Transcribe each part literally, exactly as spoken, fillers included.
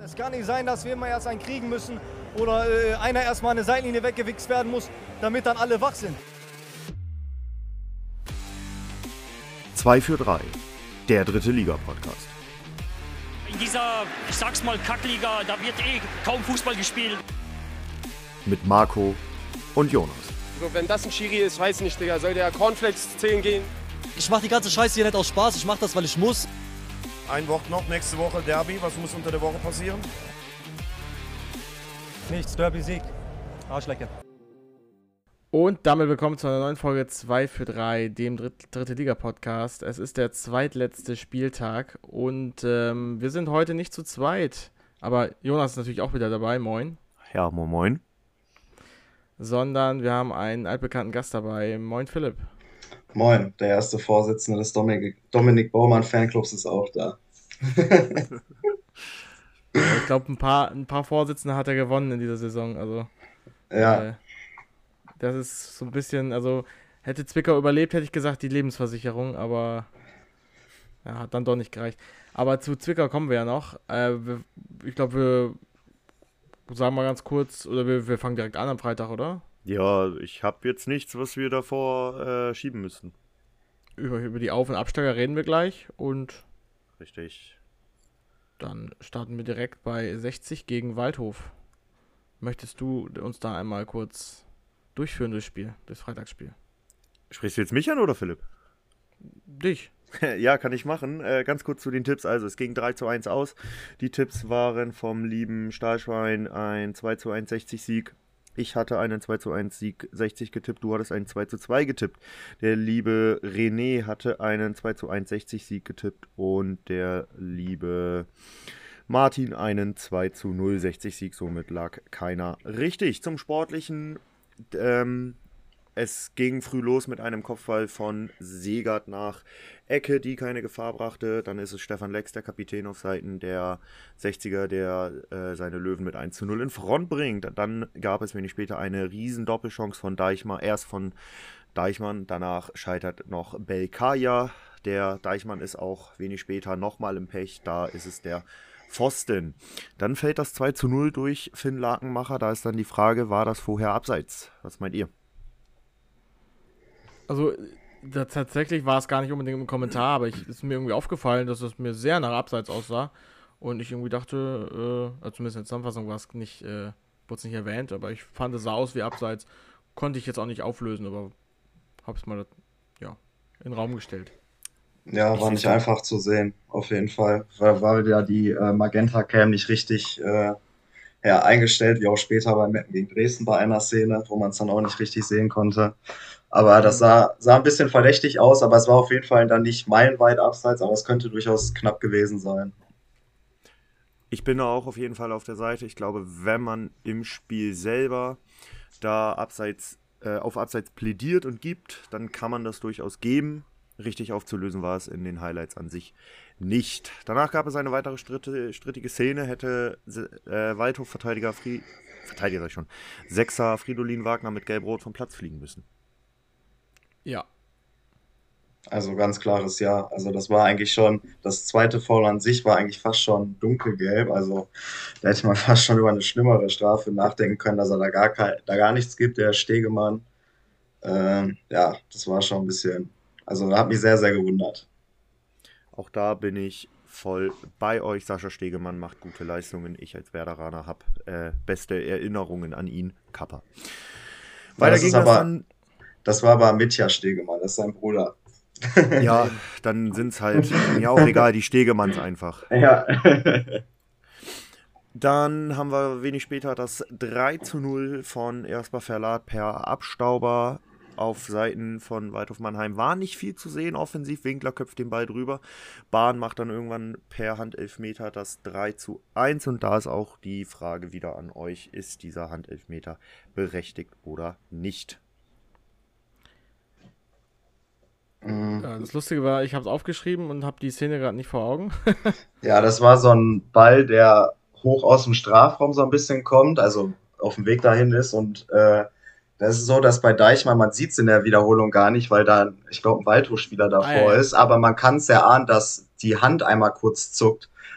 Es kann nicht sein, dass wir immer erst einen kriegen müssen oder äh, einer erstmal eine Seitenlinie weggewichst werden muss, damit dann alle wach sind. zwei für drei, der dritte Liga-Podcast. In dieser, ich sag's mal, Kackliga, da wird eh kaum Fußball gespielt. Mit Marco und Jonas. Also wenn das ein Schiri ist, weiß nicht, Digga, soll der Cornflakes zählen gehen? Ich mach die ganze Scheiße hier nicht aus Spaß, ich mach das, weil ich muss. Ein Wort noch, nächste Woche Derby, was muss unter der Woche passieren? Nichts, Derby-Sieg. Arschlecke. Und damit willkommen zu einer neuen Folge zwei für drei, dem Dritt, dritte Liga-Podcast. Es ist der zweitletzte Spieltag und ähm, wir sind heute nicht zu zweit. Aber Jonas ist natürlich auch wieder dabei, moin. Ja, moin moin. Sondern wir haben einen altbekannten Gast dabei, moin Philipp. Moin, der erste Vorsitzende des Dominik, Dominik Baumann Fanclubs ist auch da. Ich glaube, ein paar, ein paar Vorsitzende hat er gewonnen in dieser Saison. Also, ja. Äh, das ist so ein bisschen, also hätte Zwickau überlebt, hätte ich gesagt, die Lebensversicherung, aber ja, hat dann doch nicht gereicht. Aber zu Zwickau kommen wir ja noch. Äh, wir, ich glaube, wir sagen mal ganz kurz, oder wir, wir fangen direkt an am Freitag, oder? Ja, ich habe jetzt nichts, was wir davor äh, schieben müssen. Über, über die Auf- und Absteiger reden wir gleich und Richtig. Dann starten wir direkt bei sechzig gegen Waldhof. Möchtest du uns da einmal kurz durchführen durchs Spiel, das Freitagsspiel? Sprichst du jetzt mich an oder Philipp? Dich. Ja, kann ich machen. Äh, ganz kurz zu den Tipps. Also es ging drei zu eins aus. Die Tipps waren vom lieben Stahlschwein ein zwei zu eins sechzig-Sieg. Ich hatte einen zwei zu eins Sieg sechzig getippt, du hattest einen zwei zu zwei getippt. Der liebe René hatte einen zwei zu eins sechzig Sieg getippt und der liebe Martin einen zwei zu null sechzig Sieg. Somit lag keiner richtig. Zum Sportlichen, ähm, es ging früh los mit einem Kopfball von Segert nach Ecke, die keine Gefahr brachte. Dann ist es Stefan Lex, der Kapitän auf Seiten der sechziger, der äh, seine Löwen mit eins zu null in Front bringt. Dann gab es wenig später eine riesen Doppelchance von Deichmann. Erst von Deichmann, danach scheitert noch Belkaya. Der Deichmann ist auch wenig später nochmal im Pech. Da ist es der Pfosten. Dann fällt das zwei zu null durch Finn Lakenmacher. Da ist dann die Frage, war das vorher abseits? Was meint ihr? Also da, tatsächlich war es gar nicht unbedingt im Kommentar, aber es ist mir irgendwie aufgefallen, dass es mir sehr nach Abseits aussah und ich irgendwie dachte, äh, also zumindest in der Zusammenfassung war es nicht, äh, wurde es nicht erwähnt, aber ich fand, es sah aus wie Abseits, konnte ich jetzt auch nicht auflösen, aber habe es mal ja, in den Raum gestellt. Ja, war nicht einfach zu sehen, auf jeden Fall, weil, weil ja die äh, Magenta-Cam nicht richtig äh, ja, eingestellt, wie auch später beim Meppen gegen Dresden bei einer Szene, wo man es dann auch nicht richtig sehen konnte. Aber das sah, sah ein bisschen verdächtig aus, aber es war auf jeden Fall dann nicht meilenweit abseits, aber es könnte durchaus knapp gewesen sein. Ich bin da auch auf jeden Fall auf der Seite. Ich glaube, wenn man im Spiel selber da abseits, äh, auf Abseits plädiert und gibt, dann kann man das durchaus geben. Richtig aufzulösen war es in den Highlights an sich nicht. Danach gab es eine weitere stritte, strittige Szene, hätte äh, Waldhof-Verteidiger, Fri- Verteidiger sag ich schon, Sechser Fridolin Wagner mit Gelb-Rot vom Platz fliegen müssen. Ja. Also ganz klares Ja. Also das war eigentlich schon, das zweite Foul an sich war eigentlich fast schon dunkelgelb. Also da hätte man fast schon über eine schlimmere Strafe nachdenken können, dass er da gar, kein, da gar nichts gibt, der Stegemann. Ähm, ja, das war schon ein bisschen, also hat mich sehr, sehr gewundert. Auch da bin ich voll bei euch. Sascha Stegemann macht gute Leistungen. Ich als Werderaner habe äh, beste Erinnerungen an ihn. Kappa. Weiter das ging ist das aber, dann. Das war aber Mitja Stegemann, das ist sein Bruder. Ja, dann sind es halt, mir auch egal, die Stegemanns einfach. Ja. Dann haben wir wenig später das drei zu null von Ersper Verlat per Abstauber auf Seiten von Waldhof Mannheim. War nicht viel zu sehen, offensiv. Winkler köpft den Ball drüber. Bahn macht dann irgendwann per Handelfmeter das drei zu eins. Und da ist auch die Frage wieder an euch, ist dieser Handelfmeter berechtigt oder nicht? Ja, das Lustige war, ich habe es aufgeschrieben und habe die Szene gerade nicht vor Augen. Ja, das war so ein Ball, der hoch aus dem Strafraum so ein bisschen kommt, also auf dem Weg dahin ist und äh, das ist so, dass bei Deichmann, man sieht es in der Wiederholung gar nicht, weil da, ich glaube, ein Waldhof-Spieler davor Ah, ja. ist, aber man kann es erahnen, dass die Hand einmal kurz zuckt.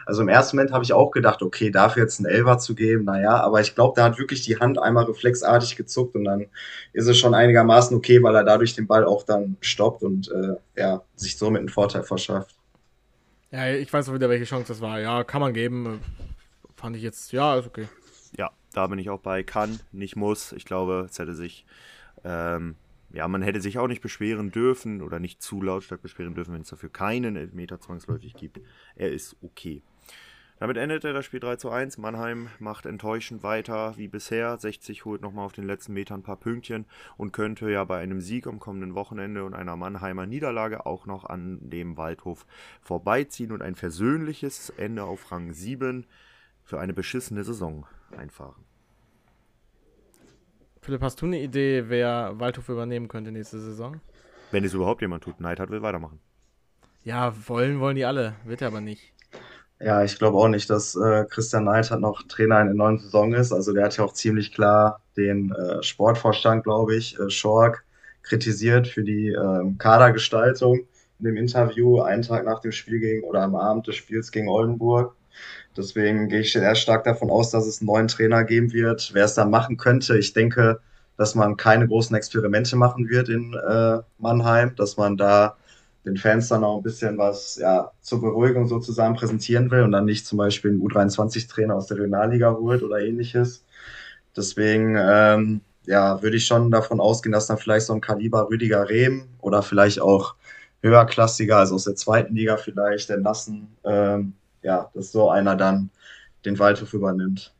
Also im ersten Moment habe ich auch gedacht, okay, dafür jetzt einen Elfer zu geben, naja, aber ich glaube, da hat wirklich die Hand einmal reflexartig gezuckt und dann ist es schon einigermaßen okay, weil er dadurch den Ball auch dann stoppt und äh, ja, sich somit einen Vorteil verschafft. Ja, ich weiß auch wieder, welche Chance das war. Ja, kann man geben. Fand ich jetzt, ja, ist okay. Ja, da bin ich auch bei kann, nicht muss. Ich glaube, es hätte sich, ähm, ja, man hätte sich auch nicht beschweren dürfen oder nicht zu lautstark beschweren dürfen, wenn es dafür keinen Elfmeter zwangsläufig gibt. Er ist okay. Damit endete das Spiel drei zu eins. Mannheim macht enttäuschend weiter wie bisher. sechzig holt nochmal auf den letzten Metern ein paar Pünktchen und könnte ja bei einem Sieg am kommenden Wochenende und einer Mannheimer Niederlage auch noch an dem Waldhof vorbeiziehen und ein versöhnliches Ende auf Rang sieben für eine beschissene Saison einfahren. Philipp, hast du eine Idee, wer Waldhof übernehmen könnte nächste Saison? Wenn es überhaupt jemand tut. Neidhardt will weitermachen. Ja, wollen, wollen die alle. Wird er aber nicht. Ja, ich glaube auch nicht, dass äh, Christian Neidhardt noch Trainer in der neuen Saison ist. Also der hat ja auch ziemlich klar den äh, Sportvorstand, glaube ich, äh, Schork, kritisiert für die äh, Kadergestaltung in dem Interview einen Tag nach dem Spiel gegen oder am Abend des Spiels gegen Oldenburg. Deswegen gehe ich sehr stark davon aus, dass es einen neuen Trainer geben wird. Wer es dann machen könnte, ich denke, dass man keine großen Experimente machen wird in äh, Mannheim, dass man da den Fans dann auch ein bisschen was ja, zur Beruhigung sozusagen präsentieren will und dann nicht zum Beispiel einen U dreiundzwanzig-Trainer aus der Regionalliga holt oder ähnliches. Deswegen ähm, ja, würde ich schon davon ausgehen, dass dann vielleicht so ein Kaliber Rüdiger Rehm oder vielleicht auch höherklassiger, also aus der zweiten Liga vielleicht, der Nassen, ähm, ja, dass so einer dann den Waldhof übernimmt.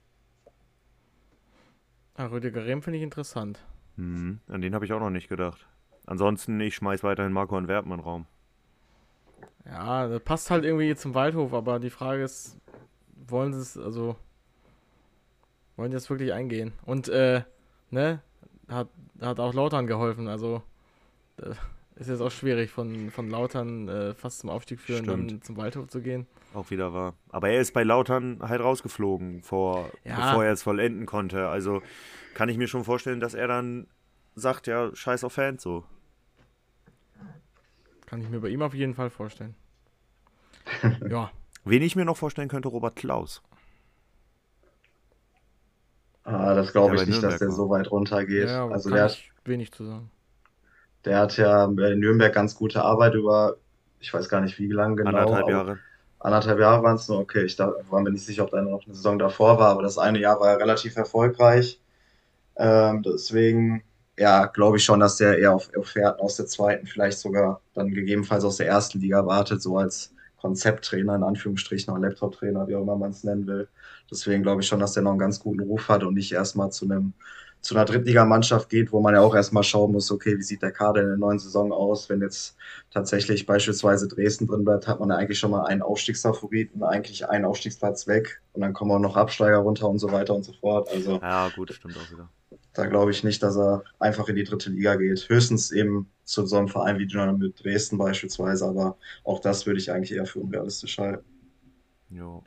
Ah, Rüdiger Rehm finde ich interessant. Mhm, an den habe ich auch noch nicht gedacht. Ansonsten, ich schmeiß weiterhin Marco Antwerpen in den Raum. Ja, das passt halt irgendwie zum Waldhof, aber die Frage ist, wollen sie es, also, wollen die das wirklich eingehen? Und, äh, ne, hat, hat auch Lautern geholfen, also, äh, ist jetzt auch schwierig, von, von Lautern äh, fast zum Aufstieg führen, Stimmt. dann zum Waldhof zu gehen. Auch wieder wahr. Aber er ist bei Lautern halt rausgeflogen, vor, Ja. bevor er es vollenden konnte. Also kann ich mir schon vorstellen, dass er dann sagt, ja, scheiß auf Fans so. Kann ich mir bei ihm auf jeden Fall vorstellen. Ja, Wen ich mir noch vorstellen könnte, Robert Klaus. Ah, das glaube Ja, ich bei nicht, dass Nürnberg der war. so weit runtergeht. ja Also kann der hat, ich wenig zu sagen. der hat ja bei Nürnberg ganz gute Arbeit über, ich weiß gar nicht wie lange genau, Anderthalb aber Jahre. anderthalb Jahre waren es nur. Okay, ich da, war mir nicht sicher, ob da noch eine Saison davor war, aber das eine Jahr war er relativ erfolgreich. Ähm, deswegen, ja, glaube ich schon, dass der eher auf, auf Fährten aus der zweiten, vielleicht sogar dann gegebenenfalls aus der ersten Liga wartet, so als Konzepttrainer, in Anführungsstrichen, oder Laptop-Trainer, wie auch immer man es nennen will. Deswegen glaube ich schon, dass der noch einen ganz guten Ruf hat und nicht erstmal zu einem zu einer Drittligamannschaft geht, wo man ja auch erstmal schauen muss, okay, wie sieht der Kader in der neuen Saison aus? Wenn jetzt tatsächlich beispielsweise Dresden drin bleibt, hat man ja eigentlich schon mal einen Aufstiegsfavoriten, eigentlich einen Aufstiegsplatz weg und dann kommen auch noch Absteiger runter und so weiter und so fort. Also Ja, gut, stimmt auch wieder. da glaube ich nicht, dass er einfach in die dritte Liga geht. Höchstens eben zu so einem Verein wie Dynamo mit Dresden beispielsweise, aber auch das würde ich eigentlich eher für unrealistisch halten. Jo.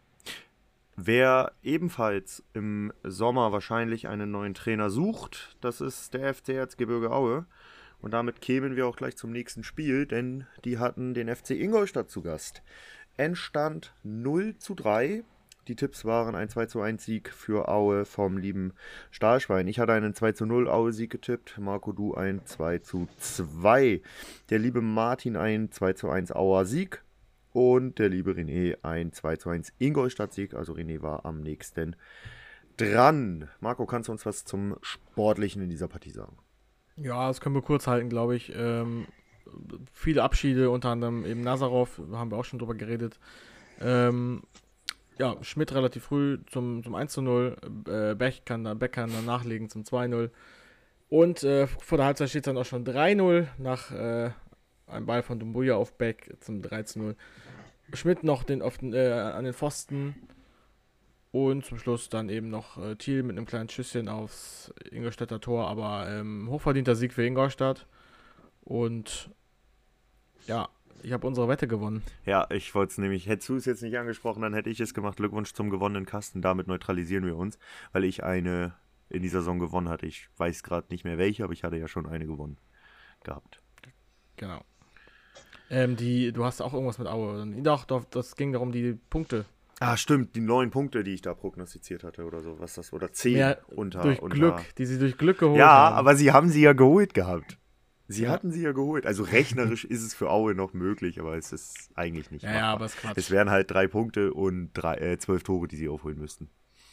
Wer ebenfalls im Sommer wahrscheinlich einen neuen Trainer sucht, das ist der F C Erzgebirge Aue. Und damit kämen wir auch gleich zum nächsten Spiel, denn die hatten den F C Ingolstadt zu Gast. Endstand null zu drei. Die Tipps waren ein zwei zu eins Sieg für Aue vom lieben Stahlschwein. Ich hatte einen zwei zu null Aue-Sieg getippt. Marco, du ein zwei zu zwei. Der liebe Martin ein zwei zu eins Auer-Sieg. Und der liebe René ein zwei zu eins Ingolstadt-Sieg. Also René war am nächsten dran. Marco, kannst du uns was zum Sportlichen in dieser Partie sagen? Ja, das können wir kurz halten, glaube ich. Ähm, viele Abschiede, unter anderem eben Nazarov, haben wir auch schon drüber geredet. Ähm, ja, Schmidt relativ früh zum, zum eins zu null. Äh, Beck kann dann, Beck kann dann nachlegen zum zwei null. Und äh, vor der Halbzeit steht es dann auch schon drei null nach äh, einem Ball von Dumbuya auf Beck zum drei zu null. Schmidt noch den, auf den, äh, an den Pfosten. Und zum Schluss dann eben noch äh, Thiel mit einem kleinen Schüsschen aufs Ingolstädter Tor. Aber ähm, hochverdienter Sieg für Ingolstadt. Und ja, ich habe unsere Wette gewonnen. Ja, ich wollte es nämlich, hättest du es jetzt nicht angesprochen, dann hätte ich es gemacht. Glückwunsch zum gewonnenen Kasten. Damit neutralisieren wir uns, weil ich eine in dieser Saison gewonnen hatte. Ich weiß gerade nicht mehr welche, aber ich hatte ja schon eine gewonnen gehabt. Genau. Ähm, die, du hast auch irgendwas mit Aue. Doch, doch, das ging darum, die Punkte. Ah, stimmt, die neun Punkte, die ich da prognostiziert hatte oder so, was das, oder zehn Mehr unter. durch unter. Glück, die sie durch Glück geholt ja, haben. Ja, aber sie haben sie ja geholt gehabt. Sie Ja. hatten sie ja geholt. Also rechnerisch ist es für Aue noch möglich, aber es ist eigentlich nicht Ja, machbar. ja, aber es ist Quatsch. Es wären halt drei Punkte und drei, äh, zwölf Tore, die sie aufholen müssten.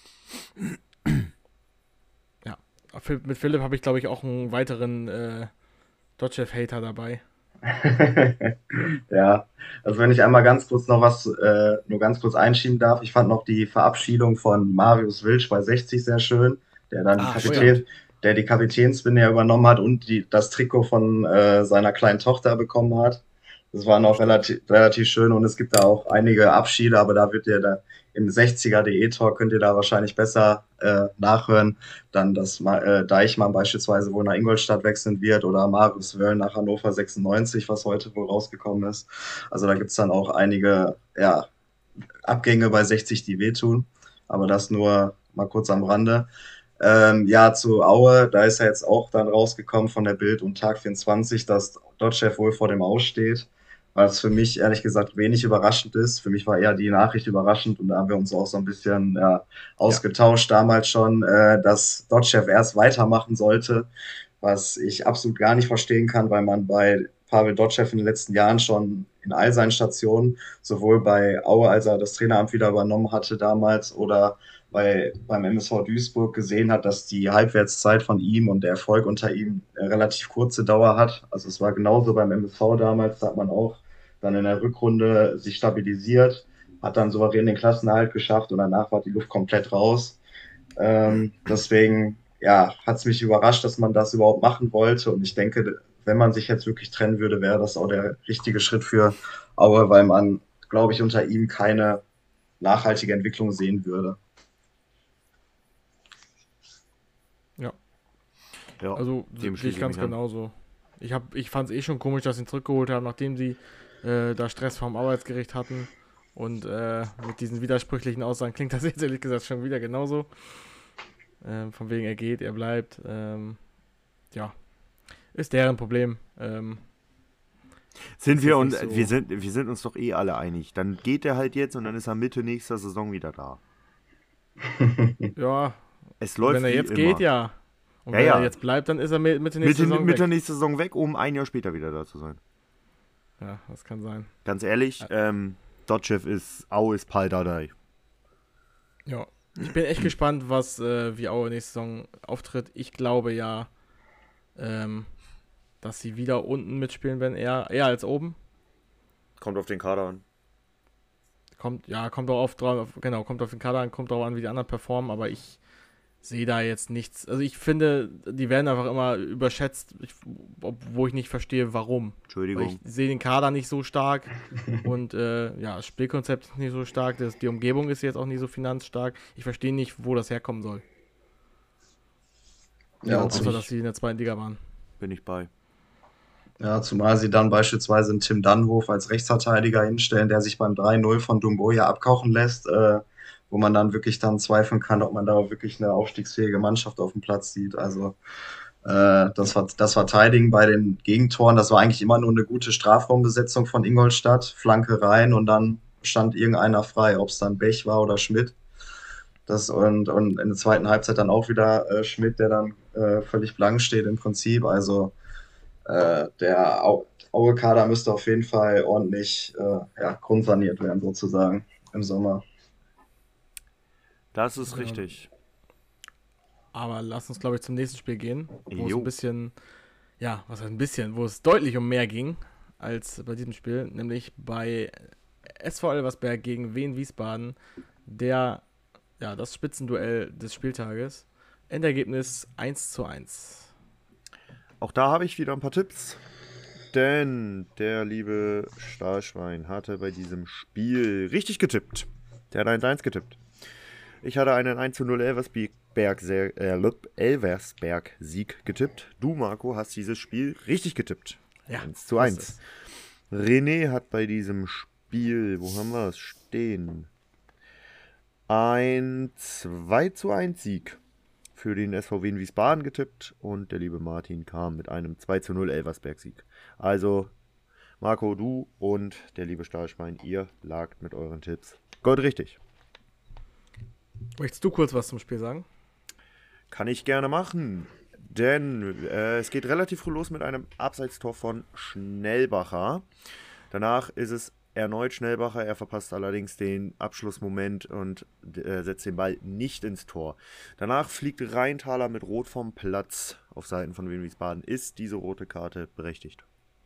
Ja, mit Philipp habe ich, glaube ich, auch einen weiteren äh, Dodgev-Hater dabei. Ja, also wenn ich einmal ganz kurz noch was, äh, nur ganz kurz einschieben darf, ich fand noch die Verabschiedung von Marius Wilsch bei sechzig sehr schön, der dann Ah, die Kapitän, der die Kapitänsbinde ja übernommen hat und die, das Trikot von äh, seiner kleinen Tochter bekommen hat. Das war noch relativ, relativ schön und es gibt da auch einige Abschiede, aber da wird ihr da im sechziger punkt de Talk könnt ihr da wahrscheinlich besser äh, nachhören, dann, dass äh, Deichmann beispielsweise wohl nach Ingolstadt wechseln wird oder Marius Wöll nach Hannover sechsundneunzig, was heute wohl rausgekommen ist. Also da gibt es dann auch einige ja, Abgänge bei sechzig, die wehtun, aber das nur mal kurz am Rande. Ähm, ja, zu Aue, da ist ja jetzt auch dann rausgekommen von der Bild und Tag vierundzwanzig, dass Dodgev wohl vor dem Aus steht, was für mich ehrlich gesagt wenig überraschend ist. Für mich war eher die Nachricht überraschend und da haben wir uns auch so ein bisschen ja, ausgetauscht ja. damals schon, äh, dass Dodgev erst weitermachen sollte, was ich absolut gar nicht verstehen kann, weil man bei Pavel Dodgev in den letzten Jahren schon in all seinen Stationen, sowohl bei Aue, als er das Traineramt wieder übernommen hatte damals, oder bei, beim M S V Duisburg gesehen hat, dass die Halbwertszeit von ihm und der Erfolg unter ihm eine relativ kurze Dauer hat. Also es war genauso beim M S V damals, da hat man auch dann in der Rückrunde sich stabilisiert, hat dann souverän den Klassenerhalt geschafft und danach war die Luft komplett raus. Ähm, deswegen ja, hat es mich überrascht, dass man das überhaupt machen wollte und ich denke, wenn man sich jetzt wirklich trennen würde, wäre das auch der richtige Schritt für Aue, weil man, glaube ich, unter ihm keine nachhaltige Entwicklung sehen würde. Ja. Ja, also sehe ich ganz genauso. Ich, hab, ich fand es eh schon komisch, dass sie ihn zurückgeholt haben, nachdem sie äh, da Stress vom Arbeitsgericht hatten. Und äh, mit diesen widersprüchlichen Aussagen klingt das jetzt ehrlich gesagt schon wieder genauso. Ähm, von wegen er geht, er bleibt. Ähm, ja, ist deren Problem. Ähm, sind wir und so. wir sind wir sind uns doch eh alle einig. Dann geht er halt jetzt und dann ist er Mitte nächster Saison wieder da. Ja. Es läuft wenn er jetzt immer. geht, ja. Und ja, wenn ja. er jetzt bleibt, dann ist er Mitte nächster Mitte, Saison Mitte weg. nächster Saison weg, um ein Jahr später wieder da zu sein. Ja, das kann sein. Ganz ehrlich, ja. ähm, Dodgev ist, Aue ist Pal Dardai. Ja, ich bin echt gespannt, was äh, wie Aue nächste Saison auftritt. Ich glaube ja, ähm, dass sie wieder unten mitspielen werden, eher, eher als oben. Kommt auf den Kader an. Kommt, ja, kommt auch auf, auf, genau, kommt auf den Kader an, kommt auch an, wie die anderen performen, aber ich sehe da jetzt nichts. Also ich finde, die werden einfach immer überschätzt, ich, wo ich nicht verstehe, warum. Entschuldigung. Weil ich sehe den Kader nicht so stark und äh, ja, das Spielkonzept ist nicht so stark, das, die Umgebung ist jetzt auch nicht so finanzstark. Ich verstehe nicht, wo das herkommen soll. Ja, außer, dass sie in der zweiten Liga waren. Bin ich bei. Ja, zumal sie dann beispielsweise einen Tim Dannhof als Rechtsverteidiger hinstellen, der sich beim drei null von Dumboya abkochen lässt, äh, wo man dann wirklich dann zweifeln kann, ob man da wirklich eine aufstiegsfähige Mannschaft auf dem Platz sieht. Also äh, das, das Verteidigen bei den Gegentoren, das war eigentlich immer nur eine gute Strafraumbesetzung von Ingolstadt, Flanke rein und dann stand irgendeiner frei, ob es dann Bech war oder Schmidt. Das und, und in der zweiten Halbzeit dann auch wieder äh, Schmidt, der dann äh, völlig blank steht im Prinzip. Also äh, der Aue-Kader müsste auf jeden Fall ordentlich äh, ja, grundsaniert werden, sozusagen, im Sommer. Das ist ja. richtig. Aber lass uns, glaube ich, zum nächsten Spiel gehen, wo Jo. es ein bisschen, ja, was heißt ein bisschen, wo es deutlich um mehr ging als bei diesem Spiel, nämlich bei S V Elversberg gegen Wien Wiesbaden, der, ja, das Spitzenduell des Spieltages. Endergebnis eins zu eins. Auch da habe ich wieder ein paar Tipps, denn der liebe Stahlschwein hatte bei diesem Spiel richtig getippt. Der hat eins eins getippt. Ich hatte einen eins zu null Elversberg-Sieg äh, Elversberg getippt. Du, Marco, hast dieses Spiel richtig getippt. Ja, eins zu eins. René hat bei diesem Spiel, wo haben wir es stehen? Ein zwei zu eins Sieg für den S V Wien Wiesbaden getippt und der liebe Martin kam mit einem zwei zu null Elversberg-Sieg. Also Marco, du und der liebe Stahlschwein, ihr lagt mit euren Tipps Gold richtig. Möchtest du kurz was zum Spiel sagen? Kann ich gerne machen, denn äh, es geht relativ früh los mit einem Abseitstor von Schnellbacher. Danach ist es erneut Schnellbacher, er verpasst allerdings den Abschlussmoment und äh, setzt den Ball nicht ins Tor. Danach fliegt Rheintaler mit Rot vom Platz auf Seiten von Wien Wiesbaden. Ist diese rote Karte berechtigt?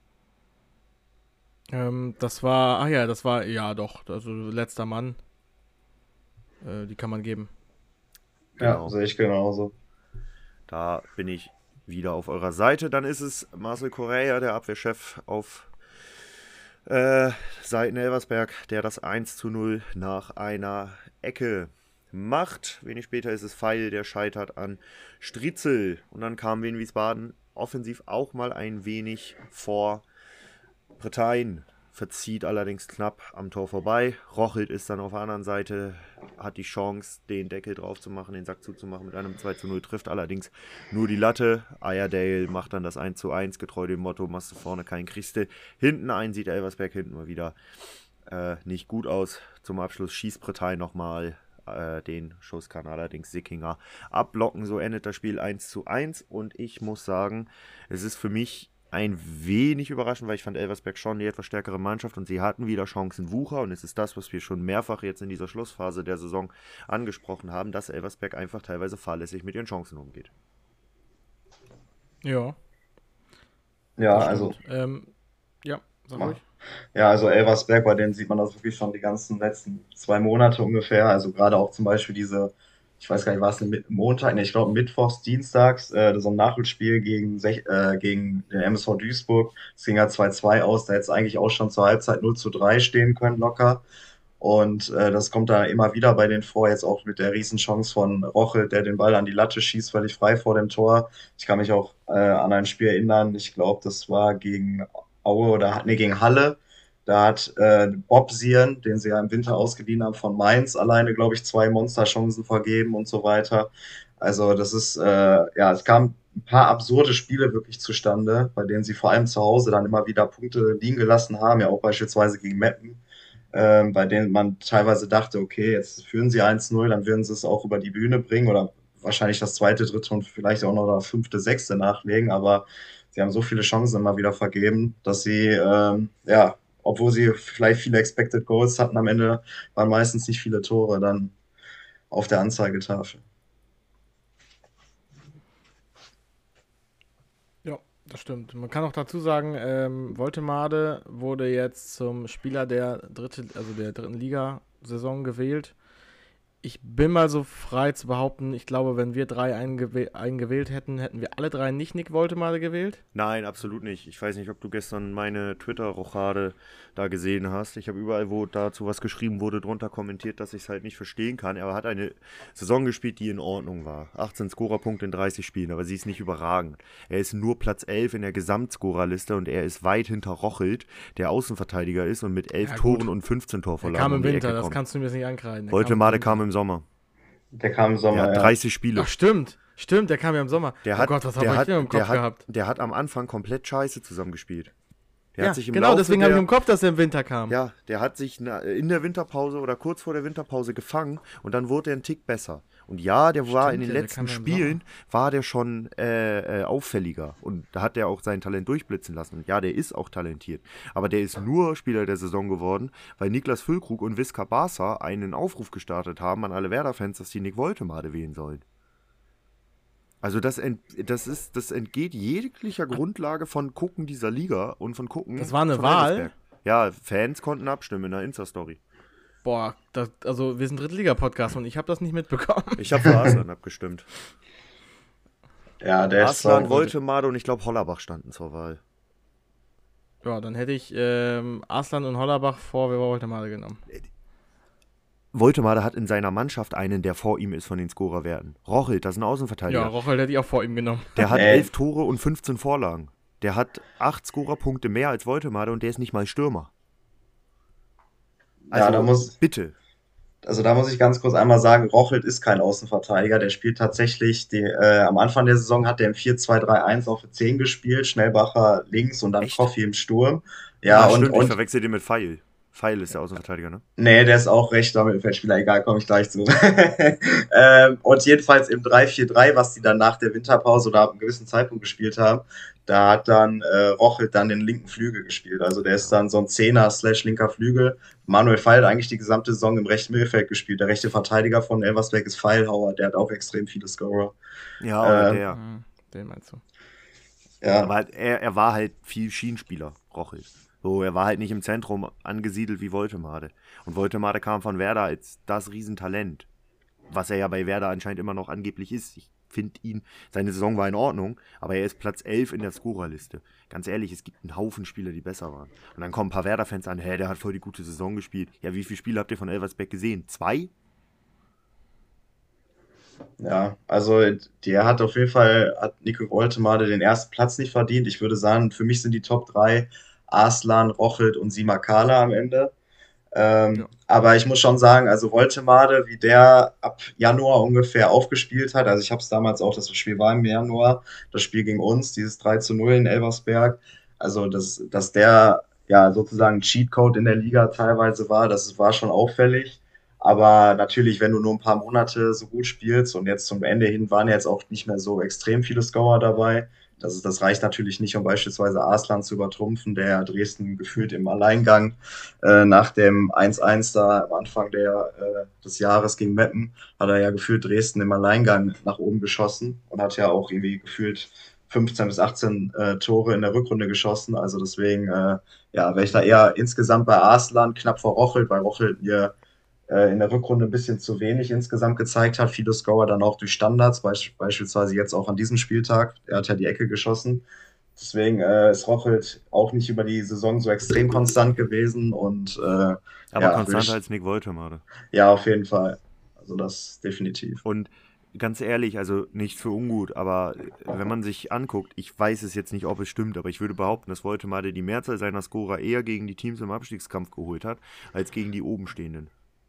Ähm, das war, ach ja, das war, ja doch, also letzter Mann. Äh, die kann man geben. Genau. Ja, sehe ich genauso. Da bin ich wieder auf eurer Seite. Dann ist es Marcel Correa, der Abwehrchef auf Äh, Seiten Elversberg, der das eins zu null nach einer Ecke macht. Wenig später ist es Feil, der scheitert an Striezel. Und dann kam Wien Wiesbaden offensiv auch mal ein wenig vor. Bretein verzieht allerdings knapp am Tor vorbei. Rochelt ist dann auf der anderen Seite, hat die Chance, den Deckel drauf zu machen, den Sack zuzumachen mit einem zwei zu null, trifft allerdings nur die Latte. Iredale macht dann das eins zu eins, getreu dem Motto, machst du vorne keinen, kriegst du hinten ein, sieht Elversberg hinten mal wieder äh, nicht gut aus. Zum Abschluss schießt Bretein nochmal, äh, den Schuss kann allerdings Sickinger abblocken. So endet das Spiel eins zu eins und ich muss sagen, es ist für mich ein wenig überraschend, weil ich fand Elversberg schon die etwas stärkere Mannschaft und sie hatten wieder Chancen Wucher und es ist das, was wir schon mehrfach jetzt in dieser Schlussphase der Saison angesprochen haben, dass Elversberg einfach teilweise fahrlässig mit ihren Chancen umgeht. Ja. Ja, das also. stimmt. Ähm, ja, sag Mach. ruhig. Ja, also Elversberg, bei denen sieht man das wirklich schon die ganzen letzten zwei Monate ungefähr. Also gerade auch zum Beispiel diese, ich weiß gar nicht, war es denn Montag, ne, ich glaube mittwochs, dienstags, äh, so ein Nachholspiel gegen, sech- äh, gegen den M S V Duisburg. Es ging ja zwei zwei aus, da hätte es eigentlich auch schon zur Halbzeit null zu drei stehen können, locker. Und äh, das kommt da immer wieder bei denen vor, jetzt auch mit der Riesenchance von Rochel, der den Ball an die Latte schießt, völlig frei vor dem Tor. Ich kann mich auch äh, an ein Spiel erinnern, ich glaube, das war gegen Aue oder nee, gegen Halle. Da hat äh, Bob Sieren, den sie ja im Winter ausgeliehen haben von Mainz, alleine, glaube ich, zwei Monsterchancen vergeben und so weiter. Also das ist, äh, ja, es kamen ein paar absurde Spiele wirklich zustande, bei denen sie vor allem zu Hause dann immer wieder Punkte liegen gelassen haben, ja auch beispielsweise gegen Meppen, ähm, bei denen man teilweise dachte, okay, jetzt führen sie eins null, dann würden sie es auch über die Bühne bringen oder wahrscheinlich das zweite, dritte und vielleicht auch noch das fünfte, sechste nachlegen, aber sie haben so viele Chancen immer wieder vergeben, dass sie, ähm, ja, obwohl sie vielleicht viele Expected Goals hatten, am Ende waren meistens nicht viele Tore dann auf der Anzeigetafel. Ja, das stimmt. Man kann auch dazu sagen, ähm, Woltemade wurde jetzt zum Spieler der dritte, also der dritten Liga-Saison gewählt. Ich bin mal so frei zu behaupten, ich glaube, wenn wir drei einen, gewäh- einen gewählt hätten, hätten wir alle drei nicht Nick Woltemade gewählt. Nein, absolut nicht. Ich weiß nicht, ob du gestern meine Twitter-Rochade da gesehen hast. Ich habe überall, wo dazu was geschrieben wurde, drunter kommentiert, dass ich es halt nicht verstehen kann. Er hat eine Saison gespielt, die in Ordnung war. achtzehn Scorerpunkte in dreißig Spielen, aber sie ist nicht überragend. Er ist nur Platz elf in der Gesamtscorerliste und er ist weit hinter Rochelt, der Außenverteidiger ist und mit elf Ja, Toren gut. und fünfzehn Der Torvorlagen kam im um die Winter, Ecke das kommt. kannst du mir jetzt nicht ankreiden. Der Woltemade im kam Winter. im Sommer. Der kam im Er Sommer, hat ja. dreißig Spiele. Ach stimmt, stimmt, der kam ja im Sommer. Der oh hat, Gott, was der habe ich hat, denn im der Kopf hat, gehabt? Der hat am Anfang komplett scheiße zusammengespielt. Der Ja, hat sich im genau, Laufe deswegen habe ich der- im Kopf, dass er im Winter kam. Ja, der hat sich na- in der Winterpause oder kurz vor der Winterpause gefangen und dann wurde er einen Tick besser. Und ja, der war in Stimmt den ja, der letzten kam ja im Spielen, war der schon äh, äh, auffälliger und da hat er auch sein Talent durchblitzen lassen. Und ja, der ist auch talentiert. Aber der ist nur Spieler der Saison geworden, weil Niklas Füllkrug und Visca Barca einen Aufruf gestartet haben an alle Werder-Fans, dass die Nick Woltemade wählen sollen. Also das, ent, das, ist, das entgeht jeglicher Grundlage von Gucken dieser Liga und von Gucken Das war eine von Wahl? Elversberg. Ja, Fans konnten abstimmen in der Insta-Story. Boah, das, also wir sind Drittliga-Podcast und ich habe das nicht mitbekommen. Ich habe für Arslan abgestimmt. Ja, der ist Arslan, so, Woltemade und ich glaube Hollerbach standen zur Wahl. Ja, dann hätte ich ähm, Arslan und Hollerbach vor Woltemade genommen. Woltemade hat in seiner Mannschaft einen, der vor ihm ist von den Scorerwerten. Rochelt, das ist ein Außenverteidiger. Ja, Rochel hätte ich auch vor ihm genommen. Der hat Ey. elf Tore und fünfzehn Vorlagen. Der hat acht Scorerpunkte mehr als Woltemade und der ist nicht mal Stürmer. Ja, da muss- bitte. Also da muss ich ganz kurz einmal sagen, Rochelt ist kein Außenverteidiger, der spielt tatsächlich, die, äh, am Anfang der Saison hat er im vier zwei drei eins auf der zehn gespielt, Schnellbacher links und dann Echt? Koffi im Sturm. Ja, ah, und, stimmt, ich und verwechsel den mit Pfeil. Pfeil ist der Außenverteidiger, ne? nee, der ist auch rechter Mittelfeldspieler, egal, komme ich gleich zu. ähm, und jedenfalls im drei vier drei, was die dann nach der Winterpause oder ab einem gewissen Zeitpunkt gespielt haben, da hat dann äh, Rochelt dann den linken Flügel gespielt. Also der ist dann so ein Zehner slash linker Flügel. Manuel Pfeil hat eigentlich die gesamte Saison im rechten Mittelfeld gespielt. Der rechte Verteidiger von Elversberg ist Pfeilhauer, der hat auch extrem viele Scorer. Ja, aber Ähm, der. Mhm, den meinst du. Ja, Aber er, er war halt viel Schienenspieler, Rochelt. So, er war halt nicht im Zentrum angesiedelt wie Woltemade. Und Woltemade kam von Werder als das Riesentalent. Was er ja bei Werder anscheinend immer noch angeblich ist. Ich finde ihn, seine Saison war in Ordnung, aber er ist Platz elf in der Scorerliste. Ganz ehrlich, es gibt einen Haufen Spieler, die besser waren. Und dann kommen ein paar Werder-Fans an, hä, der hat voll die gute Saison gespielt. Ja, wie viele Spiele habt ihr von Elversberg gesehen? Zwei? ja, also der hat auf jeden Fall, hat Nico Woltemade den ersten Platz nicht verdient. Ich würde sagen, für mich sind die Top drei Arslan, Rochelt und Simakala am Ende. Ähm, Ja. aber ich muss schon sagen, also Woltemade, wie der ab Januar ungefähr aufgespielt hat, also ich habe es damals auch, das Spiel war im Januar, das Spiel gegen uns, dieses drei zu null in Elversberg, also dass, dass der ja sozusagen ein Cheatcode in der Liga teilweise war, das war schon auffällig. Aber natürlich, wenn du nur ein paar Monate so gut spielst und jetzt zum Ende hin waren ja jetzt auch nicht mehr so extrem viele Scorer dabei, das, ist, das reicht natürlich nicht, um beispielsweise Arslan zu übertrumpfen, der Dresden gefühlt im Alleingang äh, nach dem eins eins da am Anfang der, äh, des Jahres gegen Meppen, hat er ja gefühlt Dresden im Alleingang nach oben geschossen und hat ja auch irgendwie gefühlt fünfzehn bis achtzehn äh, Tore in der Rückrunde geschossen. Also deswegen, äh, ja, wäre ich da eher insgesamt bei Arslan knapp vor Rochelt, weil Rochelt mir äh, in der Rückrunde ein bisschen zu wenig insgesamt gezeigt hat. Viele Scorer dann auch durch Standards, beisch beispielsweise jetzt auch an diesem Spieltag. Er hat ja die Ecke geschossen. Deswegen äh, ist Rochelt auch nicht über die Saison so extrem konstant gewesen. Und, äh, Aber ja, konstanter ich, als Nick Woltemade. ja, auf jeden Fall. Also das definitiv. Und ganz ehrlich, also nicht für ungut, aber wenn man sich anguckt, ich weiß es jetzt nicht, ob es stimmt, aber ich würde behaupten, dass Woltemade die Mehrzahl seiner Scorer eher gegen die Teams im Abstiegskampf geholt hat, als gegen die obenstehenden.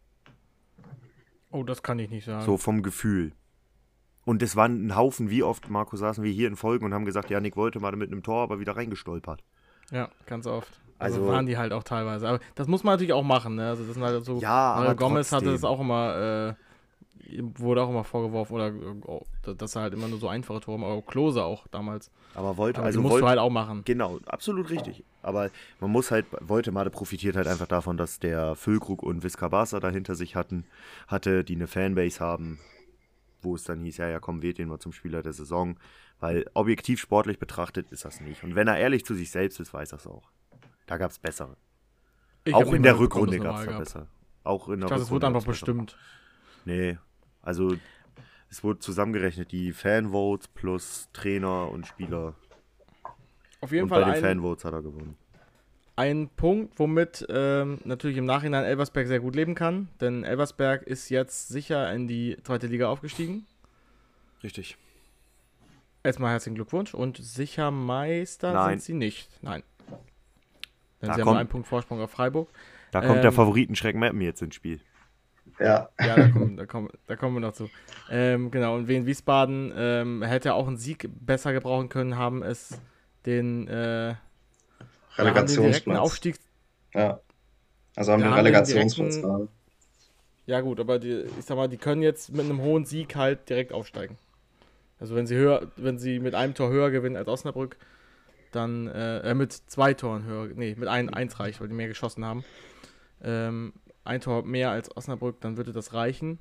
Oh, das kann ich nicht sagen. So vom Gefühl. Und es waren ein Haufen, wie oft, Marco, saßen wir hier in Folgen und haben gesagt, ja, Nick Woltemade mit einem Tor, aber wieder reingestolpert. Ja, ganz oft. Also, Also- waren die halt auch teilweise. Aber das muss man natürlich auch machen, ne? Also das sind halt so. Ja, Mario aber Gomez hatte trotzdem. das auch immer, äh, wurde auch immer vorgeworfen, oder oh, dass er halt immer nur so einfache Tore macht, aber Klose auch damals. Aber Wolte, Aber also die musst Wolte, du halt auch machen. Genau, absolut richtig. Aber man muss halt, Woltemade profitiert halt einfach davon, dass der Füllkrug und Visca Barca da hinter sich hatten, hatte, die eine Fanbase haben, wo es dann hieß, ja, ja, komm, wählt den mal zum Spieler der Saison. Weil objektiv sportlich betrachtet ist das nicht. Und wenn er ehrlich zu sich selbst ist, weiß er es auch. Da gab es bessere. Ich hab Auch nicht in mal der mitbekommen, Rückrunde dass gab er es da mal besser. Auch in der Ich dachte, es Rückrunde wurde einfach gab's bessere. bestimmt. Nee, also es wurde zusammengerechnet, die Fanvotes plus Trainer und Spieler. Auf jeden Und Fall bei den ein, Fanvotes hat er gewonnen. ein Punkt, womit ähm, natürlich im Nachhinein Elversberg sehr gut leben kann. Denn Elversberg ist jetzt sicher in die zweite Liga aufgestiegen. Richtig. Erstmal herzlichen Glückwunsch. Und sicher Meister Nein. sind sie nicht. Nein. Denn Da sie haben kommt- nur einen Punkt Vorsprung auf Freiburg. Da kommt der Ähm, Favoritenschreck Mappen jetzt ins Spiel. Ja, Ja, da kommen, da kommen, da kommen wir noch zu. Ähm, genau, und Wien Wiesbaden ähm, hätte auch einen Sieg besser gebrauchen können, haben es den, äh, ja, haben den direkten Relegationsplatz. Aufstieg. Ja. Also haben Ja, den haben den Relegationsplatz direkten- gerade. Ja gut, aber die, ich sag mal, die können jetzt mit einem hohen Sieg halt direkt aufsteigen. Also wenn sie höher, wenn sie mit einem Tor höher gewinnen als Osnabrück, dann äh, äh, mit zwei Toren höher, nee, mit ein, eins reicht, weil die mehr geschossen haben. Ähm, ein Tor mehr als Osnabrück, dann würde das reichen.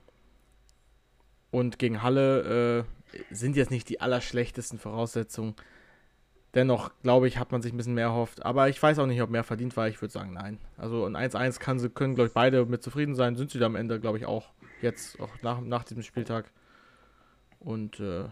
Und gegen Halle äh, sind jetzt nicht die allerschlechtesten Voraussetzungen. Dennoch, glaube ich, hat man sich ein bisschen mehr erhofft. Aber ich weiß auch nicht, ob mehr verdient war. Ich würde sagen, nein. Also ein eins eins kann, sie- können, glaube ich, beide mit zufrieden sein. Sind sie da am Ende, glaube ich, auch. Jetzt, auch nach, nach diesem Spieltag. Und äh,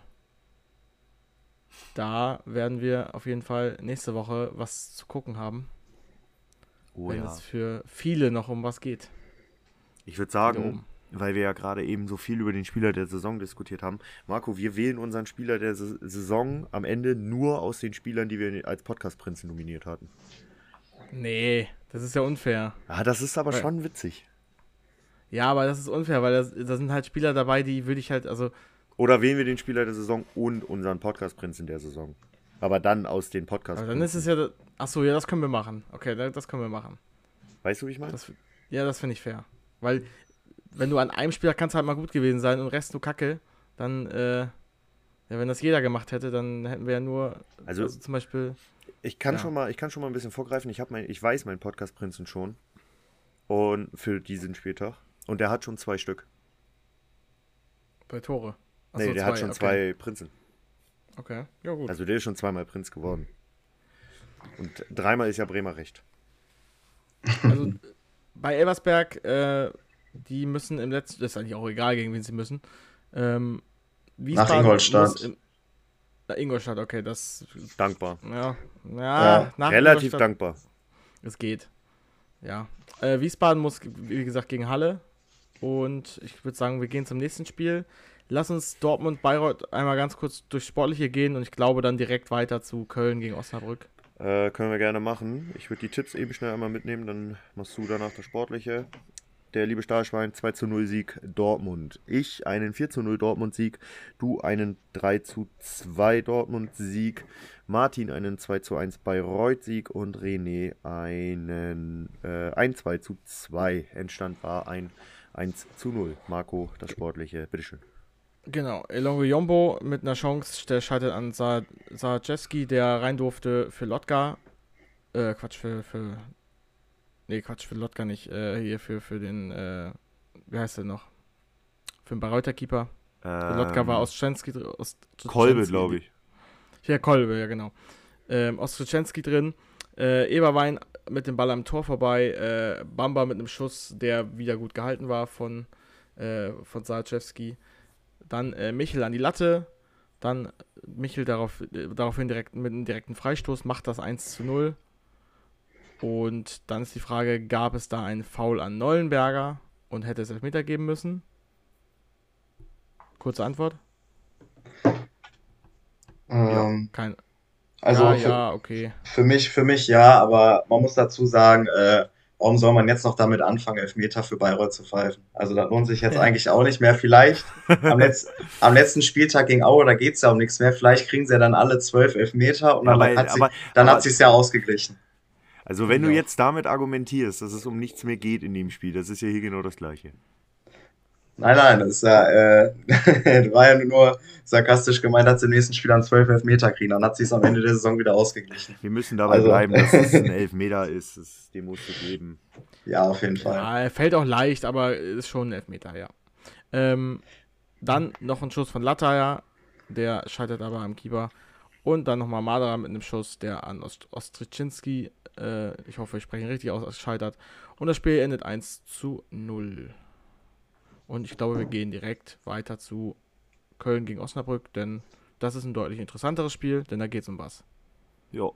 da werden wir auf jeden Fall nächste Woche was zu gucken haben. Oh wenn ja. es für viele noch um was geht. Ich würde Wieder sagen, oben. weil wir ja gerade eben so viel über den Spieler der Saison diskutiert haben, Marco, wir wählen unseren Spieler der Sa- Saison am Ende nur aus den Spielern, die wir als Podcast-Prinzen nominiert hatten. Nee, das ist ja unfair. Ja, das ist aber Ja. schon witzig. Ja, aber das ist unfair, weil das, da sind halt Spieler dabei, die würde ich halt, also... Oder wählen wir den Spieler der Saison und unseren Podcast-Prinzen der Saison. Aber dann aus den podcast Aber dann ist es ja... Achso, ja, das können wir machen. Okay, das können wir machen. Weißt du, wie ich meine? Das, ja, das finde ich fair. Weil, wenn du an einem Spieler kannst halt mal gut gewesen sein und den Rest nur Kacke, dann, äh... ja, wenn das jeder gemacht hätte, dann hätten wir ja nur... Also, also zum Beispiel... Ich kann, ja. schon mal, ich kann schon mal ein bisschen vorgreifen. Ich, hab mein, ich weiß meinen Podcast-Prinzen schon. Und für diesen Spieltag. Und der hat schon zwei Stück. Bei Tore? Achso, nee, der zwei, hat schon okay. zwei Prinzen. Okay, ja gut. Also der ist schon zweimal Prinz geworden. Und dreimal ist ja Bremer recht. Also bei Elversberg, äh, die müssen im letzten, das ist eigentlich auch egal, gegen wen sie müssen. Ähm, nach Ingolstadt. Im, nach Ingolstadt, okay, das... Dankbar. Ja, ja, ja nach relativ dankbar. Es geht. Ja. Äh, Wiesbaden muss, wie gesagt, gegen Halle. Und ich würde sagen, wir gehen zum nächsten Spiel. Lass uns Dortmund-Bayreuth einmal ganz kurz durchs Sportliche gehen und ich glaube dann direkt weiter zu Köln gegen Osnabrück. Äh, können wir gerne machen. Ich würde die Tipps eben schnell einmal mitnehmen, dann machst du danach das Sportliche. Der liebe Stahlschwein, zwei zu null Sieg Dortmund. Ich einen vier zu null Dortmund Sieg. Du einen drei zu zwei Dortmund Sieg. Martin einen zwei zu eins Bayreuth Sieg und René einen äh, ein zwei zu zwei. Endstand war ein eins zu null. Marco, das Sportliche, bitteschön. Genau, Elongo Jombo mit einer Chance, der scheitert an Sa- Sarajewski, der rein durfte für Lotka. Äh, Quatsch, für, für Nee, Quatsch, für Lotka nicht. Äh, hier für, für den, äh, wie heißt der noch? Für den Bayreuther Keeper. Ähm, Lotka war Ostschenski drin. Kolbe, glaube ich. Ja, Kolbe, ja genau. Ähm, Ostschenski drin. Äh, Eberwein mit dem Ball am Tor vorbei. Äh, Bamba mit einem Schuss, der wieder gut gehalten war von, äh, von Sarajewski. Dann äh, Michel an die Latte. Dann Michel darauf, äh, daraufhin direkt mit einem direkten Freistoß. Macht das eins zu null. Und dann ist die Frage, gab es da einen Foul an Neuenberger und hätte es Elfmeter geben müssen? Kurze Antwort. Ähm, Kein. Also ja, für, ja, okay. Für mich, für mich ja, aber man muss dazu sagen, äh, warum soll man jetzt noch damit anfangen, Elfmeter für Bayreuth zu pfeifen? Also das lohnt sich jetzt eigentlich auch nicht mehr. Vielleicht am, Letz-, am letzten Spieltag gegen Aue, da geht es ja um nichts mehr. Vielleicht kriegen sie ja dann alle zwölf Elfmeter und dann, aber, hat, sie, aber, dann aber, hat sich's ja ausgeglichen. Also wenn ja. du jetzt damit argumentierst, dass es um nichts mehr geht in dem Spiel, das ist ja hier genau das Gleiche. Nein, nein, das ist ja, äh, das war ja nur sarkastisch gemeint, dass sie im nächsten Spiel dann zwölf Elfmeter kriegen. Dann hat sie es am Ende der Saison wieder ausgeglichen. Wir müssen dabei also. bleiben, dass es ein Elfmeter ist. Das, den musst du geben. Ja, auf jeden Fall. Ja, er fällt auch leicht, aber ist schon ein Elfmeter, ja. Ähm, dann noch ein Schuss von Lattaja, der scheitert aber am Keeper. Und dann nochmal Madara mit einem Schuss, der an Ost- Ostriczynski, äh, ich hoffe, ich spreche ihn richtig aus, scheitert. Und das Spiel endet eins zu null. Und ich glaube, wir gehen direkt weiter zu Köln gegen Osnabrück, denn das ist ein deutlich interessanteres Spiel, denn da geht es um was. Ja.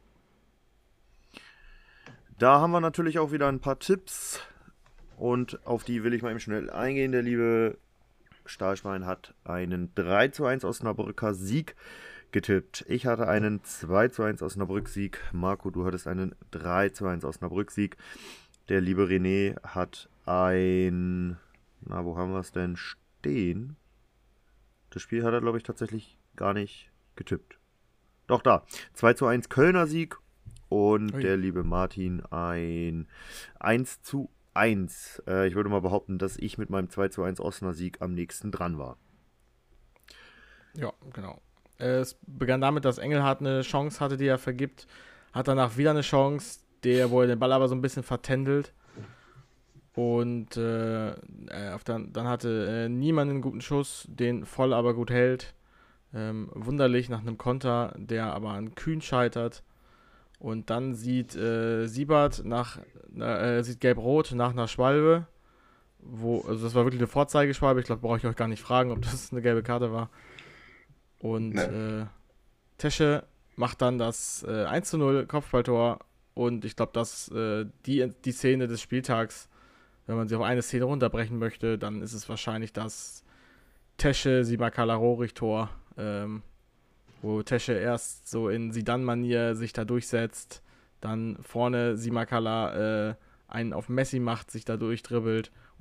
Da haben wir natürlich auch wieder ein paar Tipps und auf die will ich mal eben schnell eingehen. Der liebe Stahlschwein hat einen drei zu eins Osnabrücker Sieg getippt. Ich hatte einen zwei zu eins Osnabrück-Sieg. Marco, du hattest einen drei zu eins Osnabrück-Sieg. Der liebe René hat ein... Na, wo haben wir es denn stehen? Das Spiel hat er, glaube ich, tatsächlich gar nicht getippt. Doch, da. zwei zu eins Kölner Sieg. Und Ui. Der liebe Martin ein eins zu eins. Äh, ich würde mal behaupten, dass ich mit meinem zwei zu eins Osnabrück Sieg am nächsten dran war. Ja, genau. Es begann damit, dass Engelhardt eine Chance hatte, die er vergibt. Hat danach wieder eine Chance, der, wo er den Ball aber so ein bisschen vertändelt. Und äh, auf dann, dann hatte äh, niemand einen guten Schuss, den Voll aber gut hält. Ähm, wunderlich nach einem Konter, der aber an Kühn scheitert. Und dann sieht äh, Siebert nach äh, sieht Gelb-Rot nach einer Schwalbe. Wo, also das war wirklich eine Vorzeigeschwalbe. Ich glaube, brauche ich euch gar nicht fragen, ob das eine gelbe Karte war. Und nee. äh, Tesche macht dann das äh, eins zu null Kopfballtor. Und ich glaube, dass äh, die, die Szene des Spieltags, wenn man sie auf eine Szene runterbrechen möchte, dann ist es wahrscheinlich das Tesche-Simakala-Rohrig-Tor, ähm, wo Tesche erst so in Zidane-Manier sich da durchsetzt, dann vorne Simakala äh, einen auf Messi macht, sich da durchdribbelt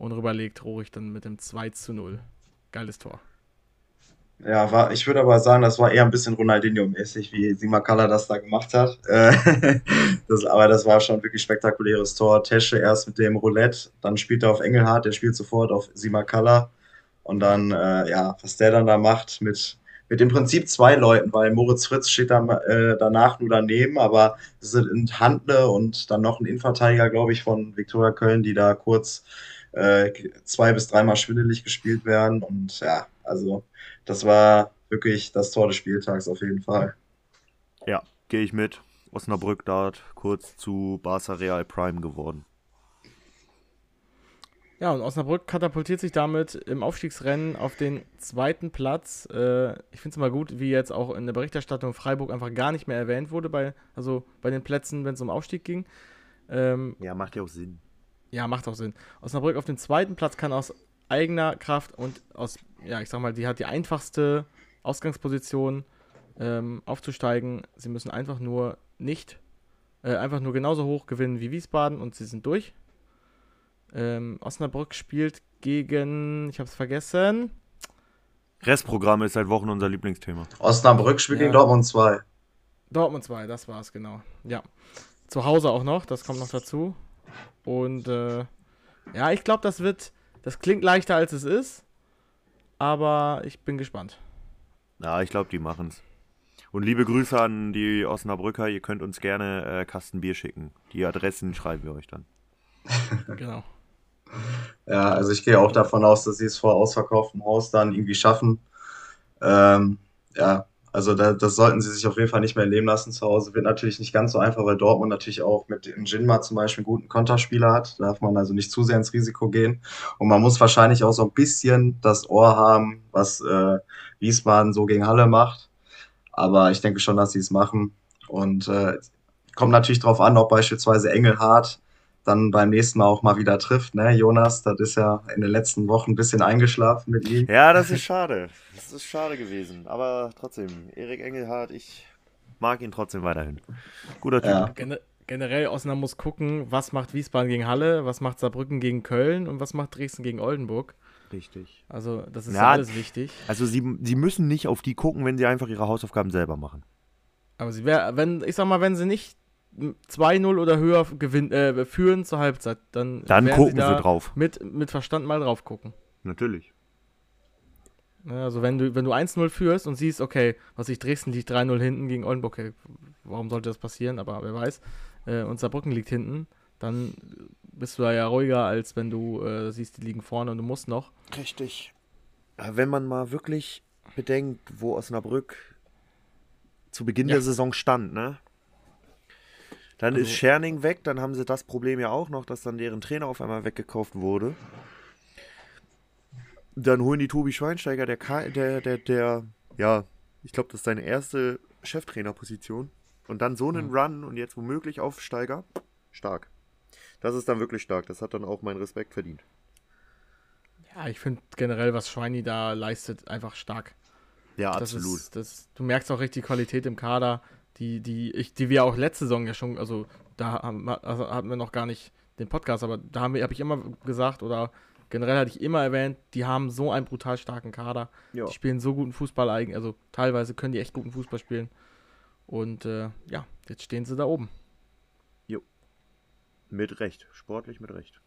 Und rüber legt Rohrig dann mit dem zwei zu null. Geiles Tor. Ja, war, ich würde aber sagen, das war eher ein bisschen Ronaldinho-mäßig, wie Simakala das da gemacht hat. Äh, das, aber das war schon wirklich spektakuläres Tor. Tesche erst mit dem Roulette, dann spielt er auf Engelhardt, der spielt sofort auf Simakala. Und dann, äh, ja, was der dann da macht mit, mit im Prinzip zwei Leuten, weil Moritz Fritz steht da, äh, danach nur daneben, aber es sind Handle und dann noch ein Innenverteidiger, glaube ich, von Viktoria Köln, die da kurz äh, zwei bis dreimal schwindelig gespielt werden. Und ja, also das war wirklich das Tor des Spieltags auf jeden Fall. Ja, gehe ich mit. Osnabrück dort kurz zu Barca Real Prime geworden. Ja, und Osnabrück katapultiert sich damit im Aufstiegsrennen auf den zweiten Platz. Äh, ich finde es immer gut, wie jetzt auch in der Berichterstattung Freiburg einfach gar nicht mehr erwähnt wurde, bei, also bei den Plätzen, wenn es um Aufstieg ging. Ähm, ja, macht ja auch Sinn. Ja, macht auch Sinn. Osnabrück auf den zweiten Platz kann aus eigener Kraft und aus, ja, ich sag mal, die hat die einfachste Ausgangsposition ähm, aufzusteigen. Sie müssen einfach nur nicht, äh, einfach nur genauso hoch gewinnen wie Wiesbaden und sie sind durch. Ähm, Osnabrück spielt gegen, ich hab's vergessen. Restprogramm ist seit Wochen unser Lieblingsthema. Osnabrück spielt Ja. gegen Dortmund zwei. Dortmund zwei, das war's, genau. Ja. Zu Hause auch noch, das kommt noch dazu. Und äh, ja, ich glaube, das wird, das klingt leichter als es ist, aber ich bin gespannt. Ja, ich glaube, die machen's. Und liebe Grüße an die Osnabrücker, ihr könnt uns gerne äh, Kasten Bier schicken. Die Adressen schreiben wir euch dann. Genau. Ja, also ich gehe auch davon aus, dass sie es vor ausverkauftem Haus dann irgendwie schaffen. Ähm, ja, also da, das sollten sie sich auf jeden Fall nicht mehr leben lassen zu Hause. Wird natürlich nicht ganz so einfach, weil Dortmund natürlich auch mit dem Jinma zum Beispiel einen guten Konterspieler hat. Da darf man also nicht zu sehr ins Risiko gehen. Und man muss wahrscheinlich auch so ein bisschen das Ohr haben, was äh, Wiesbaden so gegen Halle macht. Aber ich denke schon, dass sie es machen. Und äh, kommt natürlich darauf an, ob beispielsweise Engelhardt dann beim nächsten Mal auch mal wieder trifft, ne, Jonas, das ist ja in den letzten Wochen ein bisschen eingeschlafen mit ihm. Ja, das ist schade. Das ist schade gewesen. Aber trotzdem, Erik Engelhardt, ich mag ihn trotzdem weiterhin. Guter Typ. Ja. Gen- generell, Osnabrück muss gucken, was macht Wiesbaden gegen Halle, was macht Saarbrücken gegen Köln und was macht Dresden gegen Oldenburg. Richtig. Also, das ist Ja, ja alles wichtig. Also sie, sie müssen nicht auf die gucken, wenn sie einfach ihre Hausaufgaben selber machen. Aber sie wär, wenn, ich sag mal, wenn sie nicht zwei null oder höher gewinn, äh, führen zur Halbzeit, dann, Dann werden gucken sie, sie da drauf. Mit, mit Verstand mal drauf gucken. Natürlich. Ja, also wenn du, wenn du eins null führst und siehst, okay, was ich Dresden liegt drei null hinten gegen Oldenburg, okay, warum sollte das passieren, aber wer weiß, äh, und Saarbrücken liegt hinten, dann bist du da ja ruhiger, als wenn du äh, siehst, die liegen vorne und du musst noch. Richtig. Wenn man mal wirklich bedenkt, wo Osnabrück zu Beginn Ja. der Saison stand, ne? Dann Also- ist Scherning weg, dann haben sie das Problem ja auch noch, dass dann deren Trainer auf einmal weggekauft wurde. Dann holen die Tobi Schweinsteiger, der, Ka- der, der, der, ja, ich glaube, das ist seine erste Cheftrainerposition. Und dann so einen Mhm. Run und jetzt womöglich Aufsteiger. Stark. Das ist dann wirklich stark. Das hat dann auch meinen Respekt verdient. Ja, ich finde generell, was Schweini da leistet, einfach stark. Ja, Das absolut. Ist, das, du merkst auch richtig die Qualität im Kader, die, die, ich, die wir auch letzte Saison ja schon, also da haben, wir- also hatten wir noch gar nicht den Podcast, aber da haben wir, habe ich immer gesagt oder generell hatte ich immer erwähnt, die haben so einen brutal starken Kader. Ja. Die spielen so guten Fußball eigen, also teilweise können die echt guten Fußball spielen. Und äh, ja, jetzt stehen sie da oben. Mit Recht. Sportlich mit Recht.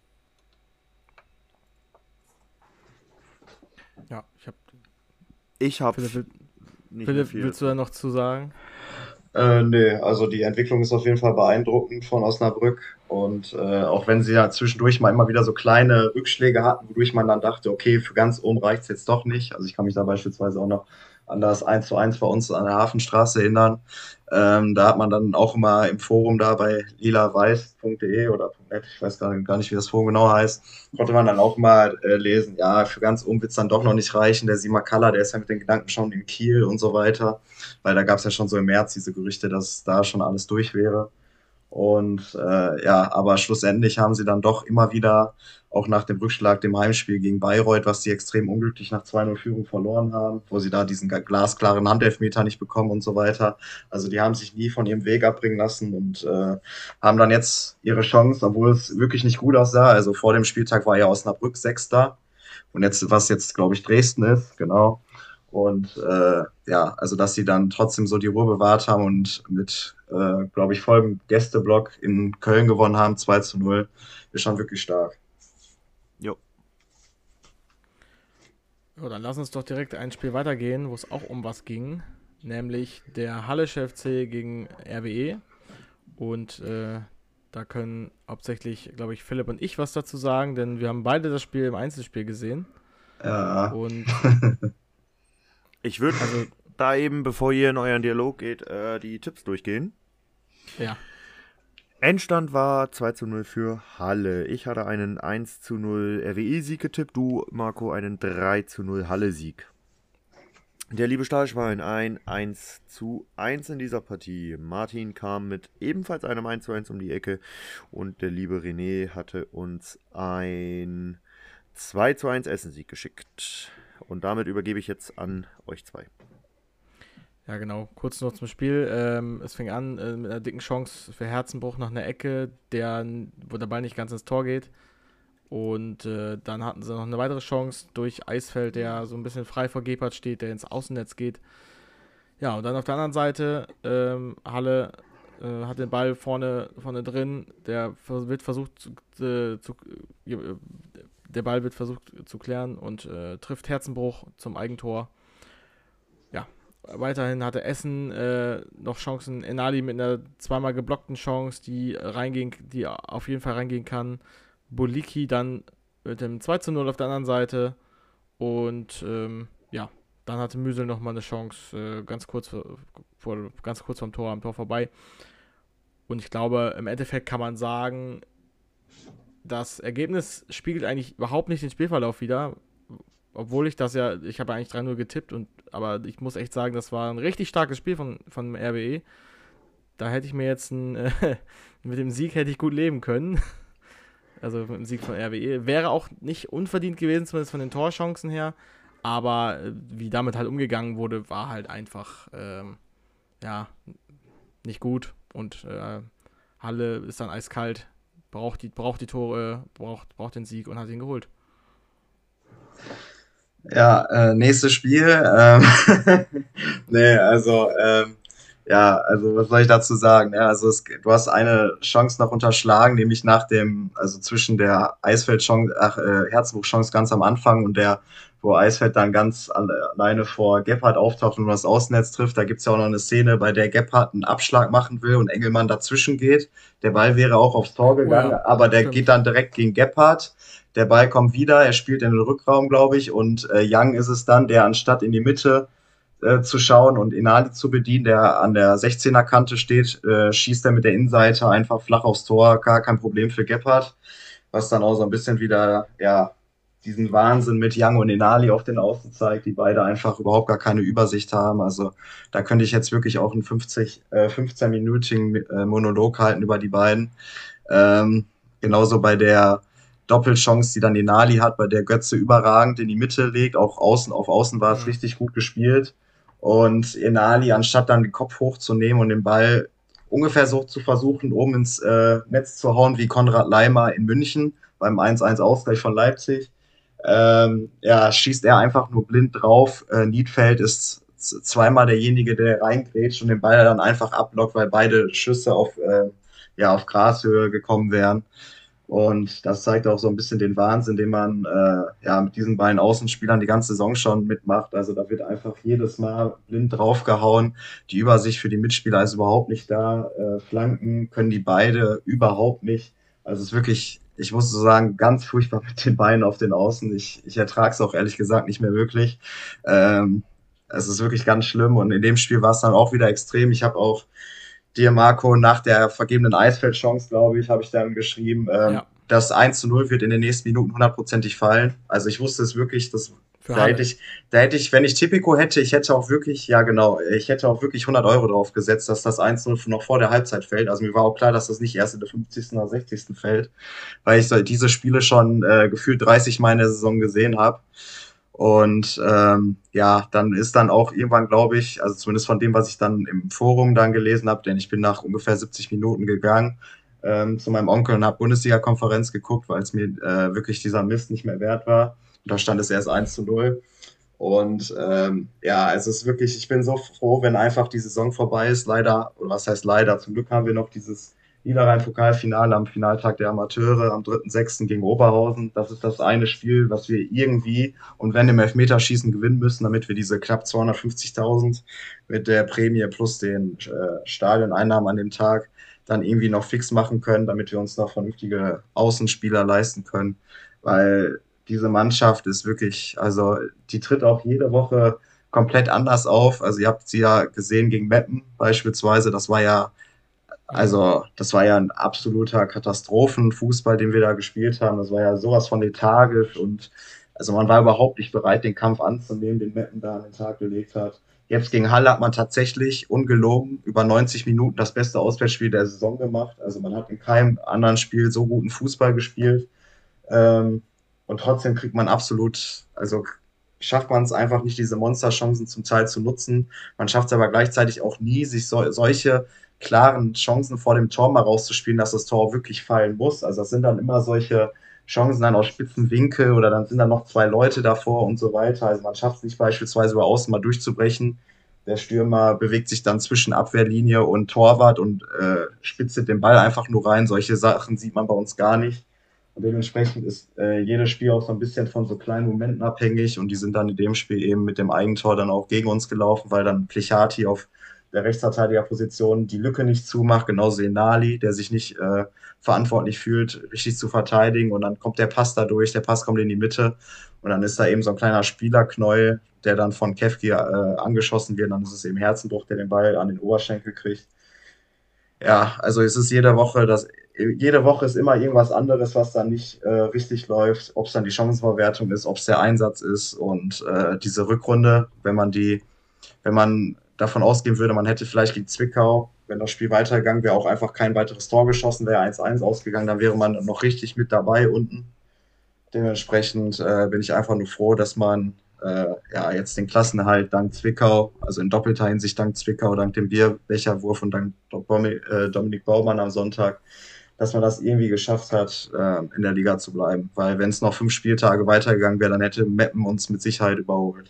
Ja, ich habe. Ich habe Philipp, will, nicht mehr Philipp viel. willst du da noch zu sagen? Äh, nee, also die Entwicklung ist auf jeden Fall beeindruckend von Osnabrück. Und äh, auch wenn sie ja zwischendurch mal immer wieder so kleine Rückschläge hatten, wodurch man dann dachte, okay, für ganz oben reicht es jetzt doch nicht. Also ich kann mich da beispielsweise auch noch an das eins zu eins bei uns an der Hafenstraße erinnern. Ähm, da hat man dann auch immer im Forum da bei lilaweiß punkt de oder .net, ich weiß gar, gar nicht, wie das Forum genau heißt, konnte man dann auch mal äh, lesen, ja, für ganz oben wird es dann doch noch nicht reichen. Der Simakala, der ist ja mit den Gedanken schon in Kiel und so weiter, weil da gab es ja schon so im März diese Gerüchte, dass da schon alles durch wäre. Und äh, ja, aber schlussendlich haben sie dann doch immer wieder, auch nach dem Rückschlag, dem Heimspiel gegen Bayreuth, was sie extrem unglücklich nach zwei null Führung verloren haben, wo sie da diesen glasklaren Handelfmeter nicht bekommen und so weiter. Also die haben sich nie von ihrem Weg abbringen lassen und äh, haben dann jetzt ihre Chance, obwohl es wirklich nicht gut aussah. Also vor dem Spieltag war ja Osnabrück Sechster und jetzt, was jetzt, glaube ich, Dresden ist, genau. Und äh, ja, also dass sie dann trotzdem so die Ruhe bewahrt haben und mit, äh, glaube ich, vollem Gästeblock in Köln gewonnen haben, zwei zu null, ist schon wirklich stark. Jo. So, dann lass uns doch direkt ein Spiel weitergehen, wo es auch um was ging, nämlich der Hallische F C gegen R W E. Und äh, da können hauptsächlich, glaube ich, Philipp und ich was dazu sagen, denn wir haben beide das Spiel im Einzelspiel gesehen. Ja. Und Ich würde also, da eben, bevor ihr in euren Dialog geht, äh, die Tipps durchgehen. ja. Endstand war zwei zu null für Halle. Ich hatte einen eins zu null R W E-Sieg getippt. Du, Marco, einen drei zu null Halle-Sieg. Der liebe Stahlschwein ein eins zu eins in dieser Partie. Martin kam mit ebenfalls einem eins zu eins um die Ecke. Und der liebe René hatte uns ein zwei zu eins Essensieg geschickt. Und damit übergebe ich jetzt an euch zwei. Ja, genau. Kurz noch zum Spiel. Ähm, es fing an äh, mit einer dicken Chance für Herzenbruch nach einer Ecke, der, wo der Ball nicht ganz ins Tor geht. Und äh, dann hatten sie noch eine weitere Chance durch Eisfeld, der so ein bisschen frei vor Gebhardt steht, der ins Außennetz geht. Ja, und dann auf der anderen Seite, ähm, Halle äh, hat den Ball vorne, vorne drin, der wird versucht zu, äh, zu äh, der Ball wird versucht zu klären und äh, trifft Herzenbruch zum Eigentor. Ja, weiterhin hatte Essen äh, noch Chancen. Enali mit einer zweimal geblockten Chance, die reingehen, die auf jeden Fall reingehen kann. Boliki dann mit dem zwei zu null auf der anderen Seite. Und ähm, ja, dann hatte Müsel nochmal eine Chance, äh, ganz kurz vor, vor, ganz kurz vom Tor, am Tor vorbei. Und ich glaube, im Endeffekt kann man sagen, das Ergebnis spiegelt eigentlich überhaupt nicht den Spielverlauf wider, obwohl ich das ja, ich habe eigentlich drei null getippt, und, aber ich muss echt sagen, das war ein richtig starkes Spiel von, von R W E. Da hätte ich mir jetzt ein, äh, mit dem Sieg hätte ich gut leben können. Also mit dem Sieg von R W E. Wäre auch nicht unverdient gewesen, zumindest von den Torchancen her, aber äh, wie damit halt umgegangen wurde, war halt einfach, ähm, ja, nicht gut, und äh, Halle ist dann eiskalt. Braucht die, braucht die Tore, braucht, braucht den Sieg und hat ihn geholt. Ja, äh, nächstes Spiel. Ähm, nee, also, ähm, ja, also was soll ich dazu sagen? Ja, also es, du hast eine Chance noch unterschlagen, nämlich nach dem, also zwischen der Eisfeld-Chance, ach, äh, Herzenbruch-Chance ganz am Anfang und der, wo Eisfeld dann ganz alleine vor Gebhardt auftaucht und das Außennetz trifft. Da gibt es ja auch noch eine Szene, bei der Gebhardt einen Abschlag machen will und Engelmann dazwischen geht. Der Ball wäre auch aufs Tor gegangen, Ja, aber der stimmt. geht dann direkt gegen Gebhardt. Der Ball kommt wieder, er spielt in den Rückraum, glaube ich, und äh, Young ist es dann, der anstatt in die Mitte äh, zu schauen und Enali zu bedienen, der an der sechzehner-Kante steht, äh, schießt er mit der Innenseite einfach flach aufs Tor, gar kein Problem für Gebhardt, was dann auch so ein bisschen wieder, ja, diesen Wahnsinn mit Young und Enali auf den Außen zeigt, die beide einfach überhaupt gar keine Übersicht haben. Also da könnte ich jetzt wirklich auch einen fünfzig, äh, fünfzehn-minütigen äh, Monolog halten über die beiden. Ähm, genauso bei der Doppelchance, die dann Enali hat, bei der Götze überragend in die Mitte legt, auch außen auf Außen war es Mhm. richtig gut gespielt. Und Enali, anstatt dann den Kopf hochzunehmen und den Ball ungefähr so zu versuchen, oben ins äh, Netz zu hauen, wie Konrad Leimer in München beim eins eins Ausgleich von Leipzig, ähm, ja, schießt er einfach nur blind drauf. Äh, Niedfeld ist z- zweimal derjenige, der reingrätscht und den Ball dann einfach abblockt, weil beide Schüsse auf, äh, ja, auf Grashöhe gekommen wären. Und das zeigt auch so ein bisschen den Wahnsinn, den man äh, ja, mit diesen beiden Außenspielern die ganze Saison schon mitmacht. Also da wird einfach jedes Mal blind draufgehauen. Die Übersicht für die Mitspieler ist überhaupt nicht da. Äh, Flanken können die beide überhaupt nicht. Also es ist wirklich, ich muss so sagen, ganz furchtbar mit den Beinen auf den Außen. Ich, ich ertrage es auch ehrlich gesagt nicht mehr wirklich. Ähm, es ist wirklich ganz schlimm, und in dem Spiel war es dann auch wieder extrem. Ich habe auch dir, Marco, nach der vergebenen Eisfeld-Chance, glaube ich, habe ich dann geschrieben, ähm, Ja. das eins zu null wird in den nächsten Minuten hundertprozentig fallen. Also ich wusste es wirklich, das Für Da Halle. hätte ich, da hätte ich, wenn ich Tipico hätte, ich hätte auch wirklich, ja genau, ich hätte auch wirklich hundert Euro drauf gesetzt, dass das eins null noch vor der Halbzeit fällt. Also mir war auch klar, dass das nicht erst in der fünfzigsten oder sechzigsten fällt, weil ich so diese Spiele schon äh, gefühlt dreißig Mal in der Saison gesehen habe. Und ähm, ja, dann ist dann auch irgendwann, glaube ich, also zumindest von dem, was ich dann im Forum dann gelesen habe, denn ich bin nach ungefähr siebzig Minuten gegangen ähm, zu meinem Onkel und habe Bundesliga-Konferenz geguckt, weil es mir äh, wirklich dieser Mist nicht mehr wert war. Und da stand es erst eins zu null. Und ähm, ja, es ist wirklich, ich bin so froh, wenn einfach die Saison vorbei ist. Leider, oder was heißt leider, zum Glück haben wir noch dieses Niederrhein-Pokalfinale am Finaltag der Amateure am dritten sechsten gegen Oberhausen. Das ist das eine Spiel, was wir irgendwie und wenn im Elfmeterschießen gewinnen müssen, damit wir diese knapp zweihundertfünfzigtausend mit der Prämie plus den äh, Stadioneinnahmen an dem Tag dann irgendwie noch fix machen können, damit wir uns noch vernünftige Außenspieler leisten können. Weil diese Mannschaft ist wirklich, also die tritt auch jede Woche komplett anders auf. Also ihr habt sie ja gesehen gegen Meppen beispielsweise. Das war ja, also das war ja ein absoluter Katastrophenfußball, den wir da gespielt haben. Das war ja sowas von lethargisch und also man war überhaupt nicht bereit, den Kampf anzunehmen, den Meppen da an den Tag gelegt hat. Jetzt gegen Halle hat man tatsächlich ungelogen über neunzig Minuten das beste Auswärtsspiel der Saison gemacht. Also man hat in keinem anderen Spiel so guten Fußball gespielt. Ähm, Und trotzdem kriegt man absolut, also schafft man es einfach nicht, diese Monsterchancen zum Teil zu nutzen. Man schafft es aber gleichzeitig auch nie, sich so, solche klaren Chancen vor dem Tor mal rauszuspielen, dass das Tor wirklich fallen muss. Also das sind dann immer solche Chancen dann aus spitzen Winkel oder dann sind da noch zwei Leute davor und so weiter. Also man schafft es nicht beispielsweise über Außen mal durchzubrechen. Der Stürmer bewegt sich dann zwischen Abwehrlinie und Torwart und äh, spitzelt den Ball einfach nur rein. Solche Sachen sieht man bei uns gar nicht. Und dementsprechend ist äh, jedes Spiel auch so ein bisschen von so kleinen Momenten abhängig und die sind dann in dem Spiel eben mit dem Eigentor dann auch gegen uns gelaufen, weil dann Plichati auf der Rechtsverteidigerposition die Lücke nicht zumacht, genauso Enali, der sich nicht äh, verantwortlich fühlt, richtig zu verteidigen und dann kommt der Pass da durch, der Pass kommt in die Mitte und dann ist da eben so ein kleiner Spielerknäuel, der dann von Kefki äh, angeschossen wird, dann ist es eben Herzenbruch, der den Ball an den Oberschenkel kriegt. Ja, also es ist jede Woche das Jede Woche ist immer irgendwas anderes, was dann nicht äh, richtig läuft, ob es dann die Chancenverwertung ist, ob es der Einsatz ist und äh, diese Rückrunde, wenn man die, wenn man davon ausgehen würde, man hätte vielleicht gegen Zwickau, wenn das Spiel weitergegangen wäre, auch einfach kein weiteres Tor geschossen, wäre eins eins ausgegangen, dann wäre man noch richtig mit dabei unten. Dementsprechend äh, bin ich einfach nur froh, dass man äh, ja jetzt den Klassenerhalt dank Zwickau, also in doppelter Hinsicht dank Zwickau, dank dem Bierbecherwurf und dank Dominik Baumann am Sonntag, dass man das irgendwie geschafft hat, äh, in der Liga zu bleiben. Weil wenn es noch fünf Spieltage weitergegangen wäre, dann hätte Meppen uns mit Sicherheit überholt.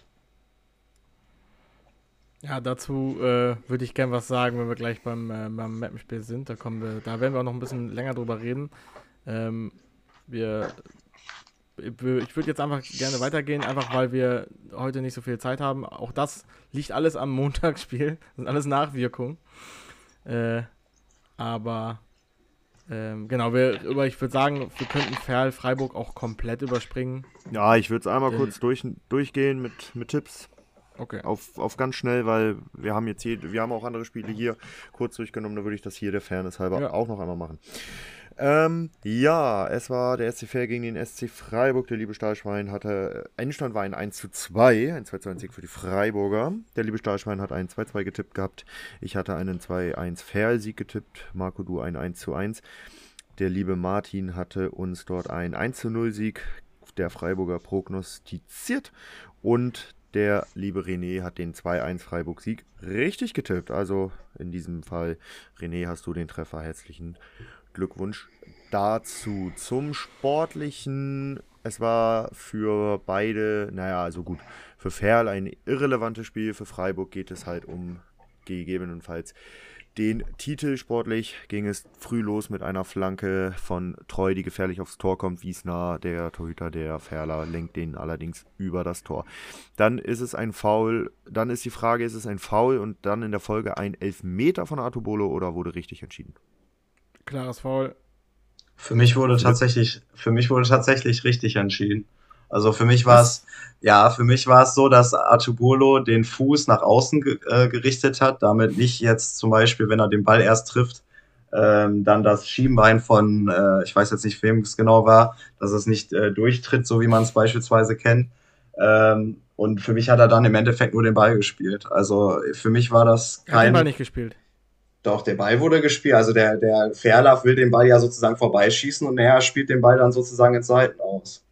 Ja, dazu äh, würde ich gern was sagen, wenn wir gleich beim, äh, beim Mappenspiel sind. Da kommen wir, da werden wir auch noch ein bisschen länger drüber reden. Ähm, wir, ich würde jetzt einfach gerne weitergehen, einfach weil wir heute nicht so viel Zeit haben. Auch das liegt alles am Montagsspiel. Das sind alles Nachwirkungen. Äh, aber ähm, genau, wir, über, ich würde sagen, wir könnten Ferl Freiburg auch komplett überspringen. Ja, ich würde es einmal Äh, kurz durch, durchgehen mit, mit Tipps. Okay. Auf, auf ganz schnell, weil wir haben jetzt hier, wir haben auch andere Spiele hier kurz durchgenommen, da würde ich das hier der Fairness halber Ja. auch noch einmal machen. Ähm, ja, es war der S C Verl gegen den S C Freiburg. Der liebe Stahlschwein hatte, Endstand war ein eins zu zwei, ein zwei zu eins Sieg für die Freiburger. Der liebe Stahlschwein hat einen zwei zu zwei getippt gehabt. Ich hatte einen zwei zu eins Verl-Sieg getippt. Marco, du ein eins zu eins. Der liebe Martin hatte uns dort einen eins zu null Sieg der Freiburger prognostiziert. Und der liebe René hat den zwei eins Freiburg-Sieg richtig getippt. Also in diesem Fall, René, hast du den Treffer. Herzlichen Glückwunsch dazu. Zum Sportlichen, es war für beide, naja, also gut, für Ferl ein irrelevantes Spiel, für Freiburg geht es halt um gegebenenfalls den Titel. Sportlich ging es früh los mit einer Flanke von Treu, die gefährlich aufs Tor kommt. Wiesner, der Torhüter der Ferler, lenkt den allerdings über das Tor. Dann ist es ein Foul, dann ist die Frage, ist es ein Foul und dann in der Folge ein Elfmeter von Artubolo oder wurde richtig entschieden? Klares Foul. Für mich wurde tatsächlich, für mich wurde tatsächlich richtig entschieden. Also für mich war es, ja, für mich war es so, dass Artubolo den Fuß nach außen ge äh, gerichtet hat, damit nicht jetzt zum Beispiel, wenn er den Ball erst trifft, ähm, dann das Schienbein von, äh, ich weiß jetzt nicht, wem es genau war, dass es nicht äh, durchtritt, so wie man es beispielsweise kennt. Ähm, und für mich hat er dann im Endeffekt nur den Ball gespielt. Also für mich war das Er hat den kein. Ball nicht gespielt. Doch, der Ball wurde gespielt. Also der, der Fairlauf will den Ball ja sozusagen vorbeischießen und er spielt den Ball dann sozusagen ins Seiten aus.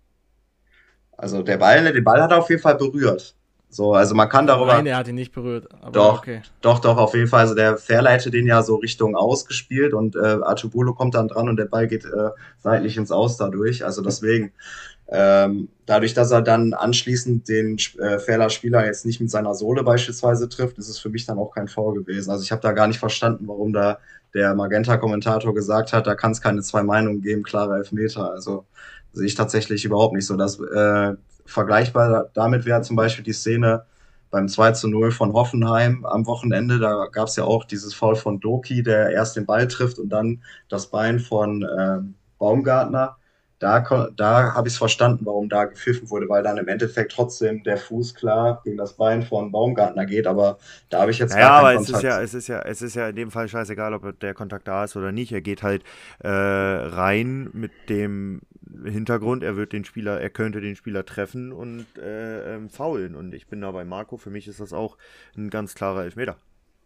Also der Ball, den Ball hat er auf jeden Fall berührt. So, also man kann darüber. Nein, er hat ihn nicht berührt. Aber Doch, okay. doch, doch, auf jeden Fall. Also der Fairler hätte den ja so Richtung Aus gespielt und äh, Artubulo kommt dann dran und der Ball geht äh, seitlich ins Aus dadurch. Also deswegen, ähm, dadurch, dass er dann anschließend den äh, Fairler Spieler jetzt nicht mit seiner Sohle beispielsweise trifft, ist es für mich dann auch kein Foul gewesen. Also ich habe da gar nicht verstanden, warum da der Magenta-Kommentator gesagt hat, da kann es keine zwei Meinungen geben, klare Elfmeter. Also sehe ich tatsächlich überhaupt nicht so. Dass, äh, vergleichbar damit wäre zum Beispiel die Szene beim zwei zu null von Hoffenheim am Wochenende. Da gab es ja auch dieses Foul von Doki, der erst den Ball trifft und dann das Bein von ähm, Baumgartner. Da, da habe ich es verstanden, warum da gepfiffen wurde, weil dann im Endeffekt trotzdem der Fuß klar gegen das Bein von Baumgartner geht, aber da habe ich jetzt naja, gar keinen aber Kontakt. Es ist, ja, es, ist ja, es ist ja in dem Fall scheißegal, ob der Kontakt da ist oder nicht. Er geht halt äh, rein mit dem Hintergrund, er wird den Spieler, er könnte den Spieler treffen und äh, ähm, faulen. Und ich bin da bei Marco, für mich ist das auch ein ganz klarer Elfmeter.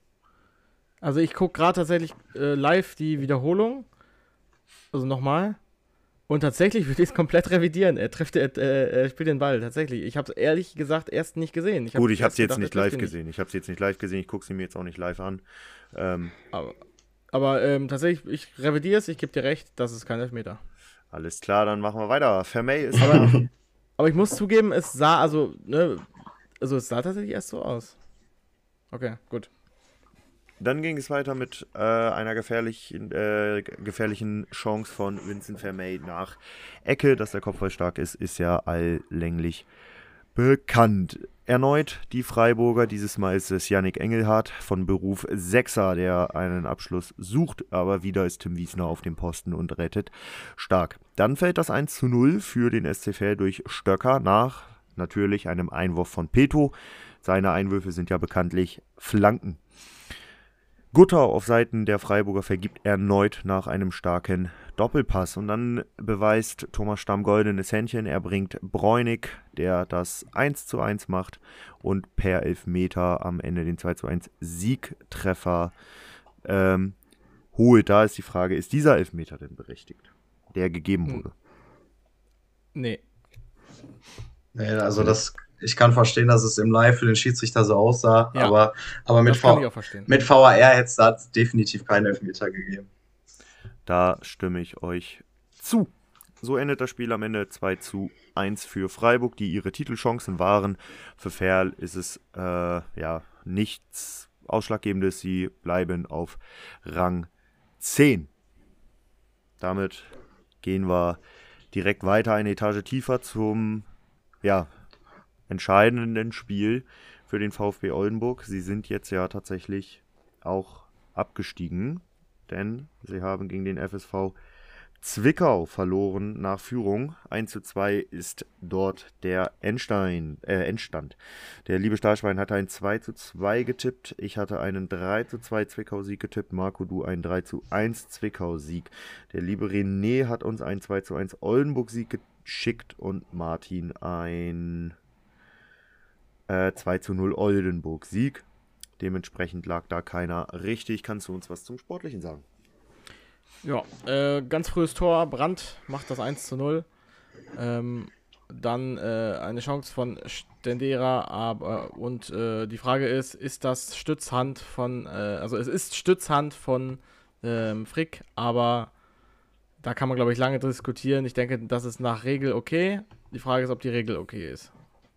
Also ich gucke gerade tatsächlich äh, live die Wiederholung. Also nochmal. Und tatsächlich würde ich es komplett revidieren. Er trifft, er, äh, er spielt den Ball, tatsächlich. Ich habe es ehrlich gesagt erst nicht gesehen. Ich Gut, ich habe es jetzt gedacht, nicht live gesehen. Ich habe es jetzt nicht live gesehen. Ich gucke sie mir jetzt auch nicht live an. Ähm, aber aber ähm, tatsächlich, ich revidiere es. Ich gebe dir recht, das ist kein Elfmeter. alles klar, dann machen wir weiter. Vermey ist aber, aber ich muss zugeben, es sah also, ne, also es sah tatsächlich erst so aus. Okay, gut. Dann ging es weiter mit äh, einer gefährlichen, äh, gefährlichen Chance von Vincent Vermey nach Ecke. Dass der Kopfball stark ist, ist ja alllänglich bekannt. Erneut die Freiburger, dieses Mal ist es Yannick Engelhardt von Beruf Sechser, der einen Abschluss sucht, aber wieder ist Tim Wiesner auf dem Posten und rettet stark. Dann fällt das eins zu null für den S C Verl durch Stöcker nach natürlich einem Einwurf von Peto. Seine Einwürfe sind ja bekanntlich Flanken. Gutter auf Seiten der Freiburger vergibt erneut nach einem starken Doppelpass. Und dann beweist Thomas Stamm goldenes Händchen. Er bringt Bräunig, der das eins zu eins macht und per Elfmeter am Ende den zwei zu eins Siegtreffer ähm, holt. Da ist die Frage, ist dieser Elfmeter denn berechtigt, der gegeben wurde? Nee. Nee, also das... Ich kann verstehen, dass es im Live für den Schiedsrichter so aussah, Ja, aber, aber mit, das kann v- ich auch verstehen. mit V A R hätte es da definitiv keinen Elfmeter gegeben. Da stimme ich euch zu. So endet das Spiel am Ende zwei zu eins für Freiburg, die ihre Titelchancen waren. Für Verl ist es äh, ja nichts Ausschlaggebendes. Sie bleiben auf Rang zehn. Damit gehen wir direkt weiter eine Etage tiefer zum ja, entscheidenden Spiel für den VfB Oldenburg. Sie sind jetzt ja tatsächlich auch abgestiegen, denn sie haben gegen den F S V Zwickau verloren nach Führung. eins zu zwei ist dort der Endstein, äh, Endstand. Der liebe Stahlschwein hatte ein zwei zu zwei getippt. Ich hatte einen drei zu zwei Zwickau-Sieg getippt. Marco, du einen drei zu eins Zwickau-Sieg. Der liebe René hat uns einen zwei zu eins Oldenburg-Sieg geschickt und Martin ein äh, zwei zu null Oldenburg-Sieg. Dementsprechend lag da keiner richtig. Kannst du uns was zum Sportlichen sagen? Ja, äh, ganz frühes Tor, Brandt macht das eins zu null. Ähm, dann äh, eine Chance von Stendera, aber und äh, die Frage ist, ist das Stützhand von, äh, also es ist Stützhand von ähm, Frick, aber da kann man, glaube ich, lange diskutieren. Ich denke, das ist nach Regel okay. Die Frage ist, ob die Regel okay ist.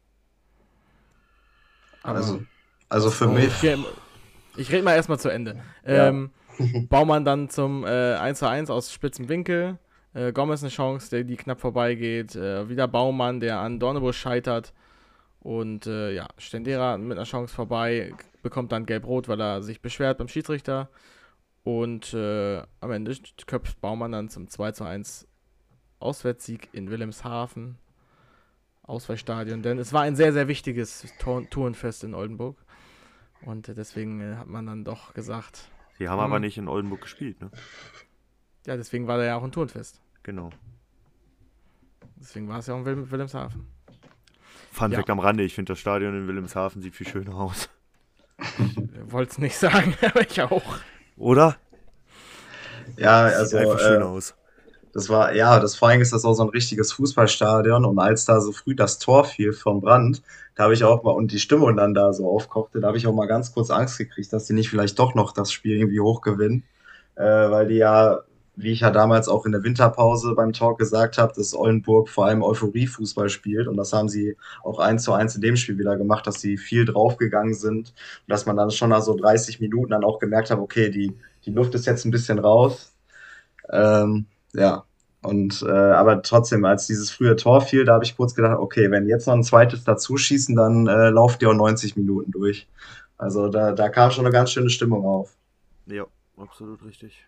Aber Also, also für oh, mich... okay, ich rede mal erstmal zu Ende. Ja. Ähm, Baumann dann zum äh, eins zu eins aus spitzem Winkel. Äh, Gomez eine Chance, der die knapp vorbeigeht. Äh, wieder Baumann, der an Dornebusch scheitert. Und äh, ja, Stendera mit einer Chance vorbei, bekommt dann gelb-rot, weil er sich beschwert beim Schiedsrichter. Und äh, am Ende köpft Baumann dann zum zwei zu eins Auswärtssieg in Wilhelmshaven. Ausweichstadion. Denn es war ein sehr, sehr wichtiges Tor- Tourenfest in Oldenburg. Und äh, deswegen äh, hat man dann doch gesagt... Sie haben hm, aber nicht in Oldenburg gespielt, ne? Ja, deswegen war da ja auch ein Tourenfest. Genau. Deswegen war es ja auch in Wil- Wilhelmshaven. Fun Ja. Fact am Rande, ich finde das Stadion in Wilhelmshaven sieht viel schöner aus. Wollte es nicht sagen, aber ich auch. Oder? Ja, Sieht also einfach schön äh, aus. das war, ja, das vor allem ist das auch so ein richtiges Fußballstadion und als da so früh das Tor fiel vom Brand, da habe ich auch mal, und die Stimmung dann da so aufkochte, da habe ich auch mal ganz kurz Angst gekriegt, dass die nicht vielleicht doch noch das Spiel irgendwie hochgewinnen, äh, weil die ja, wie ich ja damals auch in der Winterpause beim Talk gesagt habe, dass Oldenburg vor allem Euphorie-Fußball spielt und das haben sie auch eins zu eins in dem Spiel wieder gemacht, dass sie viel draufgegangen sind und dass man dann schon nach so dreißig Minuten dann auch gemerkt hat, okay, die, die Luft ist jetzt ein bisschen raus. Ähm, ja, und äh, aber trotzdem, als dieses frühe Tor fiel, da habe ich kurz gedacht, okay, wenn jetzt noch ein zweites dazu schießen, dann äh, lauft ihr auch neunzig Minuten durch. Also da, da kam schon eine ganz schöne Stimmung auf. Ja, absolut richtig.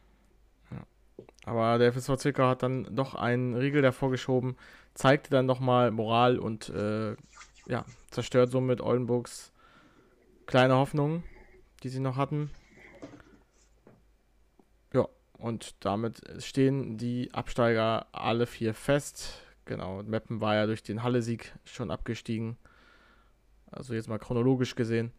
Aber der F S V Zwickau hat dann doch einen Riegel davor geschoben, zeigte dann nochmal Moral und äh, ja, zerstört somit Oldenburgs kleine Hoffnungen, die sie noch hatten. Ja, und damit stehen die Absteiger alle vier fest. Genau, Meppen war ja durch den Halle-Sieg schon abgestiegen. Also jetzt mal chronologisch gesehen.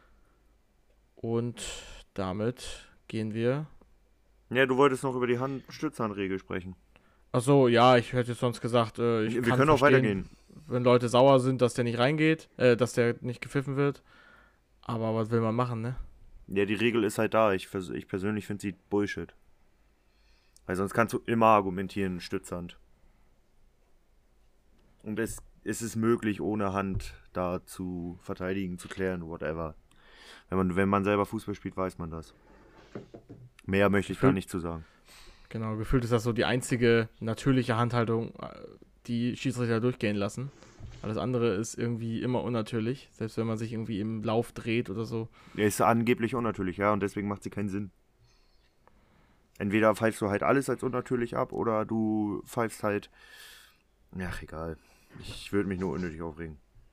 Und damit gehen wir. Ja, du wolltest noch über die Hand Stützhandregel sprechen. Achso, ja, ich hätte jetzt sonst gesagt, äh, ich Wir kann können auch verstehen, weitergehen. wenn Leute sauer sind, dass der nicht reingeht, äh, dass der nicht gepfiffen wird. Aber was will man machen, ne? Ja, die Regel ist halt da. Ich, vers- ich persönlich finde sie Bullshit. Weil sonst kannst du immer argumentieren, Stützhand. Und es, es ist möglich, ohne Hand da zu verteidigen, zu klären, whatever. Wenn man, wenn man selber Fußball spielt, weiß man das. Mehr möchte ich gar nicht zu sagen. Genau, gefühlt ist das so die einzige natürliche Handhaltung, äh, die Schiedsrichter durchgehen lassen. Alles andere ist irgendwie immer unnatürlich, selbst wenn man sich irgendwie im Lauf dreht oder so. Der ist angeblich unnatürlich, ja, und deswegen macht sie keinen Sinn. Entweder pfeifst du halt alles als unnatürlich ab oder du pfeifst halt. Ach, egal. Ich würde mich nur unnötig aufregen.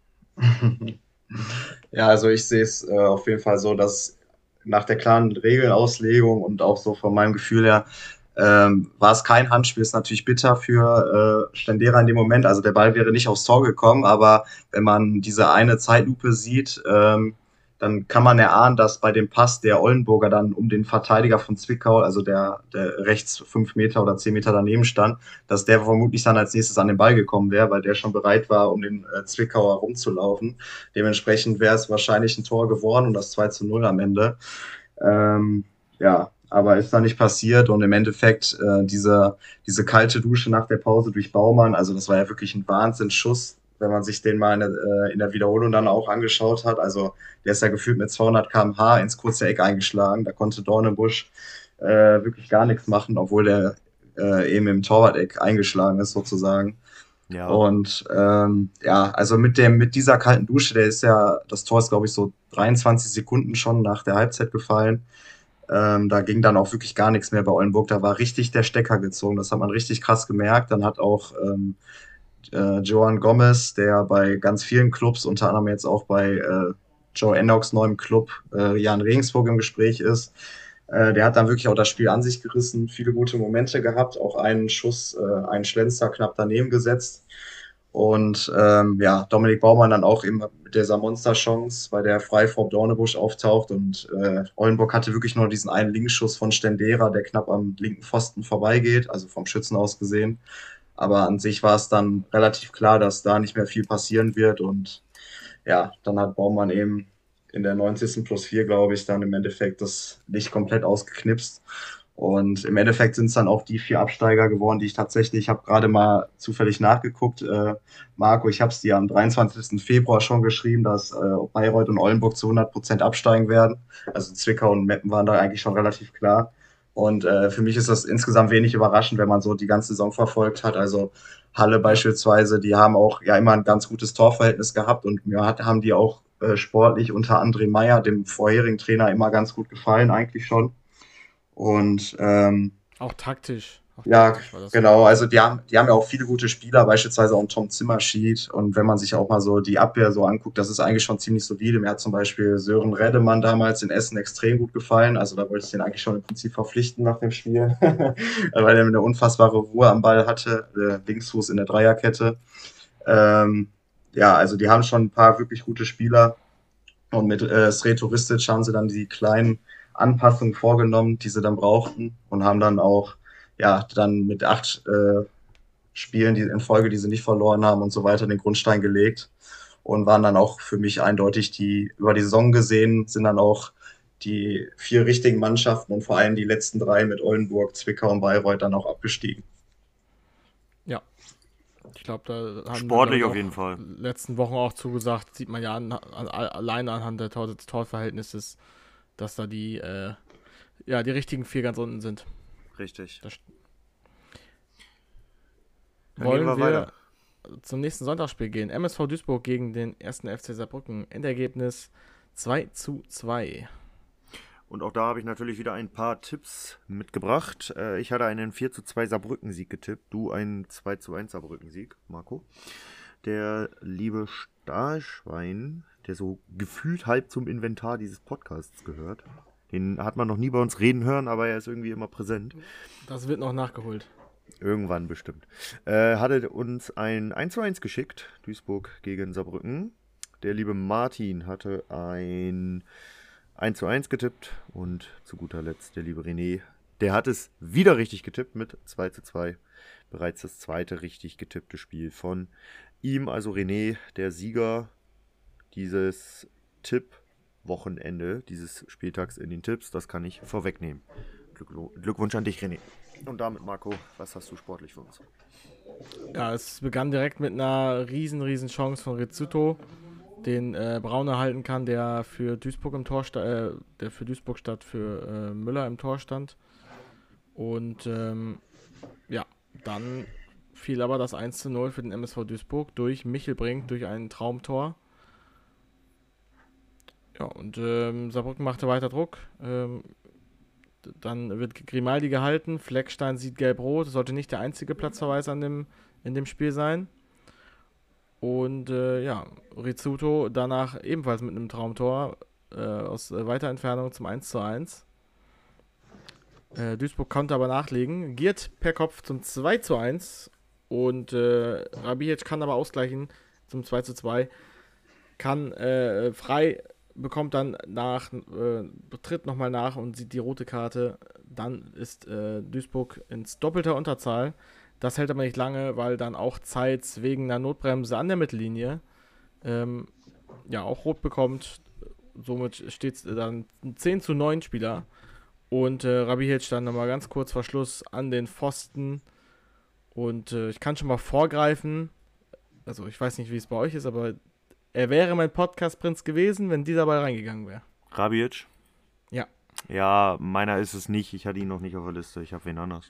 Ja, also ich sehe es äh, auf jeden Fall so, dass nach der klaren Regelauslegung und auch so von meinem Gefühl her, ähm, war es kein Handspiel, ist natürlich bitter für äh, Stendera in dem Moment. Also der Ball wäre nicht aufs Tor gekommen, aber wenn man diese eine Zeitlupe sieht, ähm, dann kann man erahnen, dass bei dem Pass der Oldenburger dann um den Verteidiger von Zwickau, also der, der rechts fünf Meter oder zehn Meter daneben stand, dass der vermutlich dann als nächstes an den Ball gekommen wäre, weil der schon bereit war, um den äh, Zwickauer rumzulaufen. Dementsprechend wäre es wahrscheinlich ein Tor geworden und das zwei zu null am Ende. Ähm, ja, aber ist da nicht passiert und im Endeffekt äh, diese, diese kalte Dusche nach der Pause durch Baumann, also das war ja wirklich ein Wahnsinnsschuss, wenn man sich den mal in der, äh, in der Wiederholung dann auch angeschaut hat. Also der ist ja gefühlt mit zweihundert Kilometer pro Stunde ins kurze Eck eingeschlagen. Da konnte Dornenbusch äh, wirklich gar nichts machen, obwohl der äh, eben im Torwart-Eck eingeschlagen ist sozusagen. Ja. Und ähm, ja, also mit dem mit dieser kalten Dusche, der ist ja, das Tor ist glaube ich so dreiundzwanzig Sekunden schon nach der Halbzeit gefallen. Ähm, da ging dann auch wirklich gar nichts mehr bei Oldenburg. Da war richtig der Stecker gezogen. Das hat man richtig krass gemerkt. Dann hat auch ähm, äh, Joan Gomez, der bei ganz vielen Clubs, unter anderem jetzt auch bei äh, Joe Enochs neuem Club, äh, Jan Regensburg im Gespräch ist, äh, der hat dann wirklich auch das Spiel an sich gerissen, viele gute Momente gehabt, auch einen Schuss, äh, einen Schlenzer knapp daneben gesetzt. Und ähm, ja, Dominik Baumann dann auch eben mit dieser Monsterchance, bei der frei vor Dornebusch auftaucht und äh, Oldenburg hatte wirklich nur diesen einen Linksschuss von Stendera, der knapp am linken Pfosten vorbeigeht, also vom Schützen aus gesehen. Aber an sich war es dann relativ klar, dass da nicht mehr viel passieren wird und ja, dann hat Baumann eben in der neunzigsten plus vier, glaube ich, dann im Endeffekt das Licht komplett ausgeknipst. Und im Endeffekt sind es dann auch die vier Absteiger geworden, die ich tatsächlich, ich habe gerade mal zufällig nachgeguckt, äh, Marco, ich habe es dir am dreiundzwanzigsten Februar schon geschrieben, dass äh, Bayreuth und Oldenburg zu hundert Prozent absteigen werden. Also Zwickau und Meppen waren da eigentlich schon relativ klar. Und äh, für mich ist das insgesamt wenig überraschend, wenn man so die ganze Saison verfolgt hat. Also Halle beispielsweise, die haben auch ja immer ein ganz gutes Torverhältnis gehabt und mir hat, haben die auch äh, sportlich unter André Meyer, dem vorherigen Trainer, immer ganz gut gefallen eigentlich schon. Und ähm, Auch taktisch. Auch ja, taktisch war das genau, also die haben, die haben ja auch viele gute Spieler, beispielsweise auch Tom Zimmerschied. Und wenn man sich auch mal so die Abwehr so anguckt, das ist eigentlich schon ziemlich solide. Mir hat zum Beispiel Sören Reddemann damals in Essen extrem gut gefallen. Also da wollte ich den eigentlich schon im Prinzip verpflichten nach dem Spiel, weil er eine unfassbare Ruhe am Ball hatte, der Linksfuß in der Dreierkette. Ähm, ja, also die haben schon ein paar wirklich gute Spieler. Und mit äh, Sreto Ristic haben sie dann die kleinen Anpassungen vorgenommen, die sie dann brauchten. Und haben dann auch, ja, dann mit acht äh, Spielen die in Folge, die sie nicht verloren haben und so weiter, den Grundstein gelegt. Und waren dann auch für mich eindeutig die, über die Saison gesehen, sind dann auch die vier richtigen Mannschaften und vor allem die letzten drei mit Oldenburg, Zwickau und Bayreuth dann auch abgestiegen. Ja. Ich glaube, da haben Sportlich wir auf jeden Fall. letzten Wochen auch zugesagt, sieht man ja an, an, alleine anhand der Tor, des Torverhältnisses, dass da die, äh, ja, die richtigen vier ganz unten sind. Richtig. Das Dann Wollen gehen wir wir weiter. zum nächsten Sonntagsspiel gehen? M S V Duisburg gegen den ersten F C Saarbrücken. Endergebnis zwei zu zwei. Und auch da habe ich natürlich wieder ein paar Tipps mitgebracht. Äh, ich hatte einen vier zu zwei Saarbrücken-Sieg getippt. Du einen zwei zu eins Saarbrücken-Sieg, Marco. Der liebe Stahlschwein, der so gefühlt halb zum Inventar dieses Podcasts gehört. Den hat man noch nie bei uns reden hören, aber er ist irgendwie immer präsent. Das wird noch nachgeholt. Irgendwann bestimmt. Äh, hatte uns ein eins zu eins geschickt. Duisburg gegen Saarbrücken. Der liebe Martin hatte ein eins zu eins getippt. Und zu guter Letzt der liebe René. Der hat es wieder richtig getippt mit zwei zu zwei. Bereits das zweite richtig getippte Spiel von ihm. Also René, der Sieger dieses Tipp-Wochenende, dieses Spieltags in den Tipps. Das kann ich vorwegnehmen. Glück- Glückwunsch an dich, René. Und damit, Marco, was hast du sportlich für uns? Ja, es begann direkt mit einer riesen, riesen Chance von Rizzuto, den äh, Brauner halten kann, der für Duisburg im Tor sta- äh, der für Duisburg statt für äh, Müller im Tor stand. Und ähm, ja, dann fiel aber das eins zu null für den M S V Duisburg durch Michel Brink, durch ein Traumtor. Ja, und ähm, Saarbrücken machte weiter Druck. Ähm, Dann wird Grimaldi gehalten, Fleckstein sieht gelb-rot, sollte nicht der einzige Platzverweis an dem, in dem Spiel sein. Und äh, ja, Rizzuto danach ebenfalls mit einem Traumtor äh, aus äh, weiter Entfernung zum eins zu eins. Äh, Duisburg konnte aber nachlegen, Giert per Kopf zum zwei zu eins und äh, Rabiec kann aber ausgleichen zum zwei zu zwei. Kann äh, frei bekommt dann nach, äh, tritt nochmal nach und sieht die rote Karte. Dann ist äh, Duisburg ins doppelter Unterzahl. Das hält aber nicht lange, weil dann auch Zeitz wegen einer Notbremse an der Mittellinie ähm, ja auch rot bekommt. Somit steht es dann zehn zu neun Spieler. Und äh, Rabihic dann nochmal ganz kurz vor Schluss an den Pfosten. Und äh, ich kann schon mal vorgreifen. Also ich weiß nicht, wie es bei euch ist, aber er wäre mein Podcast-Prinz gewesen, wenn dieser Ball reingegangen wäre. Rabic? Ja. Ja, meiner ist es nicht. Ich hatte ihn noch nicht auf der Liste. Ich habe wen anders.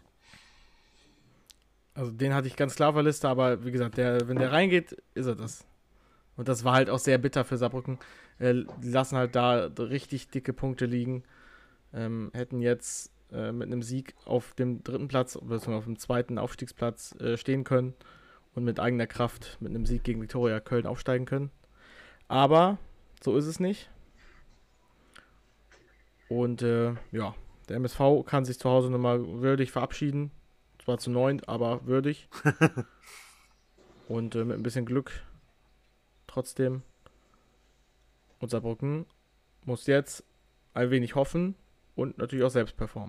Also den hatte ich ganz klar auf der Liste, aber wie gesagt, der, wenn der reingeht, ist er das. Und das war halt auch sehr bitter für Saarbrücken. Äh, die lassen halt da richtig dicke Punkte liegen. Ähm, hätten jetzt äh, mit einem Sieg auf dem dritten Platz, beziehungsweise auf dem zweiten Aufstiegsplatz äh, stehen können und mit eigener Kraft mit einem Sieg gegen Viktoria Köln aufsteigen können. Aber so ist es nicht. Und äh, ja, der M S V kann sich zu Hause nochmal würdig verabschieden. Zwar zu neun, aber würdig. Und äh, mit ein bisschen Glück trotzdem. Und Saarbrücken muss jetzt ein wenig hoffen und natürlich auch selbst performen.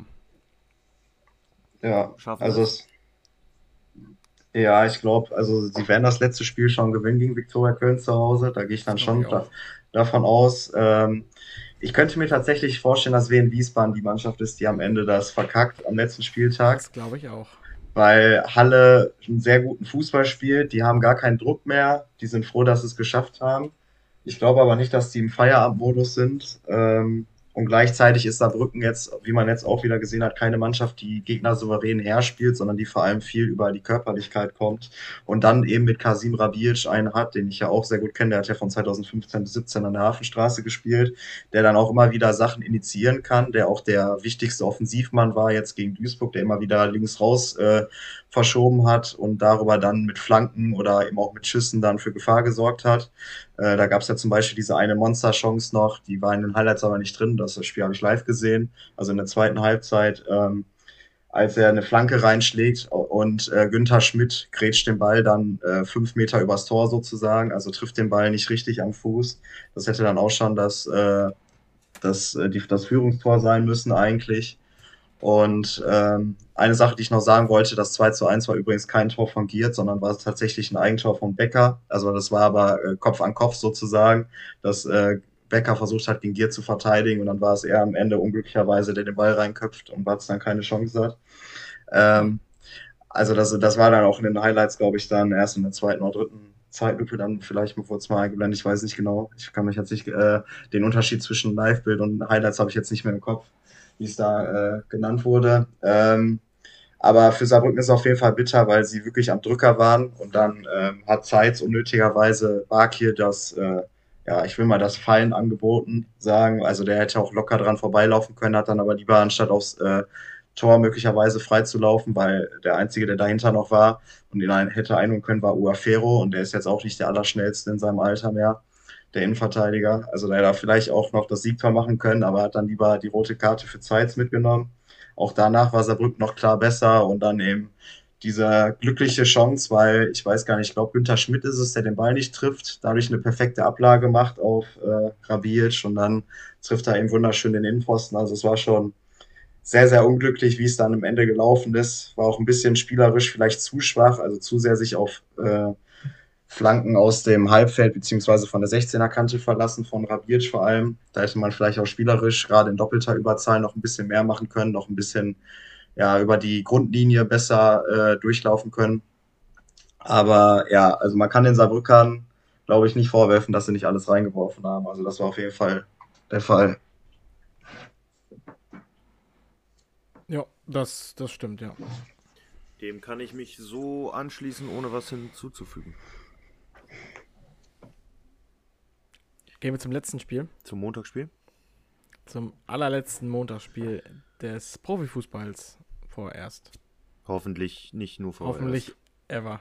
Ja, Schaffen also es. es, ja, ich glaube, also sie werden das letzte Spiel schon gewinnen gegen Viktoria Köln zu Hause. Da gehe ich dann Das glaub schon ich da, auch. davon aus. Ähm, ich könnte mir tatsächlich vorstellen, dass Wien Wiesbaden die Mannschaft ist, die am Ende das verkackt am letzten Spieltag, Das glaube ich auch. weil Halle einen sehr guten Fußball spielt. Die haben gar keinen Druck mehr. Die sind froh, dass sie es geschafft haben. Ich glaube aber nicht, dass die im Feierabendmodus sind. Ähm, und gleichzeitig ist Saarbrücken jetzt, wie man jetzt auch wieder gesehen hat, keine Mannschaft, die Gegner souverän herspielt, sondern die vor allem viel über die Körperlichkeit kommt. Und dann eben mit Kasim Rabic einen hat, den ich ja auch sehr gut kenne, der hat ja von zweitausendfünfzehn bis siebzehn an der Hafenstraße gespielt, der dann auch immer wieder Sachen initiieren kann, der auch der wichtigste Offensivmann war jetzt gegen Duisburg, der immer wieder links raus äh, verschoben hat und darüber dann mit Flanken oder eben auch mit Schüssen dann für Gefahr gesorgt hat. Äh, da gab es ja zum Beispiel diese eine Monster-Chance noch, die war in den Highlights aber nicht drin, das Spiel habe ich live gesehen, also in der zweiten Halbzeit, ähm, als er eine Flanke reinschlägt, und äh, Günther Schmidt grätscht den Ball dann äh, fünf Meter übers Tor sozusagen, also trifft den Ball nicht richtig am Fuß. Das hätte dann auch schon das, äh, das, äh, die, das Führungstor sein müssen eigentlich. Und ähm, eine Sache, die ich noch sagen wollte, das zwei zu eins war übrigens kein Tor von Giert, sondern war tatsächlich ein Eigentor von Becker. Also das war aber äh, Kopf an Kopf sozusagen, dass äh, Becker versucht hat, gegen Giert zu verteidigen und dann war es er am Ende unglücklicherweise, der den Ball reinköpft und Watz dann keine Chance hat. Ähm, also das, das war dann auch in den Highlights, glaube ich, dann erst in der zweiten oder dritten Zeitlupe dann vielleicht kurz mal eingeblendet, ich weiß nicht genau. Ich kann mich jetzt nicht, äh, den Unterschied zwischen Live-Bild und Highlights habe ich jetzt nicht mehr im Kopf, wie es da äh, genannt wurde. Ähm, aber für Saarbrücken ist es auf jeden Fall bitter, weil sie wirklich am Drücker waren und dann ähm, hat Zeitz unnötigerweise Bakir das, äh, ja, ich will mal das Fallen angeboten sagen. Also der hätte auch locker dran vorbeilaufen können, hat dann aber lieber anstatt aufs äh, Tor möglicherweise frei zu laufen, weil der Einzige, der dahinter noch war und ihn ein, hätte einholen können, war Uafero und der ist jetzt auch nicht der Allerschnellste in seinem Alter mehr, der Innenverteidiger. Also der hätte vielleicht auch noch das Siegtor machen können, aber hat dann lieber die rote Karte für Zeitz mitgenommen. Auch danach war Saarbrücken noch klar besser und dann eben diese glückliche Chance, weil ich weiß gar nicht, ich glaube Günther Schmidt ist es, der den Ball nicht trifft, dadurch eine perfekte Ablage macht auf äh, Rabic und dann trifft er eben wunderschön den Innenpfosten. Also es war schon sehr, sehr unglücklich, wie es dann am Ende gelaufen ist. War auch ein bisschen spielerisch vielleicht zu schwach, also zu sehr sich auf äh, Flanken aus dem Halbfeld beziehungsweise von der sechzehner-Kante verlassen, von Rabic vor allem. Da hätte man vielleicht auch spielerisch gerade in doppelter Überzahl noch ein bisschen mehr machen können, noch ein bisschen ja, über die Grundlinie besser äh, durchlaufen können. Aber ja, also man kann den Saarbrückern, glaube ich, nicht vorwerfen, dass sie nicht alles reingeworfen haben. Also das war auf jeden Fall der Fall. Ja, das, das stimmt, ja. Dem kann ich mich so anschließen, ohne was hinzuzufügen. Gehen wir zum letzten Spiel. Zum Montagsspiel? Zum allerletzten Montagsspiel des Profifußballs vorerst. Hoffentlich nicht nur vorerst. Hoffentlich ever.